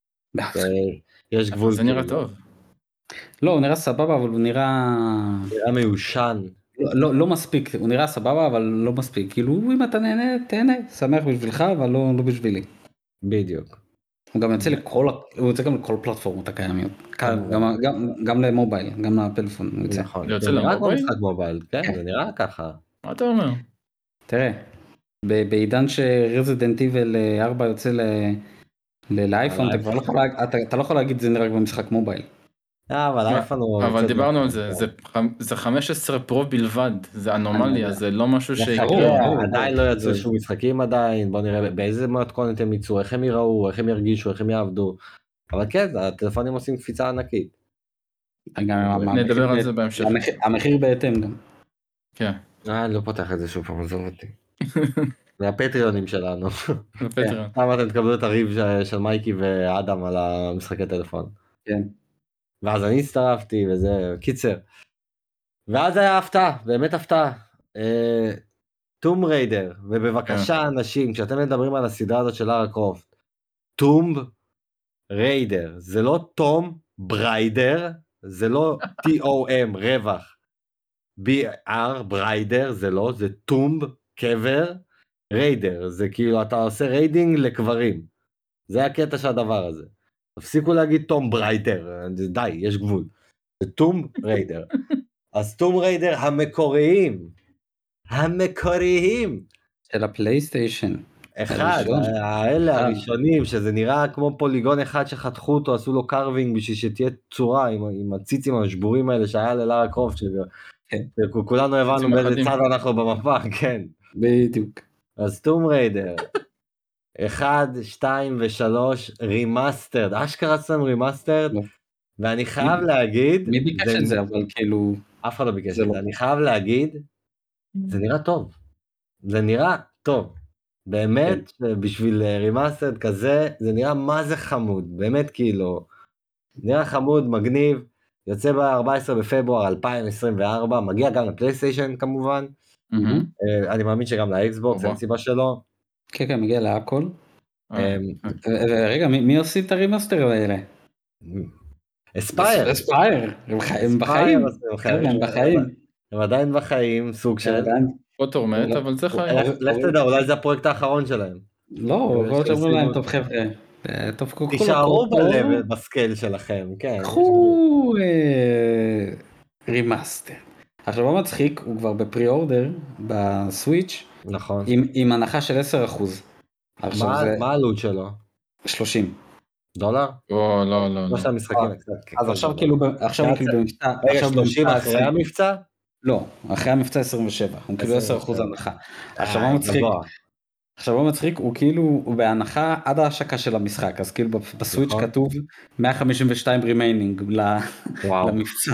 יש גבול. זה נראה טוב. לא, הוא נראה סבבה, אבל הוא נראה... נראה מיושן. לא, לא מספיק, הוא נראה סבבה, אבל לא מספיק. כאילו, אם אתה נהנה, תהנה, שמח בשבילך, אבל לא, לא בשבילי. בדיוק. הוא גם יוצא לכל, הוא יוצא גם לכל פלטפורמות הקיימיות. גם, נכון. גם, גם למובייל, גם לפלאפון הוא יוצא. נכון. זה יוצא זה נראה כמו למובייל? משחק מובייל, כן, זה נראה ככה. מה אתה אומר? תראה, ב- בעידן שרזידנט איבל ארבע יוצא ל- ל- לאייפון, אתה כבר לא יכול לה- אתה- אתה לא יכול להגיד זה נראה רק במשחק מובייל. אה, אבל מה, האייפון הוא... אבל יוצא דיברנו דופן, על זה, כן. זה חמ- זה חמש עשרה פרו בלבד, זה אני אנומליה, יודע. זה לא משהו נחכה, שיקרה. ברור, עדיין ברור. לא יצאו זה- שום משחקים עדיין, בוא נראה באיזה מתכונת הם יצאו, איך הם יראו, איך הם ירגישו, איך הם יעבדו. אבל כן, הטלפונים עושים קפיצה ענקית. גם המחיר נדבר על בהת- זה בהמשך. המחיר- המחיר בהתאם גם. כן, אה, אני לא פותח את זה שוב פעם, עזוב אותי. זה הפטריונים שלנו. בפטריון. למה אתם תקבלו את הריב של- של מייקי ואדם על המשחקי טלפון. כן. ואז אני הצטרפתי וזה, קיצר. ואז היה הפתעה, באמת הפתעה. טום ריידר, ובבקשה אנשים, כשאתם מדברים על הסדרה הזאת של לארה קרופט, טום ריידר, זה לא תום בריידר, זה לא T-O-M רווח, B-R בריידר, זה לא, זה טומב קבר, ריידר, זה כאילו אתה עושה ריידינג לקברים, זה הקטע של הדבר הזה. תפסיקו להגיד תום בריידר, די, יש גבול. זה טום ריידר. אז טום ריידר המקוריים, המקוריים, של הפלייסטיישן. אחד, הראשון. האלה אחד. הראשונים, שזה נראה כמו פוליגון אחד שחתכו אותו, עשו לו קרווינג בשביל שתהיה צורה עם, עם הציצים השבורים האלה שהיה ללארה קרופט, כן. כולנו הבנו ציצים באיזה אחדים. צד אנחנו במפה, כן. בדיוק. אז טום ריידר, אחד, שתיים ושלוש, רימאסטרד, אשכרה עשו רימאסטרד, לא. ואני חייב מי- להגיד, מי ביקש את זה, אבל כאילו... אף אחד לא ביקש זה את לא. זה, אני חייב להגיד, זה נראה טוב, זה נראה טוב, באמת, בשביל רימאסטרד כזה, זה נראה מה זה חמוד, באמת כאילו, נראה חמוד, מגניב, יוצא ב-ארבעה עשר בפברואר אלפיים עשרים וארבע, מגיע גם לפלייסטיישן כמובן, מהמם. אה, אני מאמין שגם לאקסבוקס, אין טובה. סיבה שלא. כן, כן, מגיע להכל. אה, אמ, אה. רגע, מי מי עושים את הרימאסטר האלה? אספייר, אספייר. הם ח- הם בחיים. חבר'ה, הם בחיים. הם עדיין בחיים, סוג של, עדיין- פוטר מת, אבל זה חי. אבל- לך תדע, אולי זה הפרויקט האחרון שלהם. לא, יכול להיות שאומרים להם, שעשינו- טוב חבר'ה, אה, טוב, קחו תישארו לקורטו, ב-level, בסקייל שלכם, כן. קחו אה, רימאסטר. עכשיו מה מצחיק, הוא כבר בפרי אורדר בסוויץ' נכון. עם, עם הנחה של עשרה אחוז. עכשיו מה זה מה העלות שלו? שלושים. דולר? לא, לא, לא. לא לא. של המשחקים. אה, קצת- אז קצת עכשיו גדול. כאילו, ב- עכשיו הוא כאילו במבצע, רגע, עכשיו שלושים במבצע אחרי עשרים. המבצע? לא, אחרי המבצע עשרים ושבע, הוא כאילו עשרה אחוז עשרים ושבע. הנחה. עכשיו אה, מה מצחיק, גבוה. עכשיו מה מצחיק, הוא כאילו, הוא בהנחה עד ההשקה של המשחק, אז כאילו בסוויץ' נכון. כתוב מאה חמישים ושתיים רימיינינג וואו. למבצע.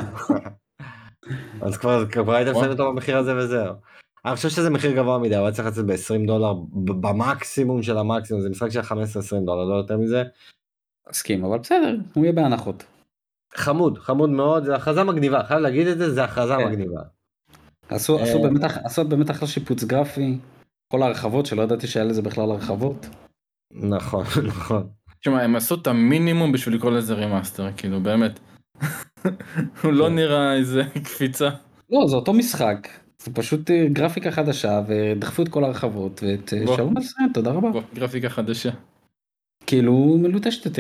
אז כבר כבר הייתם וואו. שמים אותו במחיר הזה וזהו. אני חושב שזה מחיר גבוה מדי, הוא היה צריך לצאת ב-עשרים דולר ב- במקסימום של המקסימום, זה משחק של חמש עשרה עשרים דולר, לא יותר מזה. מסכים, אבל בסדר, הוא יהיה בהנחות. חמוד, חמוד מאוד, זה הכרזה מגניבה, חייב להגיד את זה, זה הכרזה כן. מגניבה. עשו, אה. עשו באמת, עשו באמת אחלה שיפוץ גרפי, כל ההרחבות שלא ידעתי שהיה לזה בכלל הרחבות. נכון, נכון. תשמע, הם עשו את המינימום בשביל לקרוא לזה רימאסטר, כאילו, באמת. הוא לא נראה איזה קפיצה. לא, זה אותו משחק, זה פשוט אה, גרפיקה חדשה ודחפו את כל ההרחבות ואת אה, בוא. שלום על זה, תודה רבה. בוא, גרפיקה חדשה. כאילו מלוטשת יותר.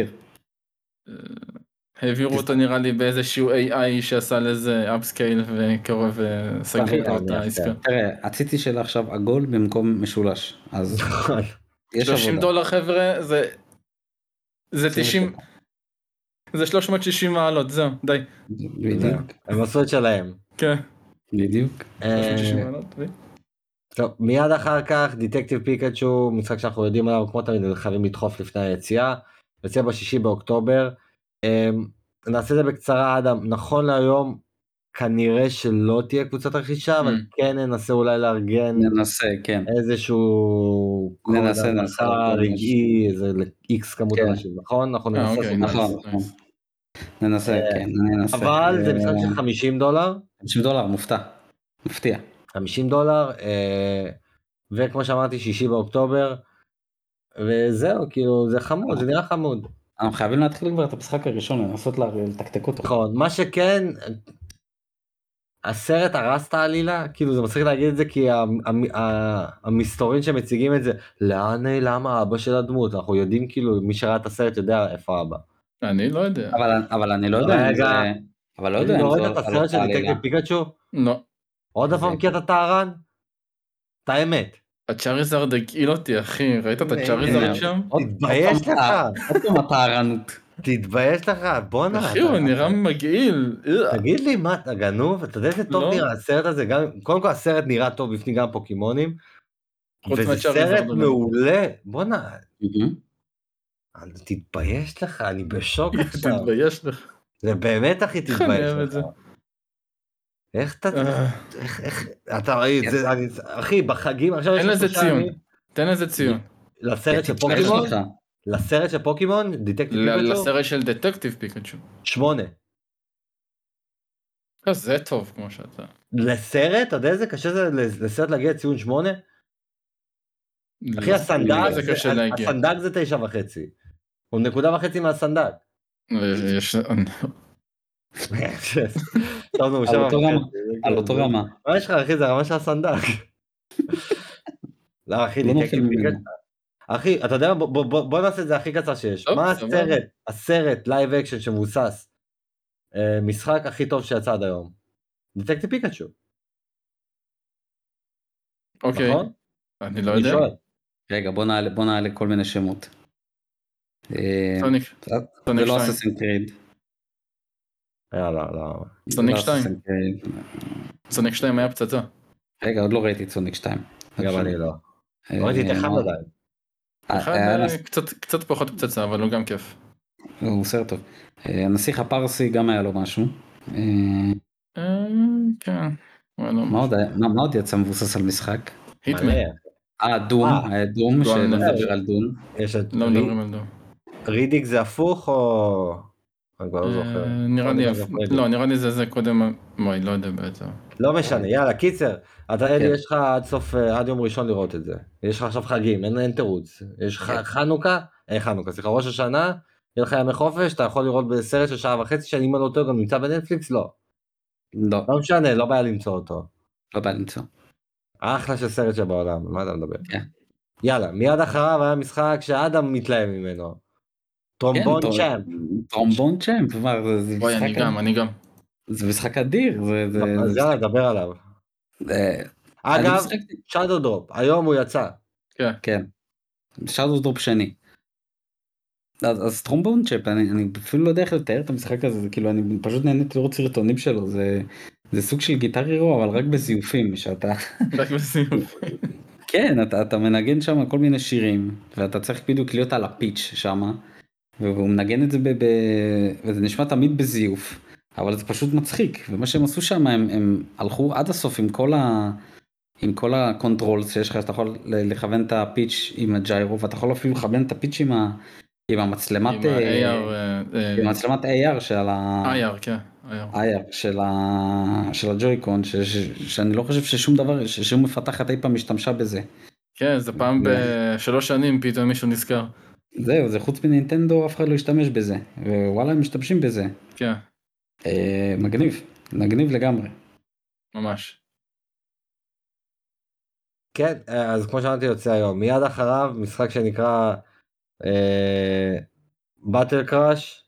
העבירו אותו נראה לי באיזשהו איי איי שעשה לזה אפסקייל וקרוב וסגרו אחי, אותו את אני העסקה. תראה, הציצי שלה עכשיו עגול במקום משולש, אז נכון. יש שלושים עבודה. דולר חבר'ה, זה זה תשעים, זה שלוש מאות ושישים מעלות, זהו, די. בדיוק, הם עשו את שלהם. כן, בדיוק. אה, שלוש מאות ושישים מעלות. ו- טוב, מיד אחר כך דיטקטיב פיקאצ'ו, משחק שאנחנו יודעים עליו, כמו תמיד חייבים לדחוף לפני היציאה, יוצא בשישי באוקטובר. אמ, נעשה את זה בקצרה אדם, נכון להיום כנראה שלא תהיה קבוצת רכישה, אבל Mm. כן ננסה אולי לארגן ננסה, כן. איזשהו ננסה, קוד ננסה הנחה לארגן רגעי, איזה ל-X כמות כן. אנשים, נכון? אנחנו אה, ננסה. אוקיי, לעשות את נכון, זה. נכון. ננסה, אה, כן, ננסה. אבל זה אה, משחק של חמישים דולר, חמישים דולר, מופתע. מפתיע. חמישים דולר, אה, וכמו שאמרתי שישי באוקטובר, וזהו, כאילו זה חמוד, זה נראה חמוד. אנחנו חייבים להתחיל כבר את המשחק הראשון, לנסות לה- לתקתק אותו. נכון, מה שכן, הסרט הרס את העלילה, כאילו זה מצחיק להגיד את זה, כי המסתורין שמציגים את זה, לאן נעלם האבא של הדמות, אנחנו יודעים כאילו, מי שראה את הסרט יודע איפה האבא. אני לא יודע. אבל אני לא יודע אם זה... אבל לא יודע אם לא זה ראית את על הסרט של אותה עלילה. דטקטיב פיקאצ'ו? לא. עוד פעם קטע טהרן? את האמת. הצ'אריזארד הגעיל אותי, אחי, ראית את הצ'אריזארד שם? תתבייש לך. עוד פעם הטהרנות. תתבייש לך, בואנה. אחי, הוא נראה מגעיל. תגיד לי מה, אתה גנוב? אתה יודע איזה טוב נראה הסרט הזה? קודם כל הסרט נראה טוב בפני גם פוקימונים. וזה סרט מעולה. בואנה. תתבייש לך, אני בשוק עכשיו. תתבייש לך. זה באמת אחי, תתבייש לך. איך אתה... איך... אתה ראית, אחי, בחגים... תן לזה ציון. תן לזה ציון. לסרט של פוקימון? לסרט של פוקימון? דטקטיב פיקאצ'ו? לסרט של דטקטיב פיקאצ'ו. שמונה. זה טוב כמו שאתה. לסרט? אתה יודע איזה קשה זה לסרט להגיע לציון שמונה? אחי, הסנדק זה תשע וחצי. הוא נקודה וחצי מהסנדק. יש... על אותו רמה. מה יש לך אחי, זה הרמה של הסנדק. לא אחי, אחי, אתה יודע, בוא נעשה את זה הכי קצר שיש. מה הסרט, הסרט לייב אקשן שמבוסס משחק הכי טוב שיצא עד היום? דטקטיב פיקאצ'ו. אוקיי, אני לא יודע. רגע, בוא נעלה כל מיני שמות. סוניק. זה לא אססין קריד. יאללה, לא. סוניק שתיים. סוניק שתיים היה פצצה. רגע, עוד לא ראיתי את סוניק שתיים. גם אני לא. ראיתי את אחד עדיין. אחד קצת פחות פצצה, אבל הוא גם כיף. הוא סרט טוב. הנסיך הפרסי גם היה לו משהו. כן. מה עוד יצא מבוסס על משחק? היטמן. אה, דום. דום, שנדבר על דום. לא מדברים על דום. רידיק זה הפוך או... אני כבר לא זוכר. נראה לי, לא, נראה לי זה זה קודם, מוי, לא יודע בעצם. לא משנה, יאללה, קיצר, אתה אלי, יש לך עד סוף, עד יום ראשון לראות את זה. יש לך עכשיו חגים, אין תירוץ. יש חנוכה, אין חנוכה, סליחה, ראש השנה, יהיה לך ימי חופש, אתה יכול לראות בסרט של שעה וחצי, שאני אם לא אותו, גם נמצא בנטפליקס, לא. לא. לא משנה, לא בעיה למצוא אותו. לא בעיה למצוא. אחלה של סרט שבעולם, מה אתה מדבר? יאללה, מיד אחריו היה משחק שאדם מתלהב ממנו. טרומבון צ'אמפ. טרומבון צ'אמפ. וואי, אני גם, אני גם. זה משחק אדיר. אז יאללה, דבר עליו. אגב, שדו דרופ, היום הוא יצא. כן. שדו דרופ שני. אז טרומבון צ'אמפ, אני אפילו לא יודע איך לתאר את המשחק הזה, כאילו אני פשוט נהניתי לראות סרטונים שלו, זה סוג של גיטר הירו, אבל רק בזיופים, שאתה... רק בזיופים. כן, אתה מנגן שם כל מיני שירים, ואתה צריך בדיוק להיות על הפיץ' שם, והוא מנגן את זה, וזה נשמע תמיד בזיוף, אבל זה פשוט מצחיק, ומה שהם עשו שם, הם הלכו עד הסוף עם כל ה... עם כל הקונטרולס שיש לך, אתה יכול לכוון את הפיץ' עם הג'יירו, ואתה יכול אפילו לכוון את הפיץ' עם ה... עם המצלמת... עם המצלמת איי אר של ה... איי אר, כן. איי אר של הג'ויקון, שאני לא חושב ששום דבר, ששום מפתחת אי פעם משתמשה בזה. כן, זה פעם בשלוש שנים פתאום מישהו נזכר. זהו, זה חוץ מנינטנדו, אף אחד לא ישתמש בזה. ווואלה, הם משתמשים בזה. כן. מגניב, מגניב לגמרי. ממש. כן, אז כמו שאמרתי יוצא היום, מיד אחריו משחק שנקרא באטל קראש,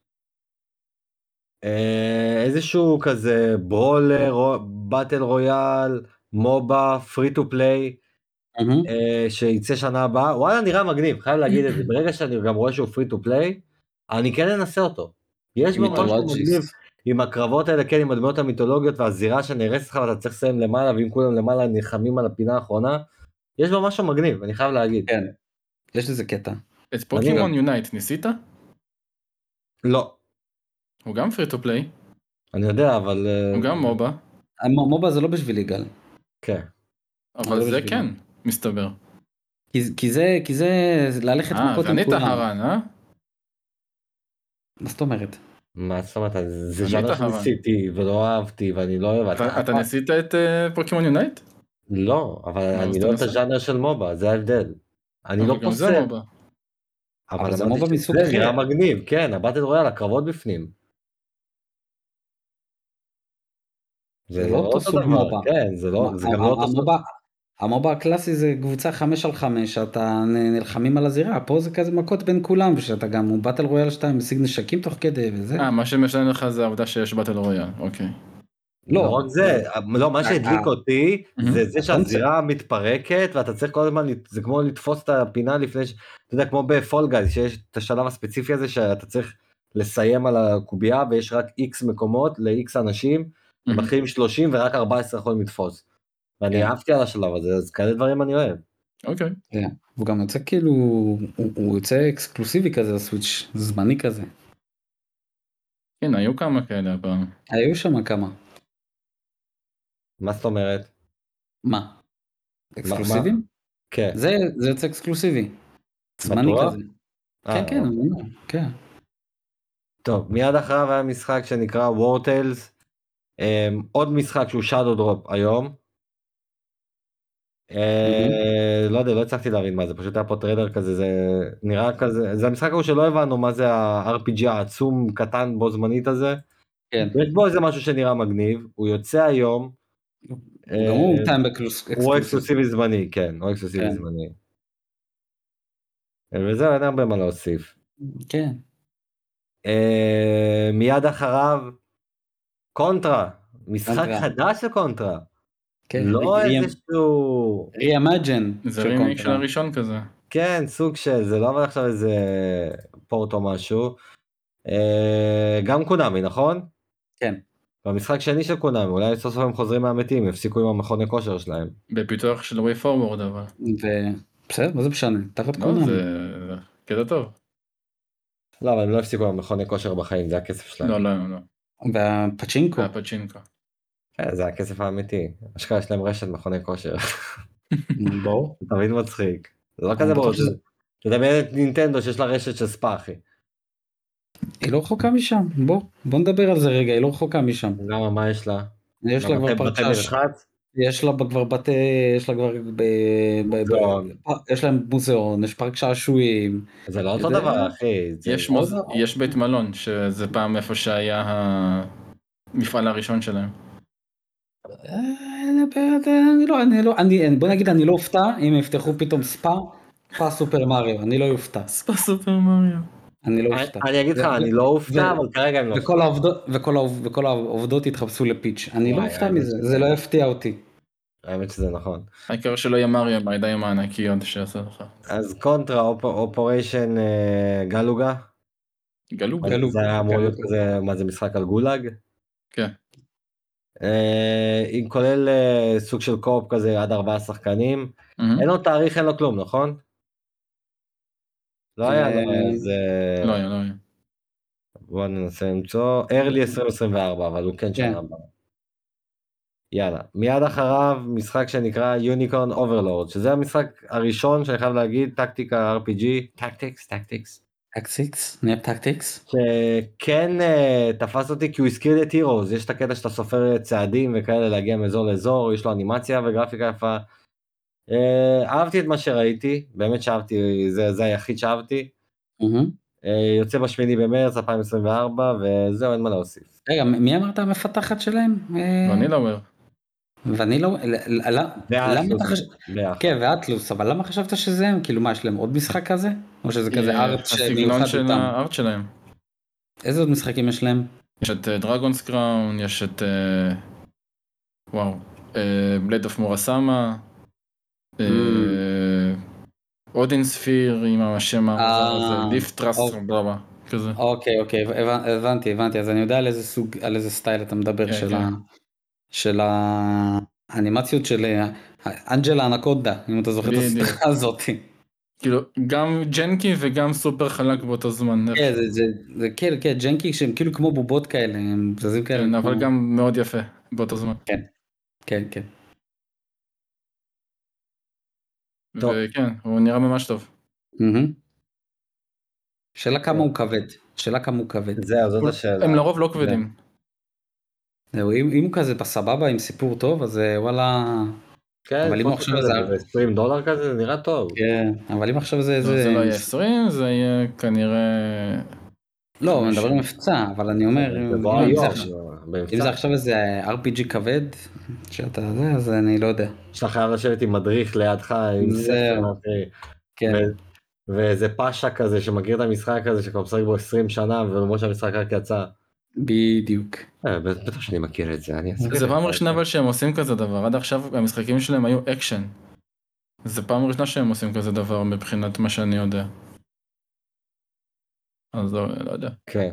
איזשהו כזה ברולר, באטל רויאל, מובה, פרי טו פליי, שיצא שנה הבאה. וואלה, נראה מגניב, חייב להגיד את זה. ברגע שאני גם רואה שהוא פרי טו פליי, אני כן אנסה אותו. יש בו משהו מגניב עם הקרבות האלה, כן, עם הדמויות המיתולוגיות והזירה שנהרסת לך ואתה צריך לסיים למעלה, ואם כולם למעלה נלחמים על הפינה האחרונה, יש בו משהו מגניב, אני חייב להגיד. כן, יש לזה קטע. את פוקימון יונייט ניסית? לא. הוא גם פרי טו פליי. אני יודע, אבל... הוא גם מובה. מובה זה לא בשבילי גל. כן. אבל זה כן, מסתבר. כי זה, כי זה ללכת מכות עם כולם. אה, ואני טהרן, אה? מה זאת אומרת? מה זאת אומרת? זה ז'אנר שניסיתי ולא אהבתי ואני לא אוהב. אתה ניסית את פוקימון יונייט? לא, אבל אני לא אוהב את הז'אנר של מובה, זה ההבדל. אני לא פוסל. אבל זה מובה מסוג אחר. זה נראה מגניב, כן, הבאטל רויאל, הקרבות בפנים. זה לא אותו סוג דבר, מובה. כן, זה לא, זה גם לא אותו סוג. המובה, המובה הקלאסי זה קבוצה חמש על חמש, שאתה נלחמים על הזירה, פה זה כזה מכות בין כולם, ושאתה גם באטל רויאל שאתה משיג נשקים תוך כדי וזה. אה, מה שמשנה לך זה העובדה שיש באטל רויאל, אוקיי. לא לא, רק זה, לא, מה שהדליק אה, אותי זה זה הקונספט. שהזירה מתפרקת ואתה צריך כל הזמן, זה כמו לתפוס את הפינה לפני, ש- אתה יודע, כמו בפול גייז, שיש את השלב הספציפי הזה שאתה צריך לסיים על הקובייה ויש רק איקס מקומות ל-X אנשים, ומתחילים שלושים ורק ארבע עשרה יכולים לתפוס. ואני כן. אהבתי על השלב הזה, אז כאלה דברים אני אוהב. אוקיי. כן. הוא גם יוצא כאילו, הוא, הוא יוצא אקסקלוסיבי כזה לסוויץ', זמני כזה. כן, היו כמה כאלה הפעם. היו שם כמה. מה זאת אומרת? מה? אקסקלוסיבים? מה? כן. זה, זה יוצא אקסקלוסיבי. זמני בטוח? כזה. אה, כן, כן, אוקיי. אני אומר, כן. טוב, מיד אחריו היה משחק שנקרא וורטלס, עוד משחק שהוא שאדו דרופ היום. אה, לא יודע, לא הצלחתי להבין מה זה, פשוט היה פה טריידר כזה, זה נראה כזה, זה המשחק הוא שלא הבנו מה זה ה-אר פי ג'י העצום קטן בו זמנית הזה. כן. יש בו איזה משהו שנראה מגניב, הוא יוצא היום, גם הוא טיים אקסקלוסיבי. הוא אקסקלוסיבי זמני, כן, הוא אקסקלוסיבי כן. זמני. וזהו, אין הרבה מה להוסיף. כן. אה, מיד אחריו, קונטרה, משחק קונטרה. חדש של קונטרה. כן. לא רי- איזשהו, ריאמג'ן זה של רימיק של קונטרה. הראשון כזה. כן, סוג של, זה לא אבל עכשיו איזה פורט או משהו. אה, גם קונאמי, נכון? כן. במשחק שני של קונאמי, אולי סוף סוף הם חוזרים מהמתים, יפסיקו עם המכוני כושר שלהם. בפיתוח של ווי פורוורד אבל. ובסדר, מה זה משנה? תחת לא, קונאמי. זה קטע טוב. לא, אבל הם לא הפסיקו עם המכוני כושר בחיים, זה הכסף שלהם. לא, לא, לא. והפצ'ינקו. הפצ'ינקו. כן, זה הכסף האמיתי. אשכרה יש להם רשת מכוני כושר. ברור. זה תמיד מצחיק. זה לא אני כזה בטוח ברור. שזה- אתה יודע, את נינטנדו שיש לה רשת של ספא, אחי. היא לא רחוקה משם. בוא, בוא נדבר על זה רגע, היא לא רחוקה משם. למה, מה יש לה? יש לה מה, כבר בתי- פארק בתי שש. מרחץ? יש לה כבר בתי, יש לה כבר, ב, ב, ב, מוזיאון. יש להם מוזיאון, יש פארק שעשועים. זה לא אותו זה- דבר, אחי. זה- יש מוז... יש בית מלון, שזה פעם איפה שהיה המפעל הראשון שלהם. אה, אני לא, אני לא, אני, בוא נגיד, אני לא אופתע אם יפתחו פתאום ספא, ספא סופר מריו, אני לא אופתע. ספא סופר מריו. אני לא אני- אופתע. אני אגיד לך, ו- אני לא אופתע, ו- אבל כרגע אני לא וכל העובדות, וכל העוב- וכל העובדות התחפשו לפיץ'. אני לא וואי, אופתע האמת מזה, שזה- זה לא יפתיע אותי. האמת שזה נכון. העיקר שלא יהיה מריו בידיים הענקיות שיעשה לך. אז קונטרה, אופ- אופריישן אה, גלוגה. גלו אז גלוג. זה היה אמור להיות גלוג. כזה, מה זה משחק על גולאג? כן. אה, עם כולל אה, סוג של קו-אופ כזה עד ארבעה שחקנים. מהמם. אין לו תאריך, אין לו כלום, נכון? לא היה לו אה, איזה... לא היה, לא היה. בוא ננסה למצוא. early עשרים עשרים וארבע, אבל הוא כן כן. שנה הבאה. יאללה. מיד אחריו משחק שנקרא יוניקורן אוברלורד, שזה המשחק הראשון שאני חייב להגיד, טקטיקה אר פי ג'י, טקטיקס, טקטיקס. טקטיקס, נהיה טקטיקס. שכן uh, תפס אותי כי הוא הזכיר לי את הירוז, יש את הקטע שאתה סופר צעדים וכאלה להגיע מאזור לאזור, יש לו אנימציה וגרפיקה יפה. Uh, אהבתי את מה שראיתי, באמת שאהבתי, זה, זה היחיד שאהבתי. מהמם. Uh, יוצא בשמיני במרץ אלפיים עשרים וארבע וזהו, אין מה להוסיף. רגע, מי אמרת המפתחת שלהם? אה, ואני לא אומר. ואני לא, ל- ל- למה ואטלוס, אתה חושב, ביחד. כן, ואטלוס, אבל למה חשבת שזה הם? כאילו מה, יש להם עוד משחק כזה? או שזה כזה אה, ארט הסגנון שמיוחד של איתם? הארט שלהם. איזה עוד משחקים יש להם? יש את דרגונס קראון, יש את... אה, וואו. בלייד אוף מורסמה. אודין ספיר עם השם המוזר אה, הזה. ליפט טראסט, אוקיי. בלבה. כזה. אוקיי, אוקיי, הבנ- הבנתי, הבנתי, אז אני יודע על איזה סוג, על איזה סטייל אתה מדבר, כן, של כן. ה... של האנימציות של אה, אנג'לה אנקונדה, אם אתה זוכר את בדיוק. הסדרה הזאת. כאילו, גם ג'נקי וגם סופר חלק באותו זמן. כן, זה, זה, זה, כן, כן, ג'נקי שהם כאילו כמו בובות כאלה, הם זזים כאלה. כן, אבל כמו- גם מאוד יפה באותו זמן. כן, כן, כן. טוב. וכן, הוא נראה ממש טוב. מהמם. שאלה כמה הוא כבד, שאלה כמה הוא כבד. זהו, זאת השאלה. הם לרוב לא כבדים. זהו, אם, אם הוא כזה בסבבה עם סיפור טוב, אז אה, וואלה, כן, אבל אם פחות עכשיו כזה, זה- כזה עשרים דולר כזה, זה נראה טוב. כן, אבל אם עכשיו זה, לא, זה, זה לא יהיה עשרים, זה יהיה כנראה... לא, חמישים. מדברים מבצע, אבל אני אומר, זה אם בוא אני היום, צריך- במבצע. אם זה עכשיו איזה אר פי ג'י כבד, שאתה זה, אז אני לא יודע. שאתה חייב לשבת עם מדריך לידך, עם זהו. ספר, אחי. כן. ו- ואיזה פאשה כזה שמכיר את המשחק הזה שכבר משחק בו עשרים שנה ולמרות שהמשחק רק יצא. בדיוק. אה, בטח שאני מכיר את זה, אני אסביר. זה פעם לך. ראשונה אבל שהם עושים כזה דבר, עד עכשיו המשחקים שלהם היו אקשן. זה פעם ראשונה שהם עושים כזה דבר מבחינת מה שאני יודע. אז לא, לא יודע. כן.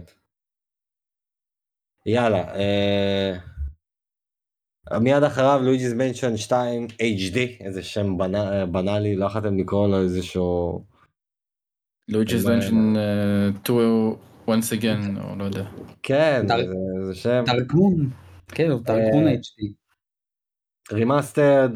יאללה, אה... מיד אחריו לואיג'יס מנשן שתיים אייץ' די, איזה שם בנ- בנאלי, לא יכולתם לקרוא לו איזשהו... לואיג'יס מה- מנשן two once again, או לא יודע. כן, דארק- זה, זה שם. דארק מון. כן, דארק מון אייץ' די. רימאסטרד,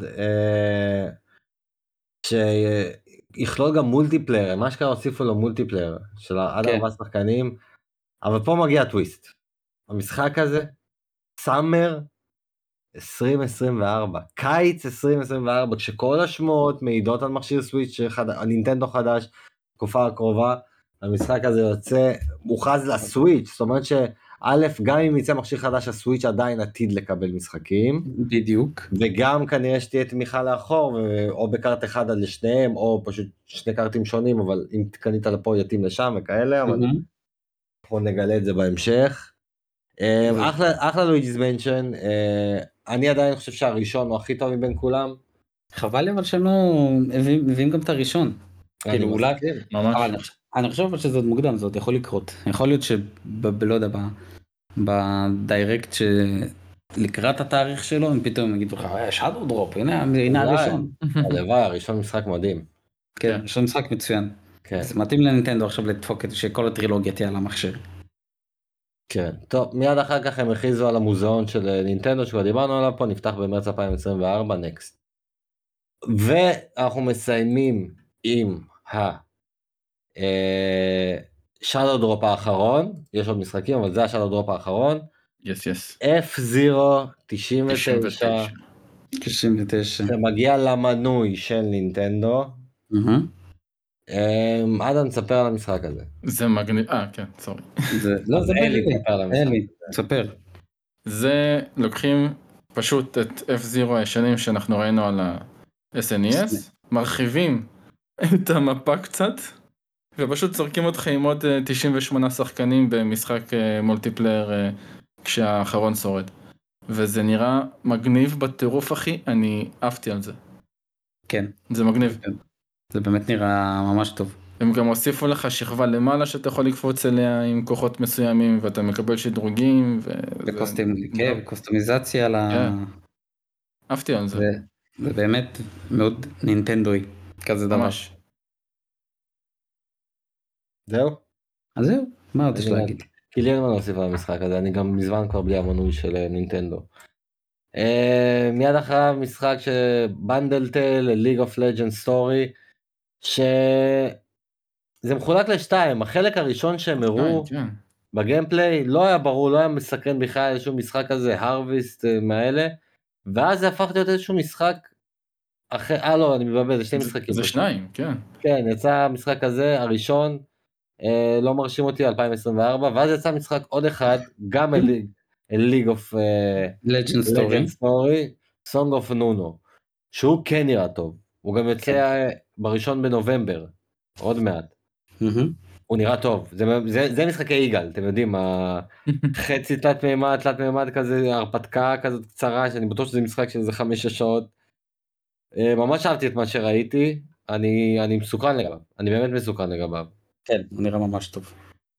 שיכלול גם מולטיפלייר, מה שקרה הוסיפו לו מולטיפלייר, של עד כן. ארבעה שחקנים, אבל פה מגיע טוויסט. המשחק הזה, סאמר עשרים עשרים וארבע, קיץ עשרים עשרים וארבע, כשכל השמועות מעידות על מכשיר סוויץ', חד... נינטנדו חדש, תקופה הקרובה, המשחק הזה יוצא, מוכרז לסוויץ', זאת אומרת שא', גם אם יצא מכשיר חדש, הסוויץ' עדיין עתיד לקבל משחקים, בדיוק. וגם כנראה שתהיה תמיכה לאחור, או בקארט אחד עד לשניהם, או פשוט שני קארטים שונים, אבל אם קנית לפה יתאים לשם וכאלה, אבל מהמם. אנחנו נגלה את זה בהמשך. זה- אחלה, אחלה לואיג'יס מנשן, אני עדיין חושב שהראשון הוא הכי טוב מבין כולם. חבל לי אבל שהם לא מביאים מביאים גם את הראשון. אני כאילו אולי, מסכים. ממש. אבל אני חושב- אני חושב אבל שזה עוד מוקדם, זה עוד יכול לקרות. יכול להיות שבלא יודע, ב- בדיירקט שלקראת התאריך שלו, הם פתאום יגידו לך, יש shadow דרופ, הנה הנה אולי. הראשון. הלוואי, הראשון משחק מדהים. כן, יש לו משחק מצוין. כן, זה מתאים לנינטנדו עכשיו לדפוק את שכל הטרילוגיה תהיה על המכשיר. כן. טוב, מיד אחר כך הם הכריזו על המוזיאון של נינטנדו שכבר דיברנו עליו פה, נפתח במרץ אלפיים עשרים וארבע, נקסט. ואנחנו מסיימים עם ה... שאדו דרופ האחרון, יש עוד משחקים אבל זה השאדו דרופ האחרון, יס יס. F-Zero תשעים ותשע, תשעים ותשע. שמגיע למנוי של נינטנדו. מהמם. אמ, אדם תספר על המשחק הזה. זה מגניב, אה כן, סורי. זה- לא, זה אלי מגניב. תספר על המשחק. אלי, תספר. זה לוקחים פשוט את F-Zero הישנים שאנחנו ראינו על ה-אס אן אי אס, מרחיבים את המפה קצת, ופשוט צורקים אותך עם עוד אה, תשעים ושמונה שחקנים במשחק אה, מולטיפלייר אה, כשהאחרון שורד. וזה נראה מגניב בטירוף אחי, אני עפתי על זה. כן, זה מגניב. זה באמת נראה ממש טוב. הם גם הוסיפו לך שכבה למעלה שאתה יכול לקפוץ אליה עם כוחות מסוימים ואתה מקבל שדרוגים ו... וקוסטים, זה- כן, וקוסטומיזציה ל... כן. עפתי על זה. זה זה באמת מאוד נינטנדוי, כזה דבר. ממש. זהו? אז זהו, מה עוד יש אני להגיד? כי לי אין מה להוסיף על המשחק הזה, אני גם מזמן כבר בלי המנוי של אה, נינטנדו. אה, מיד אחריו משחק שבנדלטל, ליג אוף לג'נד סטורי, שזה מחולק לשתיים, החלק הראשון שהם הראו כן, כן. בגיימפליי לא היה ברור, לא היה מסקרן בכלל איזשהו משחק כזה, הרוויסט מהאלה, ואז זה הפך להיות איזשהו משחק אחר, אה לא, אני מבלבל, זה שני זה- משחקים. זה פשוט. שניים, כן. כן, יצא המשחק הזה, הראשון, אה, לא מרשים אותי, אלפיים עשרים וארבע, ואז יצא משחק עוד אחד, גם אל ליג אוף לג'נד סטורי. לג'נד סטורי, סונג אוף נונו, שהוא כן נראה טוב, הוא גם יוצא אה, בראשון בנובמבר, עוד מעט. הוא נראה טוב, זה, זה, זה משחקי יגאל, אתם יודעים, חצי תלת מימד, תלת מימד כזה, הרפתקה כזאת קצרה, שאני בטוח שזה משחק של איזה חמש שש שעות. אה, ממש אהבתי את מה שראיתי, אני, אני מסוכן לגביו, אני באמת מסוכן לגביו. כן, הוא נראה ממש טוב.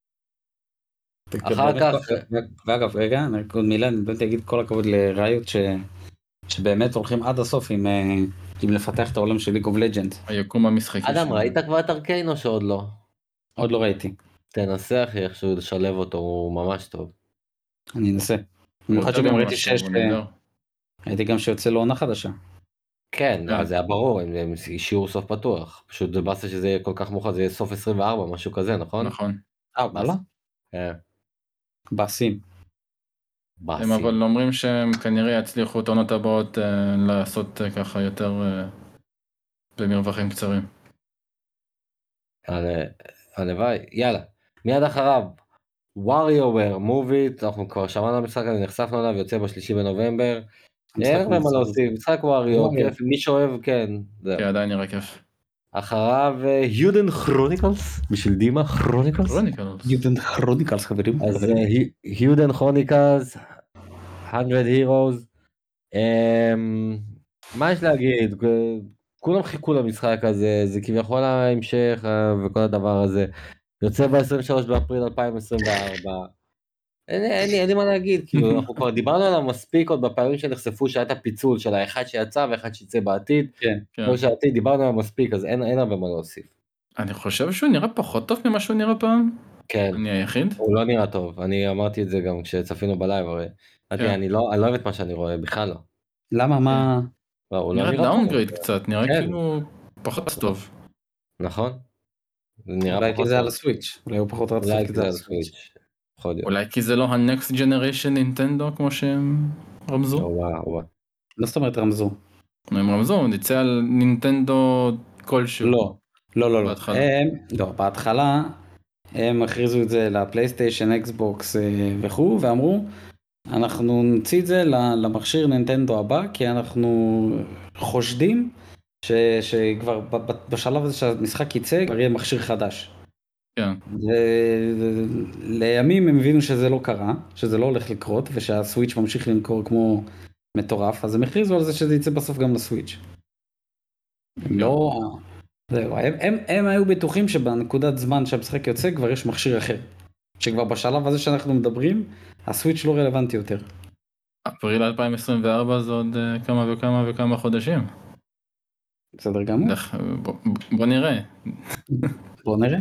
אחר כך, ואגב, רגע, אני רק עוד מילה, אני באמת אגיד כל הכבוד לראיות ש... שבאמת הולכים עד הסוף עם, אה, עם לפתח את העולם של ליג אוף לג'נד. היקום המשחקי. אדם, שלו. ראית כבר את ארקיין או שעוד לא? עוד לא ראיתי, תנסה אחי איכשהו לשלב אותו, הוא ממש טוב. אני אנסה. הוא במיוחד יותר שגם ממש ראיתי טוב, שיש, הוא נהדר. ראיתי גם שיוצא לו עונה חדשה. כן, כן. אז זה היה ברור, הם הם השאירו סוף פתוח, פשוט זה באסה שזה יהיה כל כך מאוחר, זה יהיה סוף עשרים וארבע, משהו כזה, נכון? נכון. אה, וואלה? כן, באסים. באסי. הם אבל אומרים שהם כנראה יצליחו את העונות הבאות אה, לעשות אה, ככה יותר אה, במרווחים קצרים. הל- הלוואי, יאללה, מיד אחריו, WarioWare Move It, אנחנו כבר שמענו על המשחק הזה, נחשפנו עליו, יוצא בשלישי בנובמבר. אין הרבה מה להוסיף, משחק ווריו, כיף, מי שאוהב, כן. כן, עדיין נראה כיף. אחריו יודן כרוניקלס, בשביל דימה, כרוניקלס. כרוניקלס. יודן כרוניקלס, חברים. אז יודן כרוניקלס, מאה Heroes. מה יש להגיד? כולם חיכו למשחק הזה, זה כביכול ההמשך וכל הדבר הזה. יוצא ב-עשרים ושלושה באפריל אלפיים עשרים וארבע. אין, אין, אין לי מה להגיד, כאילו אנחנו כבר דיברנו עליו מספיק עוד בפעמים שנחשפו שהיה את הפיצול של האחד שיצא ואחד שיצא בעתיד. כן. כל שעתיד דיברנו עליו מספיק, אז אין, אין הרבה מה להוסיף. אני חושב שהוא נראה פחות טוב ממה שהוא נראה פעם. כן. אני היחיד. הוא לא נראה טוב, אני אמרתי את זה גם כשצפינו בלייב, הרי. כן. אני, לא, אני לא אוהב את מה שאני רואה, בכלל לא. למה, מה? לא, הוא נראה לא נראה דאונגרייד טוב. קצת, נראה כן. כאילו פחות טוב. נכון. זה נראה אולי פחות כי זה טוב. על הסוויץ', אולי הוא פחות רצה אולי כי זה על הסוויץ'. יכול להיות. אולי כי זה לא ה-next generation נינטנדו כמו שהם רמזו. וואו, וואו. לא זאת אומרת רמזו. הם רמזו, נצא על נינטנדו כלשהו. לא, לא, לא, לא. בהתחלה. הם, לא, בהתחלה הם הכריזו את זה לפלייסטיישן, אקסבוקס אה, וכו', ואמרו, אנחנו נוציא את זה למכשיר נינטנדו הבא, כי אנחנו חושדים ש, שכבר ב- ב- בשלב הזה שהמשחק יצא, כבר יהיה מכשיר חדש. כן. ולימים הם הבינו שזה לא קרה, שזה לא הולך לקרות, ושהסוויץ' ממשיך למכור כמו מטורף, אז הם הכריזו על זה שזה יצא בסוף גם לסוויץ'. הם לא... זהו, הם, הם, הם היו בטוחים שבנקודת זמן שהמשחק יוצא כבר יש מכשיר אחר. שכבר בשלב הזה שאנחנו מדברים, הסוויץ' לא רלוונטי יותר. אפריל אלפיים עשרים וארבע זה עוד uh, כמה וכמה וכמה חודשים. בסדר גמור. דרך, בוא, בוא נראה. בוא נראה.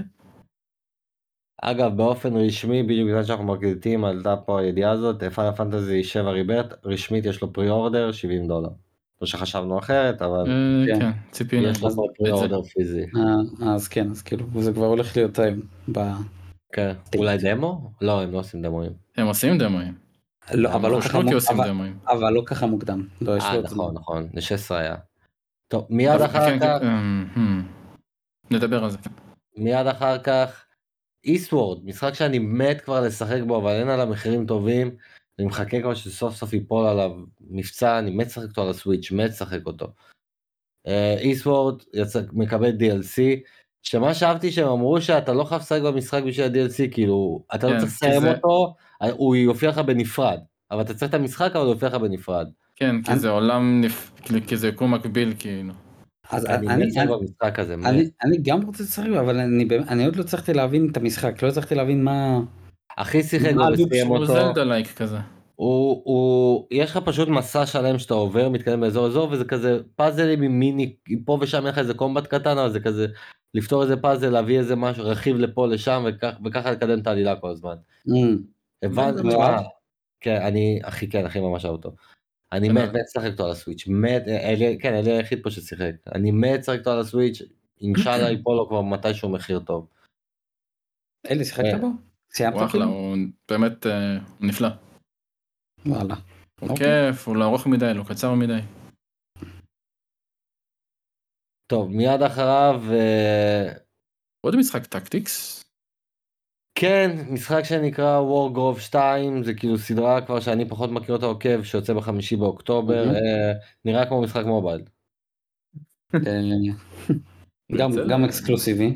אגב, באופן רשמי, בדיוק בגלל שאנחנו מקליטים, עלתה פה הידיעה הזאת, פיינל פנטזי שבע ריברט, רשמית יש לו פרי אורדר, שבעים דולר. לא שחשבנו אחרת, אבל Uh, כן. כן, ציפינו. יש לו פה פרי אורדר פיזי. אה, אז כן, אז כאילו, זה כבר הולך להיות היום. ב... כן, אולי דמו? לא, הם לא עושים דמוים. הם עושים דמוים. לא, אבל לא הם ככה חשבו כי מוק- עושים אבל- דמוים. אבל לא ככה מוקדם. לא, יש אה, לו עוד נכון, זמן. נכון, ל-שש עשרה היה. טוב, מיד אבל אחר כן, כך, כן, אמ, נדבר על זה. מיד אחר כך, איסטוורד, משחק שאני מת כבר לשחק בו, אבל אין עליו מחירים טובים, אני מחכה כבר שסוף סוף ייפול עליו מבצע, אני מת לשחק אותו על הסוויץ', מת לשחק אותו. איסטוורד מקבל די אל סי, שמה שאהבתי שהם אמרו שאתה לא חייב לשחק במשחק בשביל ה-די אל סי, כאילו, אתה לא כן, צריך כי לסיים זה- אותו, הוא יופיע לך בנפרד, אבל אתה צריך את המשחק, אבל הוא יופיע לך בנפרד. כן, כי אני- זה עולם, נפ- כי זה יקום מקביל כאילו. אז אני אני- מת לשחק אני- במשחק הזה, מת. אני אני גם רוצה לשחק, אבל אני באמת- אני עוד לא הצלחתי להבין את המשחק, לא הצלחתי להבין מה... הכי שיחק מה בו הלופ וסיים הוא אותו. זלדה לייק כזה. הוא, הוא, יש לך פשוט מסע שלם שאתה עובר, מתקדם באזור אזור, וזה כזה פאזלים עם מיני, פה ושם אין לך איזה קומבט קטן, אבל זה כזה, לפתור איזה פאזל, להביא איזה משהו, רכיב לפה לשם, וכך, וככה לקדם את העלילה כל הזמן. אמ, הבנתי, זה תשמע, מאוד. כן, אני, אחי, כן, אחי ממש אהב אותו. אני כן, מת, אבל- מת לשחק אותו על הסוויץ', מת, אלי, כן, אלי היחיד פה ששיחק, אני מת לשחק אותו על הסוויץ', אינשאללה ייפול לו כבר מתישהו מחיר טוב. אלי, שיחקת כן. בו? סיימת הוא אחלה, כאילו? הוא באמת אה, הוא נפלא. וואלה. הוא אוקיי. כיף, הוא לא ארוך מדי, לא קצר מדי. טוב, מיד אחריו, אה, עוד משחק טקטיקס. כן, משחק שנקרא וורגרוב שתיים, זה כאילו סדרה כבר שאני פחות מכיר אותה עוקב, שיוצא בחמישי באוקטובר, מהמם. אה, נראה כמו משחק מובייל. אה, גם- בסדר. גם אקסקלוסיבי.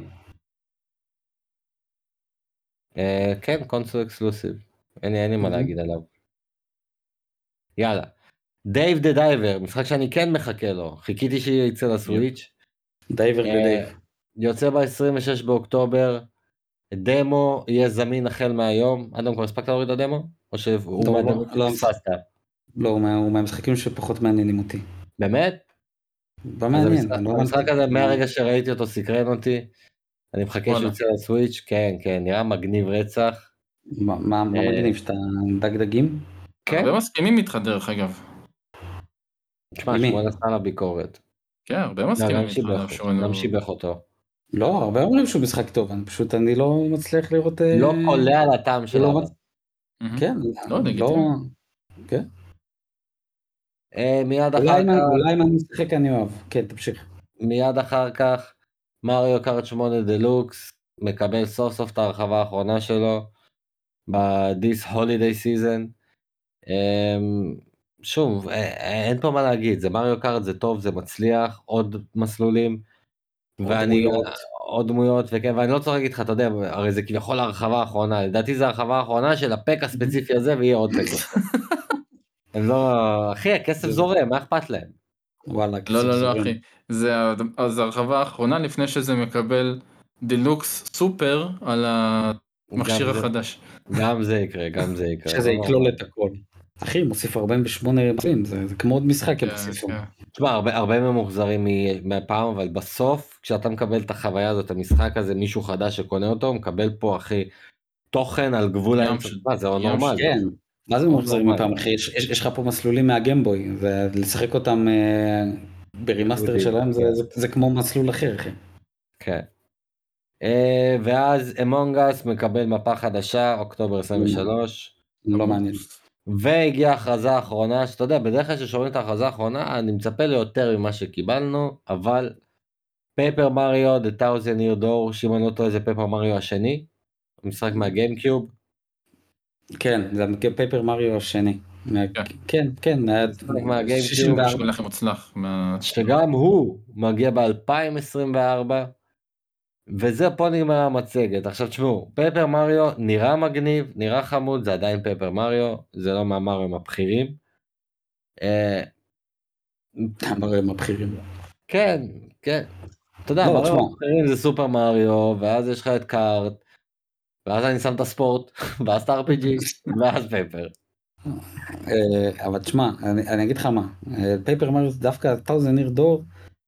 אה, כן, קונסול אקסקלוסיב, אין לי אין לי מה מהמם. להגיד עליו. יאללה, דייב דה דייבר, משחק שאני כן מחכה לו, חיכיתי שיצא לסוויץ', דייבר אה, ודייב. יוצא ב-עשרים ושש באוקטובר, דמו יהיה זמין החל מהיום, אדם כבר הספקת להוריד את הדמו? או שהוא לא, מהדמו לא, לא. שפספסת? לא, הוא מה- הוא מהמשחקים שפחות מעניינים אותי. באמת? לא אז מעניין. המשחק- אני לא המשחק הבנתי. הזה מהרגע שראיתי אותו סקרן אותי, אני מחכה שהוא וואלה. יצא לסוויץ', כן, כן, נראה מגניב רצח. מה מה- מה אה, מגניב? שאתה דגדגים? כן, הרבה מסכימים איתך דרך אגב. תשמע, עם מי? שמואל עשה לה ביקורת. כן, הרבה לא, מסכימים גם איתך. שיבח עליו אותו, שהוא- גם שיבח אותו. לא, הרבה אומרים שהוא משחק טוב, אני פשוט, אני לא מצליח לראות... אה, לא קולע על הטעם של לא אבא. מצ- מהמם. כן, לא, לא... לגיטימי. כן. אה, מיד אולי אחר אם- כך, אולי אם אני משחק אני אוהב. כן, תמשיך. מיד אחר כך, מריו קארט שמונה דלוקס, מקבל סוף סוף את ההרחבה האחרונה שלו. ב-this holiday season. שוב, אין פה מה להגיד, זה מריו קארט, זה טוב, זה מצליח, עוד מסלולים. עוד ואני, דמויות. עוד דמויות, וכן, ואני לא צריך להגיד לך, אתה יודע, הרי זה כביכול ההרחבה האחרונה, לדעתי זה ההרחבה האחרונה של הפק הספציפי הזה, ויהיה עוד פק בסוף. הם לא, אחי, הכסף זורם, מה אכפת להם? וואלה, לא, לא, לא, אחי. זה אז הרחבה האחרונה לפני שזה מקבל דילוקס סופר על המכשיר החדש. גם זה יקרה, גם זה יקרה. שזה יקלול את הכל. אחי, מוסיף ארבעים ושמונה מסלולים, זה, זה כמו עוד משחק הם מוסיפו. תשמע, הרבה, הרבה ממוחזרים מהפעם, אבל בסוף, כשאתה מקבל את החוויה הזאת, המשחק הזה, מישהו חדש שקונה אותו, מקבל פה, אחי, תוכן על גבול האמצע, זה לא נורמלי. כן, מה זה ממוחזרים מפעם, אחי? יש, יש, יש לך פה מסלולים מהגיימבוי, ולשחק אותם אה, ברימאסטר שלהם, זה, זה, זה כמו מסלול אחר, אחי. כן. Uh, ואז אמונג אס מקבל מפה חדשה, אוקטובר עשרים ושלוש. לא מעניין. והגיעה ההכרזה האחרונה, שאתה יודע, בדרך כלל ששומעים את ההכרזה האחרונה, אני מצפה ליותר ממה שקיבלנו, אבל פייפר מריו, The Thousand Year Door, שימנו אותו איזה פייפר מריו השני, משחק מהגיימקיוב. כן, זה פייפר מריו השני. כן, כן, מהגיימקיוב. שגם הוא מגיע ב-אלפיים עשרים וארבע, וזה פה נגמר המצגת. עכשיו תשמעו, פייפר מריו נראה מגניב, נראה חמוד, זה עדיין פייפר מריו, זה לא מהמריו הבכירים. המריו הבכירים. כן, כן. אתה יודע, מריו הבכירים זה סופר מריו, ואז יש לך את קארט, ואז אני שם את הספורט, ואז את ה-אר פי ג'י, ואז פייפר. אבל תשמע, אני אגיד לך מה, פייפר מריו זה דווקא Thousand Year Door,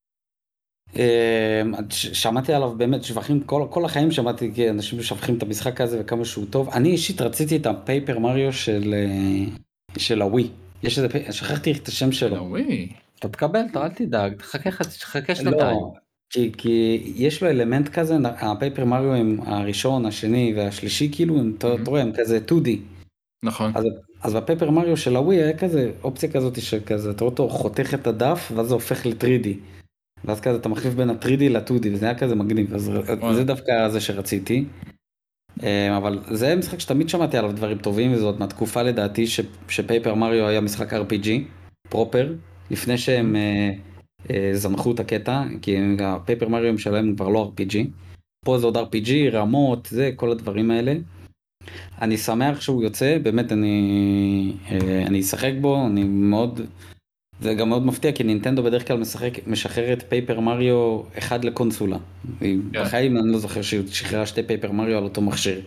שמעתי עליו באמת שבחים, כל, כל החיים שמעתי כי אנשים משבחים את המשחק הזה וכמה שהוא טוב. אני אישית רציתי את הפייפר מריו של של הווי. יש איזה, שכחתי את השם שלו. הווי. אתה תקבל, אתה אל תדאג, תחכה שנתיים. לא, כי, כי יש לו אלמנט כזה, הפייפר מריו הם הראשון, השני והשלישי, כאילו, אתה רואה, הם כזה טו די. נכון. אז, אז בפייפר מריו של הווי היה כזה, אופציה כזאת שכזה, אתה רואה אותו חותך את הדף, ואז זה הופך ל-טרי די. ואז כזה אתה מחליף בין ה-טרי די ל-טו די, וזה היה כזה מגניב, אז זה דווקא זה שרציתי. אבל זה משחק שתמיד שמעתי עליו דברים טובים, וזאת מהתקופה לדעתי ש, שפייפר מריו היה משחק אר פי ג'י, פרופר, לפני שהם זנחו את הקטע, כי הפייפר מריו שלהם כבר לא אר פי ג'י. פה זה עוד אר פי ג'י, רמות, זה, כל הדברים האלה. אני שמח שהוא יוצא, באמת אני, אני אשחק בו, אני מאוד... זה גם מאוד מפתיע, כי נינטנדו בדרך כלל משחק, משחררת פייפר מריו אחד לקונסולה. בחיים אני לא זוכר שהיא שחררה שתי פייפר מריו על אותו מכשיר.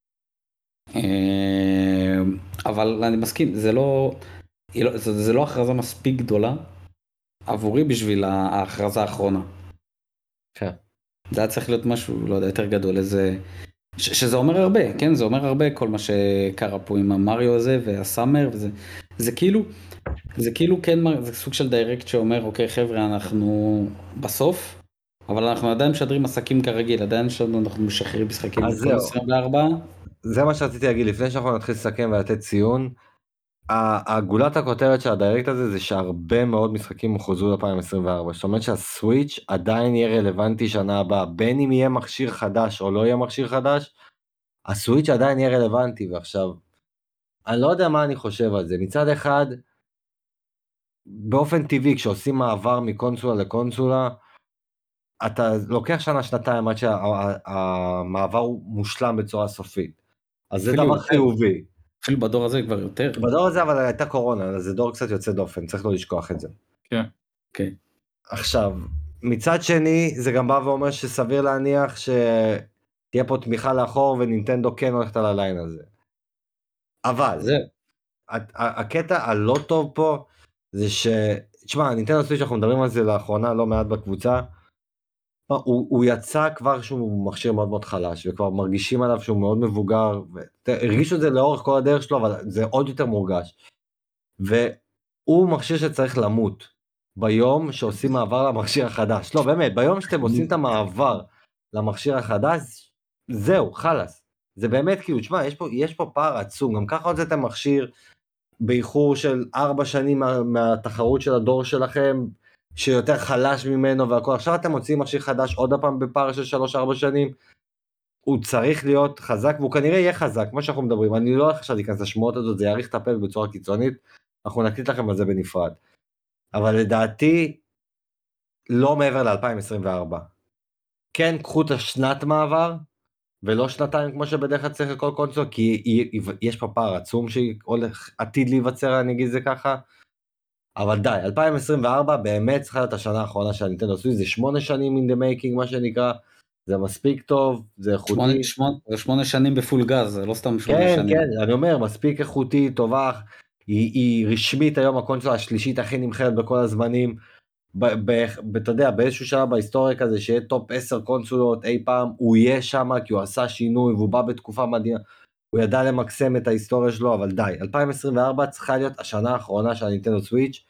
אבל אני מסכים, זה לא, זה לא הכרזה מספיק גדולה עבורי בשביל ההכרזה האחרונה. כן. זה היה צריך להיות משהו, לא יודע, יותר גדול, איזה... שזה אומר הרבה, כן? זה אומר הרבה כל מה שקרה פה עם המריו הזה והסאמר, וזה... זה כאילו... זה כאילו כן, זה סוג של דיירקט שאומר, אוקיי חבר'ה, אנחנו בסוף, אבל אנחנו עדיין משדרים עסקים כרגיל, עדיין אנחנו משחררים משחקים בכל עשרים וארבע. זה מה שרציתי להגיד, לפני שאנחנו נתחיל לסכם ולתת ציון, הגולת הכותרת של הדיירקט הזה, זה שהרבה מאוד משחקים מוכרזו ל-אלפיים עשרים וארבע, זאת אומרת שהסוויץ' עדיין יהיה רלוונטי שנה הבאה, בין אם יהיה מכשיר חדש או לא יהיה מכשיר חדש, הסוויץ' עדיין יהיה רלוונטי, ועכשיו, אני לא יודע מה אני חושב על זה, מצד אחד, באופן טבעי, כשעושים מעבר מקונסולה לקונסולה, אתה לוקח שנה, שנתיים, עד שהמעבר הוא מושלם בצורה סופית. אז זה דבר חיובי. אפילו בדור הזה כבר יותר. בדור הזה, אבל הייתה קורונה, זה דור קצת יוצא דופן, צריך לא לשכוח את זה. כן. כן. עכשיו, מצד שני, זה גם בא ואומר שסביר להניח שתהיה פה תמיכה לאחור, ונינטנדו כן הולכת על הליין הזה. אבל, הקטע הלא טוב פה, זה ש... תשמע, נינטנדו סוויץ' שאנחנו מדברים על זה לאחרונה, לא מעט בקבוצה, הוא, הוא יצא כבר שהוא מכשיר מאוד מאוד חלש, וכבר מרגישים עליו שהוא מאוד מבוגר, והרגישו את זה לאורך כל הדרך שלו, אבל זה עוד יותר מורגש. והוא מכשיר שצריך למות, ביום שעושים מעבר למכשיר החדש. לא, באמת, ביום שאתם עושים את המעבר למכשיר החדש, זהו, חלס. זה באמת כאילו, תשמע, יש פה, יש פה פער עצום, גם ככה עוד זה את המכשיר, באיחור של ארבע שנים מה, מהתחרות של הדור שלכם, שיותר חלש ממנו והכל. עכשיו אתם מוצאים מכשיר חדש עוד הפעם בפער של שלוש ארבע שנים. הוא צריך להיות חזק, והוא כנראה יהיה חזק, כמו שאנחנו מדברים, אני לא הולך עכשיו להיכנס לשמועות הזאת, זה יאריך את הפרק בצורה קיצונית, אנחנו נקליט לכם על זה בנפרד. אבל לדעתי, לא מעבר ל-אלפיים עשרים וארבע. כן, קחו את השנת מעבר, ולא שנתיים כמו שבדרך כלל צריך לכל קונסול, כי יש פה פער עצום שהולך עתיד להיווצר, אני אגיד זה ככה, אבל די, אלפיים עשרים וארבע באמת צריכה להיות השנה האחרונה של נינטנדו סוויץ', זה שמונה שנים in the making מה שנקרא, זה מספיק טוב, זה איכותי. זה שמונה שנים בפול גז, זה לא סתם שמונה כן, שנים. כן, אני אומר, מספיק איכותי, טובה, היא, היא רשמית היום הקונסולה השלישית הכי נמכרת בכל הזמנים, אתה יודע, באיזשהו שעה בהיסטוריה כזה, שיהיה טופ עשר קונסולות אי פעם, הוא יהיה שם כי הוא עשה שינוי, והוא בא בתקופה מדהימה, הוא ידע למקסם את ההיסטוריה שלו, אבל די, אלפיים עשרים וארבע צריכה להיות השנה האחרונה של הנינטנדו סוויץ',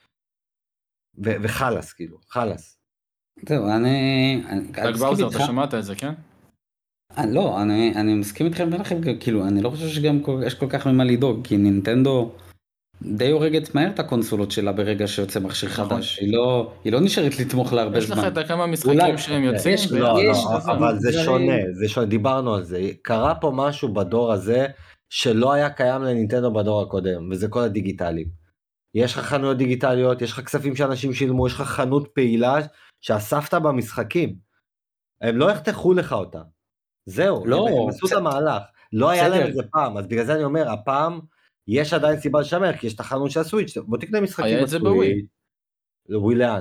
ו- וחלס, כאילו, חלס. זהו, אני... דג באוזר, אתה שמעת את זה, כן? לא, אני, אני מסכים איתכם ולכם, כאילו, אני לא חושב שגם יש כל כך ממה לדאוג, כי נינטנדו די הורגת מהר את הקונסולות שלה ברגע שיוצא מכשיר חדש, היא לא, היא לא נשארת לתמוך להרבה זמן. יש לך את כמה משחקים שהם יוצאים? לא, לא, אבל זה שונה, זה שונה, דיברנו על זה, קרה פה משהו בדור הזה, שלא היה קיים לנינטנדו בדור הקודם, וזה כל הדיגיטלי. יש לך חנויות דיגיטליות, יש לך כספים שאנשים שילמו, יש לך חנות פעילה שאספת במשחקים. הם לא יחתכו לך אותה. זהו, לא, הם עשו את המהלך. לא היה להם את זה פעם, אז בגלל זה אני אומר, הפעם יש עדיין סיבה לשמר, כי יש את החנות של הסוויץ', בוא תקנה משחקים היה את זה בווי. לווי לאן?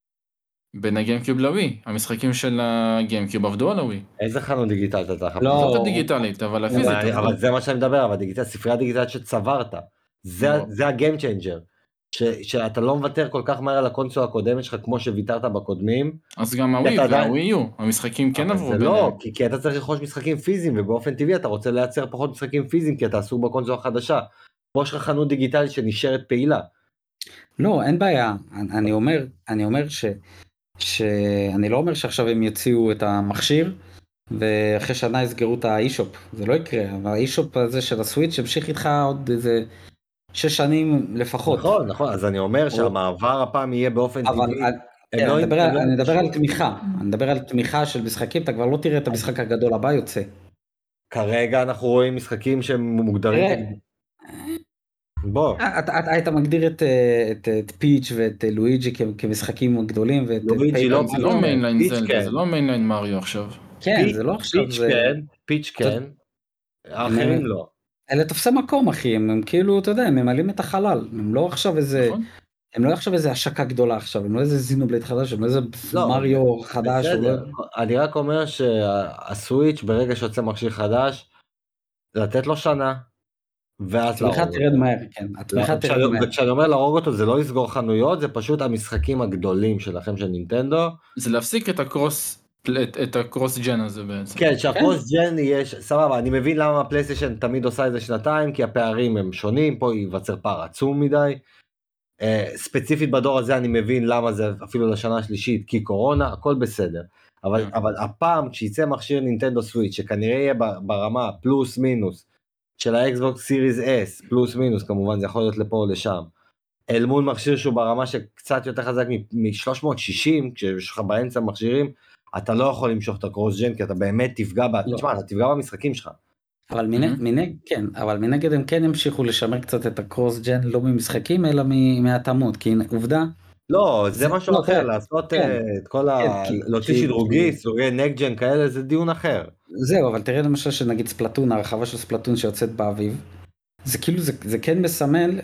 בין הגיימקיוב לווי, המשחקים של הגיימקיוב עבדו על הווי. איזה חנות דיגיטלית אתה חפש? לא. זאת הדיגיטלית, אבל הפיזית. אבל, אבל זה מה שאני מדבר, אבל דיגיטל, ספרייה דיגיטלית שצברת, זה, זה הגיים צ'יינג'ר, ש, שאתה לא מוותר כל כך מהר על הקונסולה הקודמת שלך, כמו שוויתרת בקודמים. אז גם הווי והווי יו, המשחקים כן עברו ביניהם. זה לא, כי, כי אתה צריך לרכוש משחקים פיזיים, ובאופן טבעי אתה רוצה לייצר פחות משחקים פיזיים, כי אתה עסוק בקונסולה החדשה. פה יש לך חנות דיגיטלית שנשארת פעילה. לא, אין בעיה, אני, אני אומר, אני אומר ש... שאני לא אומר שעכשיו הם יוציאו את המכשיר ואחרי שנה יסגרו את האי-שופ, זה לא יקרה, אבל האי-שופ הזה של הסוויץ' ימשיך איתך עוד איזה שש שנים לפחות. נכון, נכון, אז אני אומר שהמעבר הפעם יהיה באופן אבל טבעי. כן, אני מדבר, אני מדבר על תמיכה, אני מדבר על תמיכה של משחקים, אתה כבר לא תראה את המשחק הגדול הבא יוצא. כרגע אנחנו רואים משחקים שהם מוגדרים. בוא. אתה היית מגדיר את פיץ' ואת לואיג'י כמשחקים גדולים, לואיג'י לא, זה לא מיינליין זלדה, זה לא מיינליין מריו עכשיו. כן, זה לא עכשיו. פיץ' כן, פיץ' כן, האחרים לא. אלה תופסי מקום אחי, הם כאילו, אתה יודע, הם ממלאים את החלל, הם לא עכשיו איזה, הם לא עכשיו איזה השקה גדולה עכשיו, הם לא איזה זינובלייד חדש, הם לא איזה מריו חדש. אני רק אומר שהסוויץ' ברגע שיוצא מכשיר חדש, לתת לו שנה, ואז להרוג אותו. התמיכה תרד מהר, כן, התמיכה תרד מהר. וכשאני אומר להרוג אותו זה לא לסגור חנויות, זה פשוט המשחקים הגדולים שלכם של נינטנדו. זה להפסיק את הקרוס, את הקרוס ג'ן הזה בעצם. כן, שהקרוס ג'ן יש, סבבה, אני מבין למה הפלייסטיישן תמיד עושה את זה שנתיים, כי הפערים הם שונים, פה ייווצר פער עצום מדי. ספציפית בדור הזה אני מבין למה זה אפילו לשנה השלישית, כי קורונה, הכל בסדר. אבל, אבל הפעם כשיצא מכשיר נינטנדו סוויץ' שכנראה יהיה ברמה פלוס מינוס, של האקסבוקס סיריז אס, פלוס מינוס כמובן, זה יכול להיות לפה או לשם, אל מול מכשיר שהוא ברמה שקצת יותר חזק מ-שלוש מאות שישים, כשיש לך באמצע מכשירים, אתה לא יכול למשוך את הקרוס ג'ן, כי אתה באמת תפגע, לא. תשמע, אתה תפגע במשחקים שלך. אבל מנגד, מנגד, כן, אבל מנגד הם כן המשיכו לשמר קצת את הקרוס ג'ן, לא ממשחקים, אלא מהתאמות, כי עובדה. לא, זה משהו אחר, לעשות את כל ה... להוציא שדרוגי, סוגי נק ג'ן כאלה, זה דיון אחר. זהו, אבל תראה למשל שנגיד ספלטון, הרחבה של ספלטון שיוצאת באביב, זה כאילו, זה, זה כן מסמל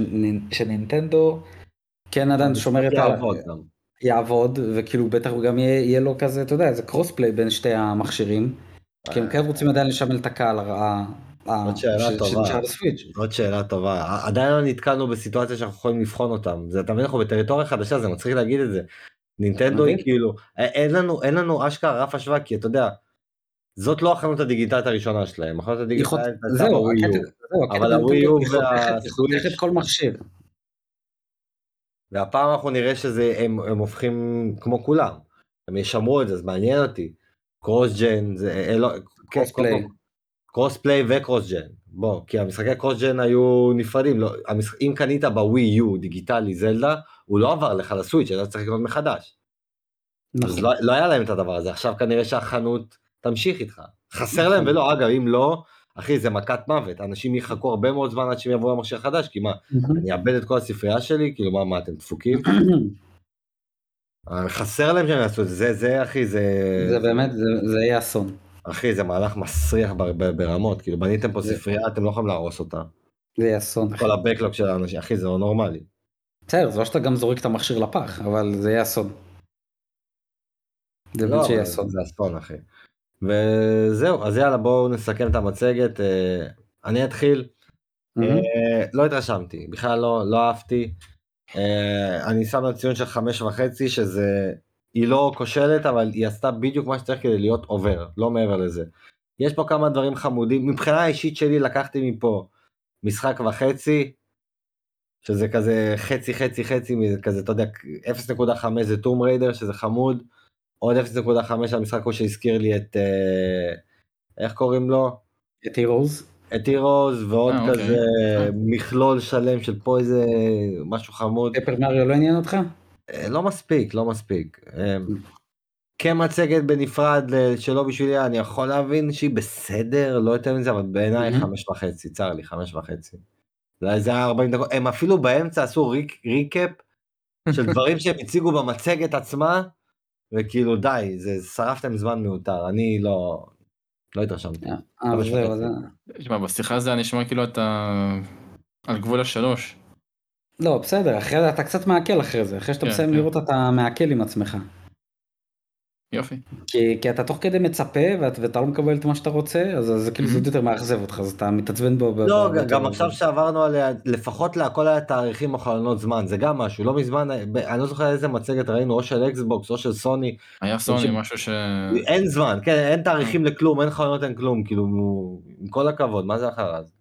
שנינטנדו כן עדיין שומר את ה... יעבוד גם. יעבוד, וכאילו בטח הוא גם יהיה, יהיה לו כזה, אתה יודע, זה קרוס פליי בין שתי המכשירים, כי הם כן רוצים עדיין לשמל את הקהל הרעה. עוד שאלה טובה, עוד שאלה טובה, עדיין לא נתקלנו בסיטואציה שאנחנו יכולים לבחון אותם, זה תמיד אנחנו בטריטוריה חדשה, זה מצחיק להגיד את זה, נינטנדו היא כאילו, אין לנו, אין לנו אשכרה רף השוואה, כי אתה יודע, זאת לא החנות הדיגיטלית הראשונה שלהם, החנות הדיגיטלית, זהו, אבל הווי יו והסוויץ' את כל מכשיר. והפעם אנחנו נראה שזה, הם, הם הופכים כמו כולם, הם ישמרו את זה, זה מעניין אותי, קרוס ג'ן, זה, קרוס פליי. קרוס פליי וקרוס ג'ן, בוא, כי המשחקי קרוס ג'ן היו נפרדים, לא, המשח... אם קנית בווי יו דיגיטלי זלדה, הוא לא עבר לך לסוויץ', אתה צריך לקנות מחדש. נכון. אז לא, לא היה להם את הדבר הזה, עכשיו כנראה שהחנות תמשיך איתך. חסר להם ולא, אגב, אם לא, אחי, זה מכת מוות, אנשים יחכו הרבה מאוד זמן עד שהם יבואו למכשיר חדש, כי מה, אני אאבד את כל הספרייה שלי, כאילו, מה, מה, אתם דפוקים? חסר להם שהם יעשו את זה, זה, אחי, זה... זה באמת, זה, זה יהיה אסון. אחי, זה מהלך מסריח ב- ב- ברמות, כאילו, בניתם פה זה- ספרייה, אתם לא יכולים להרוס אותה. זה יהיה אסון, אחי. כל הבקלוג של האנשים, אחי, זה לא נורמלי. בסדר, זה לא שאתה גם זורק את המכשיר לפח, אבל זה יהיה אסון. זה לא, באמת שיהיה אבל אסון. זה אסון, אחי. וזהו, אז יאללה, בואו נסכם את המצגת. אה, אני אתחיל. מהמם. אה, לא התרשמתי, בכלל לא, לא אהבתי. אה, אני שם לה ציון של חמש וחצי, שזה, היא לא כושלת, אבל היא עשתה בדיוק מה שצריך כדי להיות עובר, לא מעבר לזה. יש פה כמה דברים חמודים, מבחינה האישית שלי לקחתי מפה משחק וחצי, שזה כזה חצי חצי חצי, כזה, אתה יודע, אפס נקודה חמש זה טום ריידר, שזה חמוד, עוד אפס נקודה חמש המשחק הוא שהזכיר לי את, אה, איך קוראים לו? את הירוז. את הירוז, ועוד אה, כזה אוקיי. מכלול שלם של פה איזה משהו חמוד. פפר מריו לא עניין אותך? אה, לא מספיק, לא מספיק. אה, כמצגת בנפרד אה, שלא בשבילי, אני יכול להבין שהיא בסדר, לא יותר מזה, אבל בעיניי מהמם. חמש וחצי, צר לי, חמש וחצי. זה זה היה ארבעים דקות, הם אפילו באמצע עשו ריק, ריקאפ של דברים שהם הציגו במצגת עצמה, וכאילו די, זה שרפתם זמן מיותר, אני לא, לא התרשמתי. אה, אז חמש זהו, וחצי. זה- תשמע, בשיחה הזה אני נשמע כאילו אתה על גבול השלוש. לא, בסדר, אחרי זה אתה קצת מעכל אחרי זה, אחרי שאתה כן, מסיים כן. לראות אתה מעכל עם עצמך. יופי. כי, כי אתה תוך כדי מצפה ואת, ואתה לא מקבל את מה שאתה רוצה, אז זה כאילו זה עוד יותר מאכזב אותך, אז אתה מתעצבן בו. ב- לא, ב- גם- ביותר גם עכשיו שעברנו עליה, לפחות להכל היה תאריכים או חלונות זמן, זה גם משהו, לא מזמן, ב- אני לא זוכר איזה מצגת ראינו, או של אקסבוקס או של סוני, היה סוני, ש- משהו ש... אין זמן, כן, אין תאריכים לכלום, אין חלונות, אין כלום, כאילו, עם כל הכבוד, מה זה אחר אז?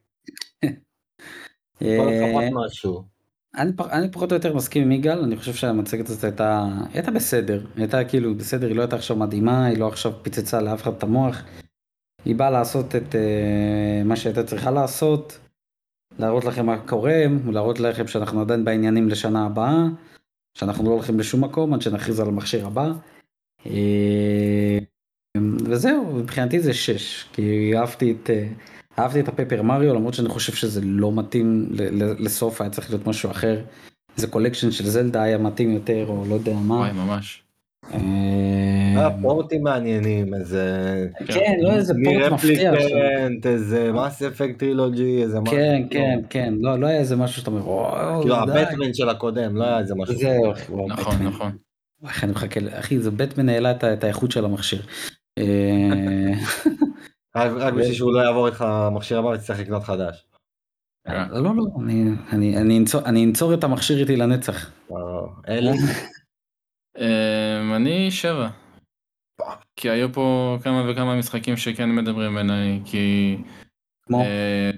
כל הכבוד אה, משהו. אני, פח- אני פחות או יותר מסכים עם יגאל, אני חושב שהמצגת הזאת הייתה, היא הייתה בסדר, היא הייתה כאילו בסדר, היא לא הייתה עכשיו מדהימה, היא לא עכשיו פיצצה לאף אחד את המוח, היא באה לעשות את אה, מה שהייתה צריכה לעשות, להראות לכם מה קורה, להראות לכם שאנחנו עדיין בעניינים לשנה הבאה, שאנחנו לא הולכים לשום מקום עד שנכריז על המכשיר הבא. אה, וזהו, מבחינתי זה שש, כי אהבתי את, אה, אהבתי את הפפר מריו, למרות שאני חושב שזה לא מתאים ל- ל- לסוף, היה צריך להיות משהו אחר. איזה קולקשן של זלדה היה מתאים יותר, או לא יודע מה. וואי, ממש. אה, היה פורטים מעניינים, איזה... כן, לא איזה פורט מפתיע עכשיו. מרפליקנט, איזה מס אפקט טרילוגי, איזה משהו. כן, כן, כן, לא, לא היה איזה משהו שאתה אומר, וואו, כאילו די. הבטמן של הקודם, לא היה איזה משהו. זהו, וואו, נכון, בטמן. נכון. וואי, איך אני מחכה, ל- אחי, זה בטמן העלה את ה- את האיכות של המכשיר. אה, רק רק בשביל שהוא לא יעבור איתך המכשיר הבא ותצטרך לקנות חדש. כן. לא, לא, אני- אני- אני אנצור- אני אנצור את המכשיר איתי לנצח. אה, אלי? אמ, אני שבע. כי היו פה כמה וכמה משחקים שכן מדברים עליי, כי... כמו? אה,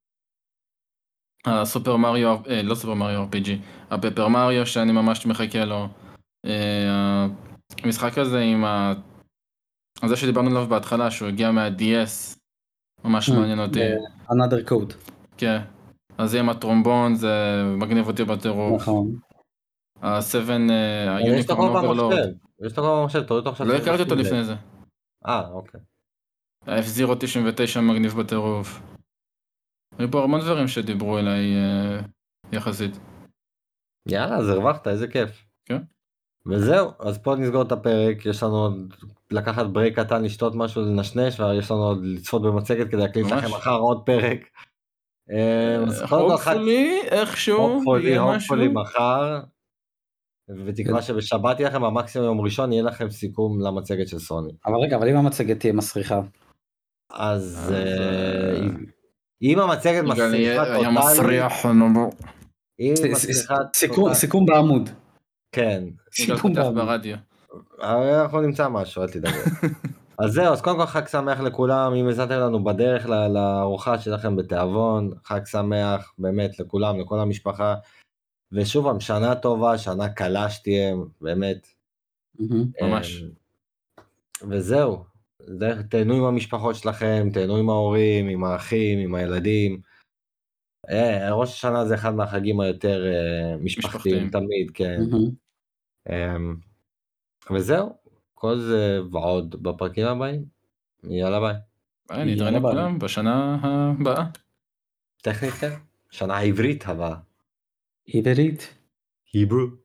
הסופר מריו, אה, לא סופר מריו אר פי ג'י, הפפר מריו שאני ממש מחכה לו. אה, המשחק הזה עם ה... זה שדיברנו עליו בהתחלה, שהוא הגיע מה-די אס, ממש מעניין אותי. another code. כן. אז זה עם הטרומבון, זה מגניב אותי בטירוף. נכון. ה-שבע, יש לו היוניקורן כבר אוברלורד. במחשב. יש לו כבר במחשב, תוריד אותו עכשיו. לא הכרתי אותו לפני זה. אה, אוקיי. ה-אף זירו תשעים ותשע מגניב בטירוף. היו פה המון דברים שדיברו אליי אה, יחסית. יאללה, אז הרווחת, איזה כיף. כן. וזהו, אז פה נסגור את הפרק, יש לנו עוד לקחת ברייק קטן, לשתות משהו, לנשנש, ויש לנו עוד לצפות במצגת כדי להקליט ממש. לכם מחר עוד פרק. אה, אז קודם כל, חג- הופפולי, איכשהו, הופפולי, יהיה הופפולי משהו. מחר, ותקווה שבשבת יהיה לכם, המקסימום יום ראשון, יהיה לכם סיכום למצגת של סוני. אבל רגע, אבל אם המצגת תהיה מסריחה. אז אז, אה, אה, אם המצגת יגאל מסריחה יהיה- היה טוטאלית, מסריח, נו בוא. אם ס- היא ס- מסריחה סיכום- טוטאלית, סיכום בעמוד. כן, יגאל סיכום פותח בעמוד. ברדיו. אבל אנחנו נמצא משהו, אל תדאגו. אז זהו, אז קודם כל חג שמח לכולם, אם הזעתם לנו בדרך ל- לארוחה שלכם בתיאבון, חג שמח באמת לכולם, לכל המשפחה, ושוב פעם, שנה טובה, שנה קלה שתהיה, באמת. מהמם. ממש. אמ, וזהו, זה- תהנו עם המשפחות שלכם, תהנו עם ההורים, עם האחים, עם הילדים. אה, ראש השנה זה אחד מהחגים היותר אה, משפחתיים, משפחתיים. תמיד, כן. מהמם. אמ, וזהו, כל זה ועוד בפרקים הבאים. יאללה ביי. נתראה יאללה, ביי. לכולם בשנה הבאה. טכנית כן. שנה העברית הבאה. עברית. היברו.